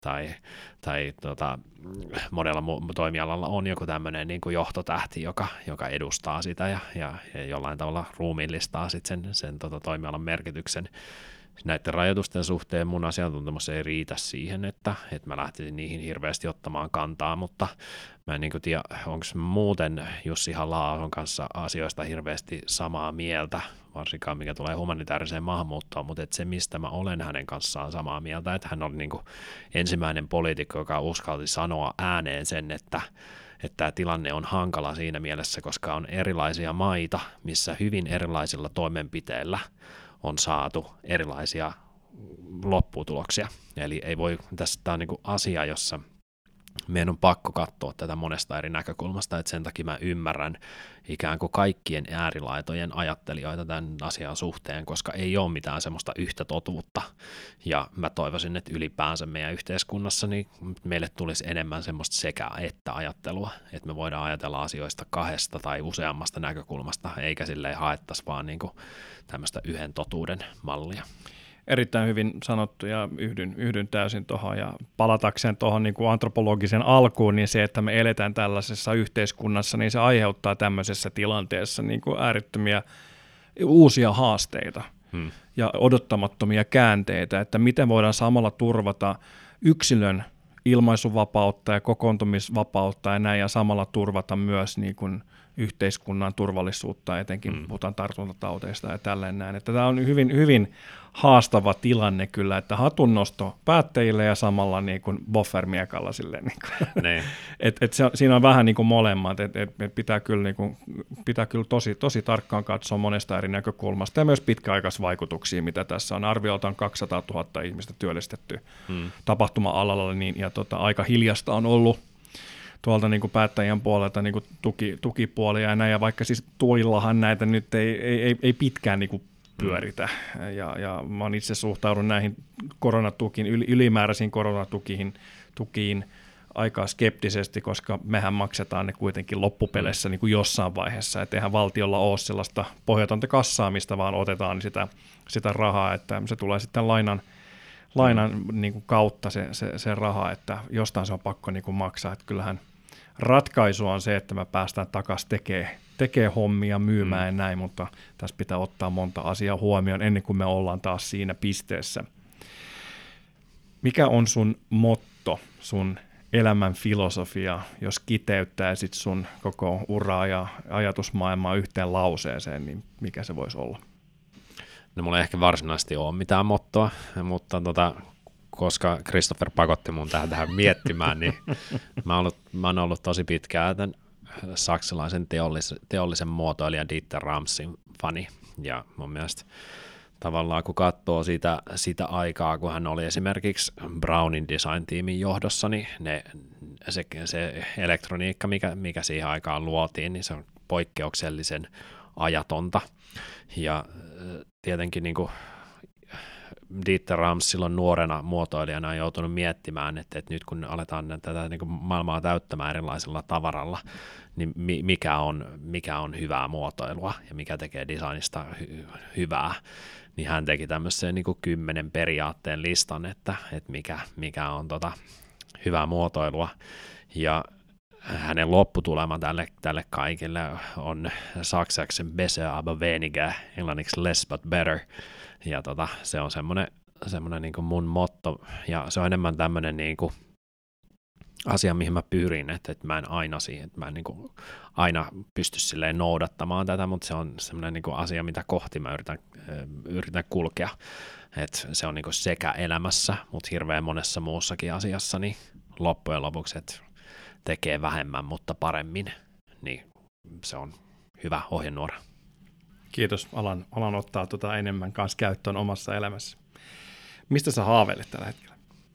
tai monella toimialalla on joku tämmöinen niin kuin johtotähti, joka edustaa sitä ja jollain tavalla ruumiillistaa sitten sen toimialan merkityksen. Näiden rajoitusten suhteen mun asiantuntemus ei riitä siihen, että mä lähtisin niihin hirveästi ottamaan kantaa, mutta mä en niin kuin tiedä, onko muuten Jussi Halla-ahon kanssa asioista hirveästi samaa mieltä, varsinkaan mikä tulee humanitaariseen maahanmuuttoon, mutta se, mistä mä olen hänen kanssaan samaa mieltä, että hän oli niin kuin ensimmäinen poliitikko, joka uskalti sanoa ääneen sen, että tämä tilanne on hankala siinä mielessä, koska on erilaisia maita, missä hyvin erilaisilla toimenpiteillä on saatu erilaisia lopputuloksia. Eli ei voi, tämä on niin kuin asia, jossa meidän on pakko katsoa tätä monesta eri näkökulmasta, että sen takia mä ymmärrän ikään kuin kaikkien äärilaitojen ajattelijoita tämän asian suhteen, koska ei ole mitään semmoista yhtä totuutta, ja mä toivoisin, että ylipäänsä meidän yhteiskunnassa niin meille tulisi enemmän semmoista sekä että ajattelua, että me voidaan ajatella asioista kahdesta tai useammasta näkökulmasta, eikä silleen haettaisi vaan niin kuin tämmöistä yhden totuuden mallia. Erittäin hyvin sanottu ja yhdyn täysin tuohon, ja palatakseen tuohon niin kuin antropologisen alkuun, niin se, että me eletään tällaisessa yhteiskunnassa, niin se aiheuttaa tämmöisessä tilanteessa niin kuin äärettömiä uusia haasteita ja odottamattomia käänteitä, että miten voidaan samalla turvata yksilön ilmaisuvapautta ja kokoontumisvapautta ja näin, ja samalla turvata myös niin kuin yhteiskunnan turvallisuutta, etenkin puhutaan tartuntatauteista ja tälleen näin. Että tämä on hyvin, hyvin haastava tilanne kyllä, että hatunnosto päättäjille ja samalla niin kuin boffermiekalla silleen. Niin kuin. Siinä on vähän niin kuin molemmat, että pitää kyllä, niin kuin, tosi tarkkaan katsoa monesta eri näkökulmasta ja myös pitkäaikaisvaikutuksia, mitä tässä on. Arviolta on 200 000 ihmistä työllistetty tapahtuma-alalla, niin, ja aika hiljasta on ollut tuolta niin kuin päättäjien puolelta niin kuin tukipuolia ja näin, ja vaikka siis tuillahan näitä nyt ei pitkään niin kuin pyöritä, ja mä oon itse suhtaudun näihin ylimääräisiin koronatukiin aika skeptisesti, koska mehän maksetaan ne kuitenkin loppupeleissä niin kuin jossain vaiheessa, että eihän valtiolla ole sellaista pohjatonta kassaamista, vaan otetaan sitä rahaa, että se tulee sitten lainan niin kuin kautta se raha, että jostain se on pakko niin kuin maksaa, että kyllähän ratkaisu on se, että me päästään takaisin tekee hommia, myymään ja näin, mutta tässä pitää ottaa monta asiaa huomioon ennen kuin me ollaan taas siinä pisteessä. Mikä on sun motto, sun elämän filosofia, jos kiteyttäisit sun koko uraa ja ajatusmaailmaa yhteen lauseeseen, niin mikä se voisi olla? No mulla ei ehkä varsinaisesti ole mitään mottoa, mutta koska Christopher pakotti mun tähän miettimään, niin mä oon ollut tosi pitkään tämän saksalaisen teollisen muotoilijan Dieter Ramsin fani, ja mun mielestä tavallaan kun katsoo sitä aikaa, kun hän oli esimerkiksi Brownin design-tiimin johdossa, niin se elektroniikka, mikä siihen aikaan luotiin, niin se on poikkeuksellisen ajatonta, ja tietenkin niin kuin Dieter Rams silloin nuorena muotoilijana on joutunut miettimään, että nyt kun aletaan tätä niin kuin maailmaa täyttämään erilaisella tavaralla, niin mikä on hyvää muotoilua ja mikä tekee designista hyvää, niin hän teki tämmöisen niin kuin 10 periaatteen listan, että mikä on hyvää muotoilua, ja hänen lopputulema tälle kaikille on saksaksi besser aber weniger, englanniksi less but better, ja se on semmoinen niin kuin mun motto, ja se on enemmän tämmöinen niin kuin asia, mihin mä pyrin, että mä en aina niin kuin aina pysty silleen noudattamaan tätä, mutta se on semmoinen niin kuin asia, mitä kohti mä yritän kulkea, että se on niin kuin sekä elämässä, mutta hirveän monessa muussakin asiassa, niin loppujen lopuksi, että tekee vähemmän, mutta paremmin, niin se on hyvä ohjenuora. Kiitos. Alan ottaa enemmän kanssa käyttöön omassa elämässä. Mistä sä haaveilet tällä hetkellä?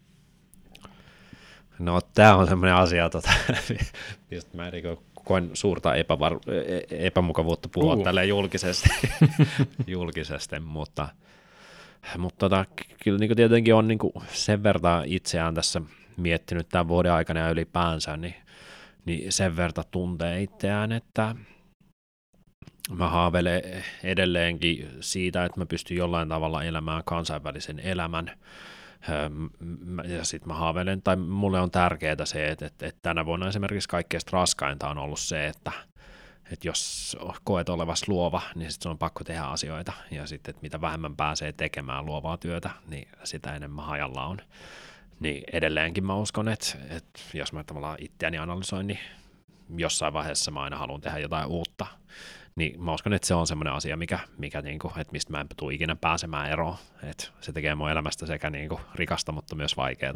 No tämä on semmoinen asia, mistä mä koen suurta epämukavuutta puhua tälleen julkisesti, mutta kyllä niin tietenkin on niin sen verran itseään tässä miettinyt tämän vuoden aikana ja ylipäänsä, niin sen verran tuntee itseään, että mä haaveilen edelleenkin siitä, että mä pystyn jollain tavalla elämään kansainvälisen elämän, ja sitten mä haaveilen, tai mulle on tärkeää se, että tänä vuonna esimerkiksi kaikkein raskainta on ollut se, että jos koet olevas luova, niin sitten on pakko tehdä asioita, ja sitten, että mitä vähemmän pääsee tekemään luovaa työtä, niin sitä enemmän hajalla on. Niin edelleenkin mä uskon, että jos mä tavallaan itseäni analysoin, niin jossain vaiheessa mä aina haluan tehdä jotain uutta. Niin mä uskon, että se on semmoinen asia, mikä niinku, että mistä mä en tule ikinä pääsemään eroon. Että se tekee mun elämästä sekä niinku rikasta, mutta myös vaikeaa.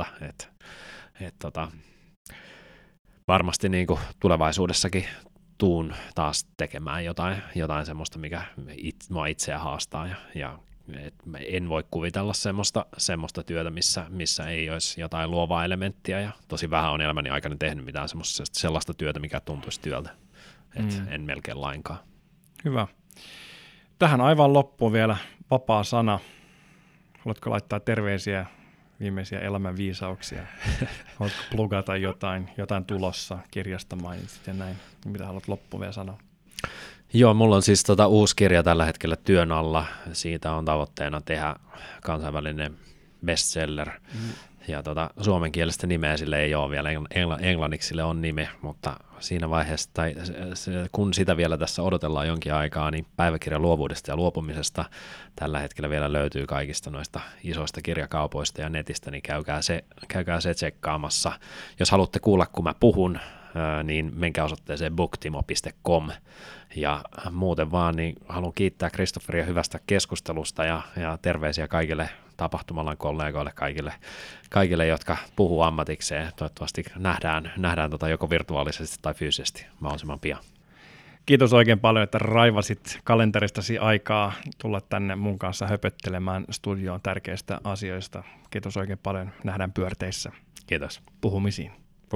Varmasti niinku tulevaisuudessakin tuun taas tekemään jotain semmoista, mikä mua itseä haastaa. Ja en voi kuvitella semmoista työtä, missä ei olisi jotain luovaa elementtiä. Ja tosi vähän on elämäni aikana tehnyt mitään sellaista työtä, mikä tuntuisi työltä. En melkein lainkaan. Hyvä. Tähän aivan loppuun vielä vapaa sana. Haluatko laittaa terveisiä, viimeisiä elämän viisauksia? Haluatko plugata jotain tulossa, kirjasta mainitsit ja näin? Mitä haluat loppuun vielä sanoa? Joo, mulla on siis uusi kirja tällä hetkellä työn alla. Siitä on tavoitteena tehdä kansainvälinen bestseller. Ja suomenkielistä nimeä sille ei ole vielä, englanniksi sille on nimi, mutta siinä vaiheessa, kun sitä vielä tässä odotellaan jonkin aikaa, niin päiväkirja luovuudesta ja luopumisesta tällä hetkellä vielä löytyy kaikista noista isoista kirjakaupoista ja netistä, niin käykää se tsekkaamassa. Jos haluatte kuulla, kun mä puhun, niin menkää osoitteeseen booktimo.com. Ja muuten vaan, niin haluan kiittää Christopheria hyvästä keskustelusta ja terveisiä kaikille tapahtumalan kollegoille, kaikille, jotka puhuu ammatikseen. Toivottavasti nähdään joko virtuaalisesti tai fyysisesti mahdollisimman pian. Kiitos oikein paljon, että raivasit kalenteristasi aikaa tulla tänne mun kanssa höpöttelemään studioon tärkeistä asioista. Kiitos oikein paljon. Nähdään pyörteissä. Kiitos. Puhumisiin.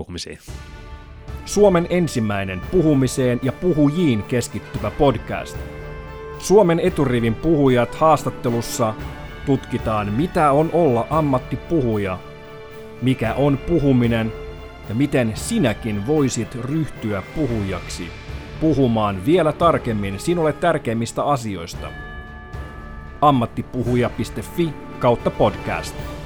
Suomen ensimmäinen puhumiseen ja puhujiin keskittyvä podcast. Suomen eturivin puhujat haastattelussa tutkitaan, mitä on olla ammattipuhuja, mikä on puhuminen ja miten sinäkin voisit ryhtyä puhujaksi, puhumaan vielä tarkemmin sinulle tärkeimmistä asioista. ammattipuhuja.fi/podcast.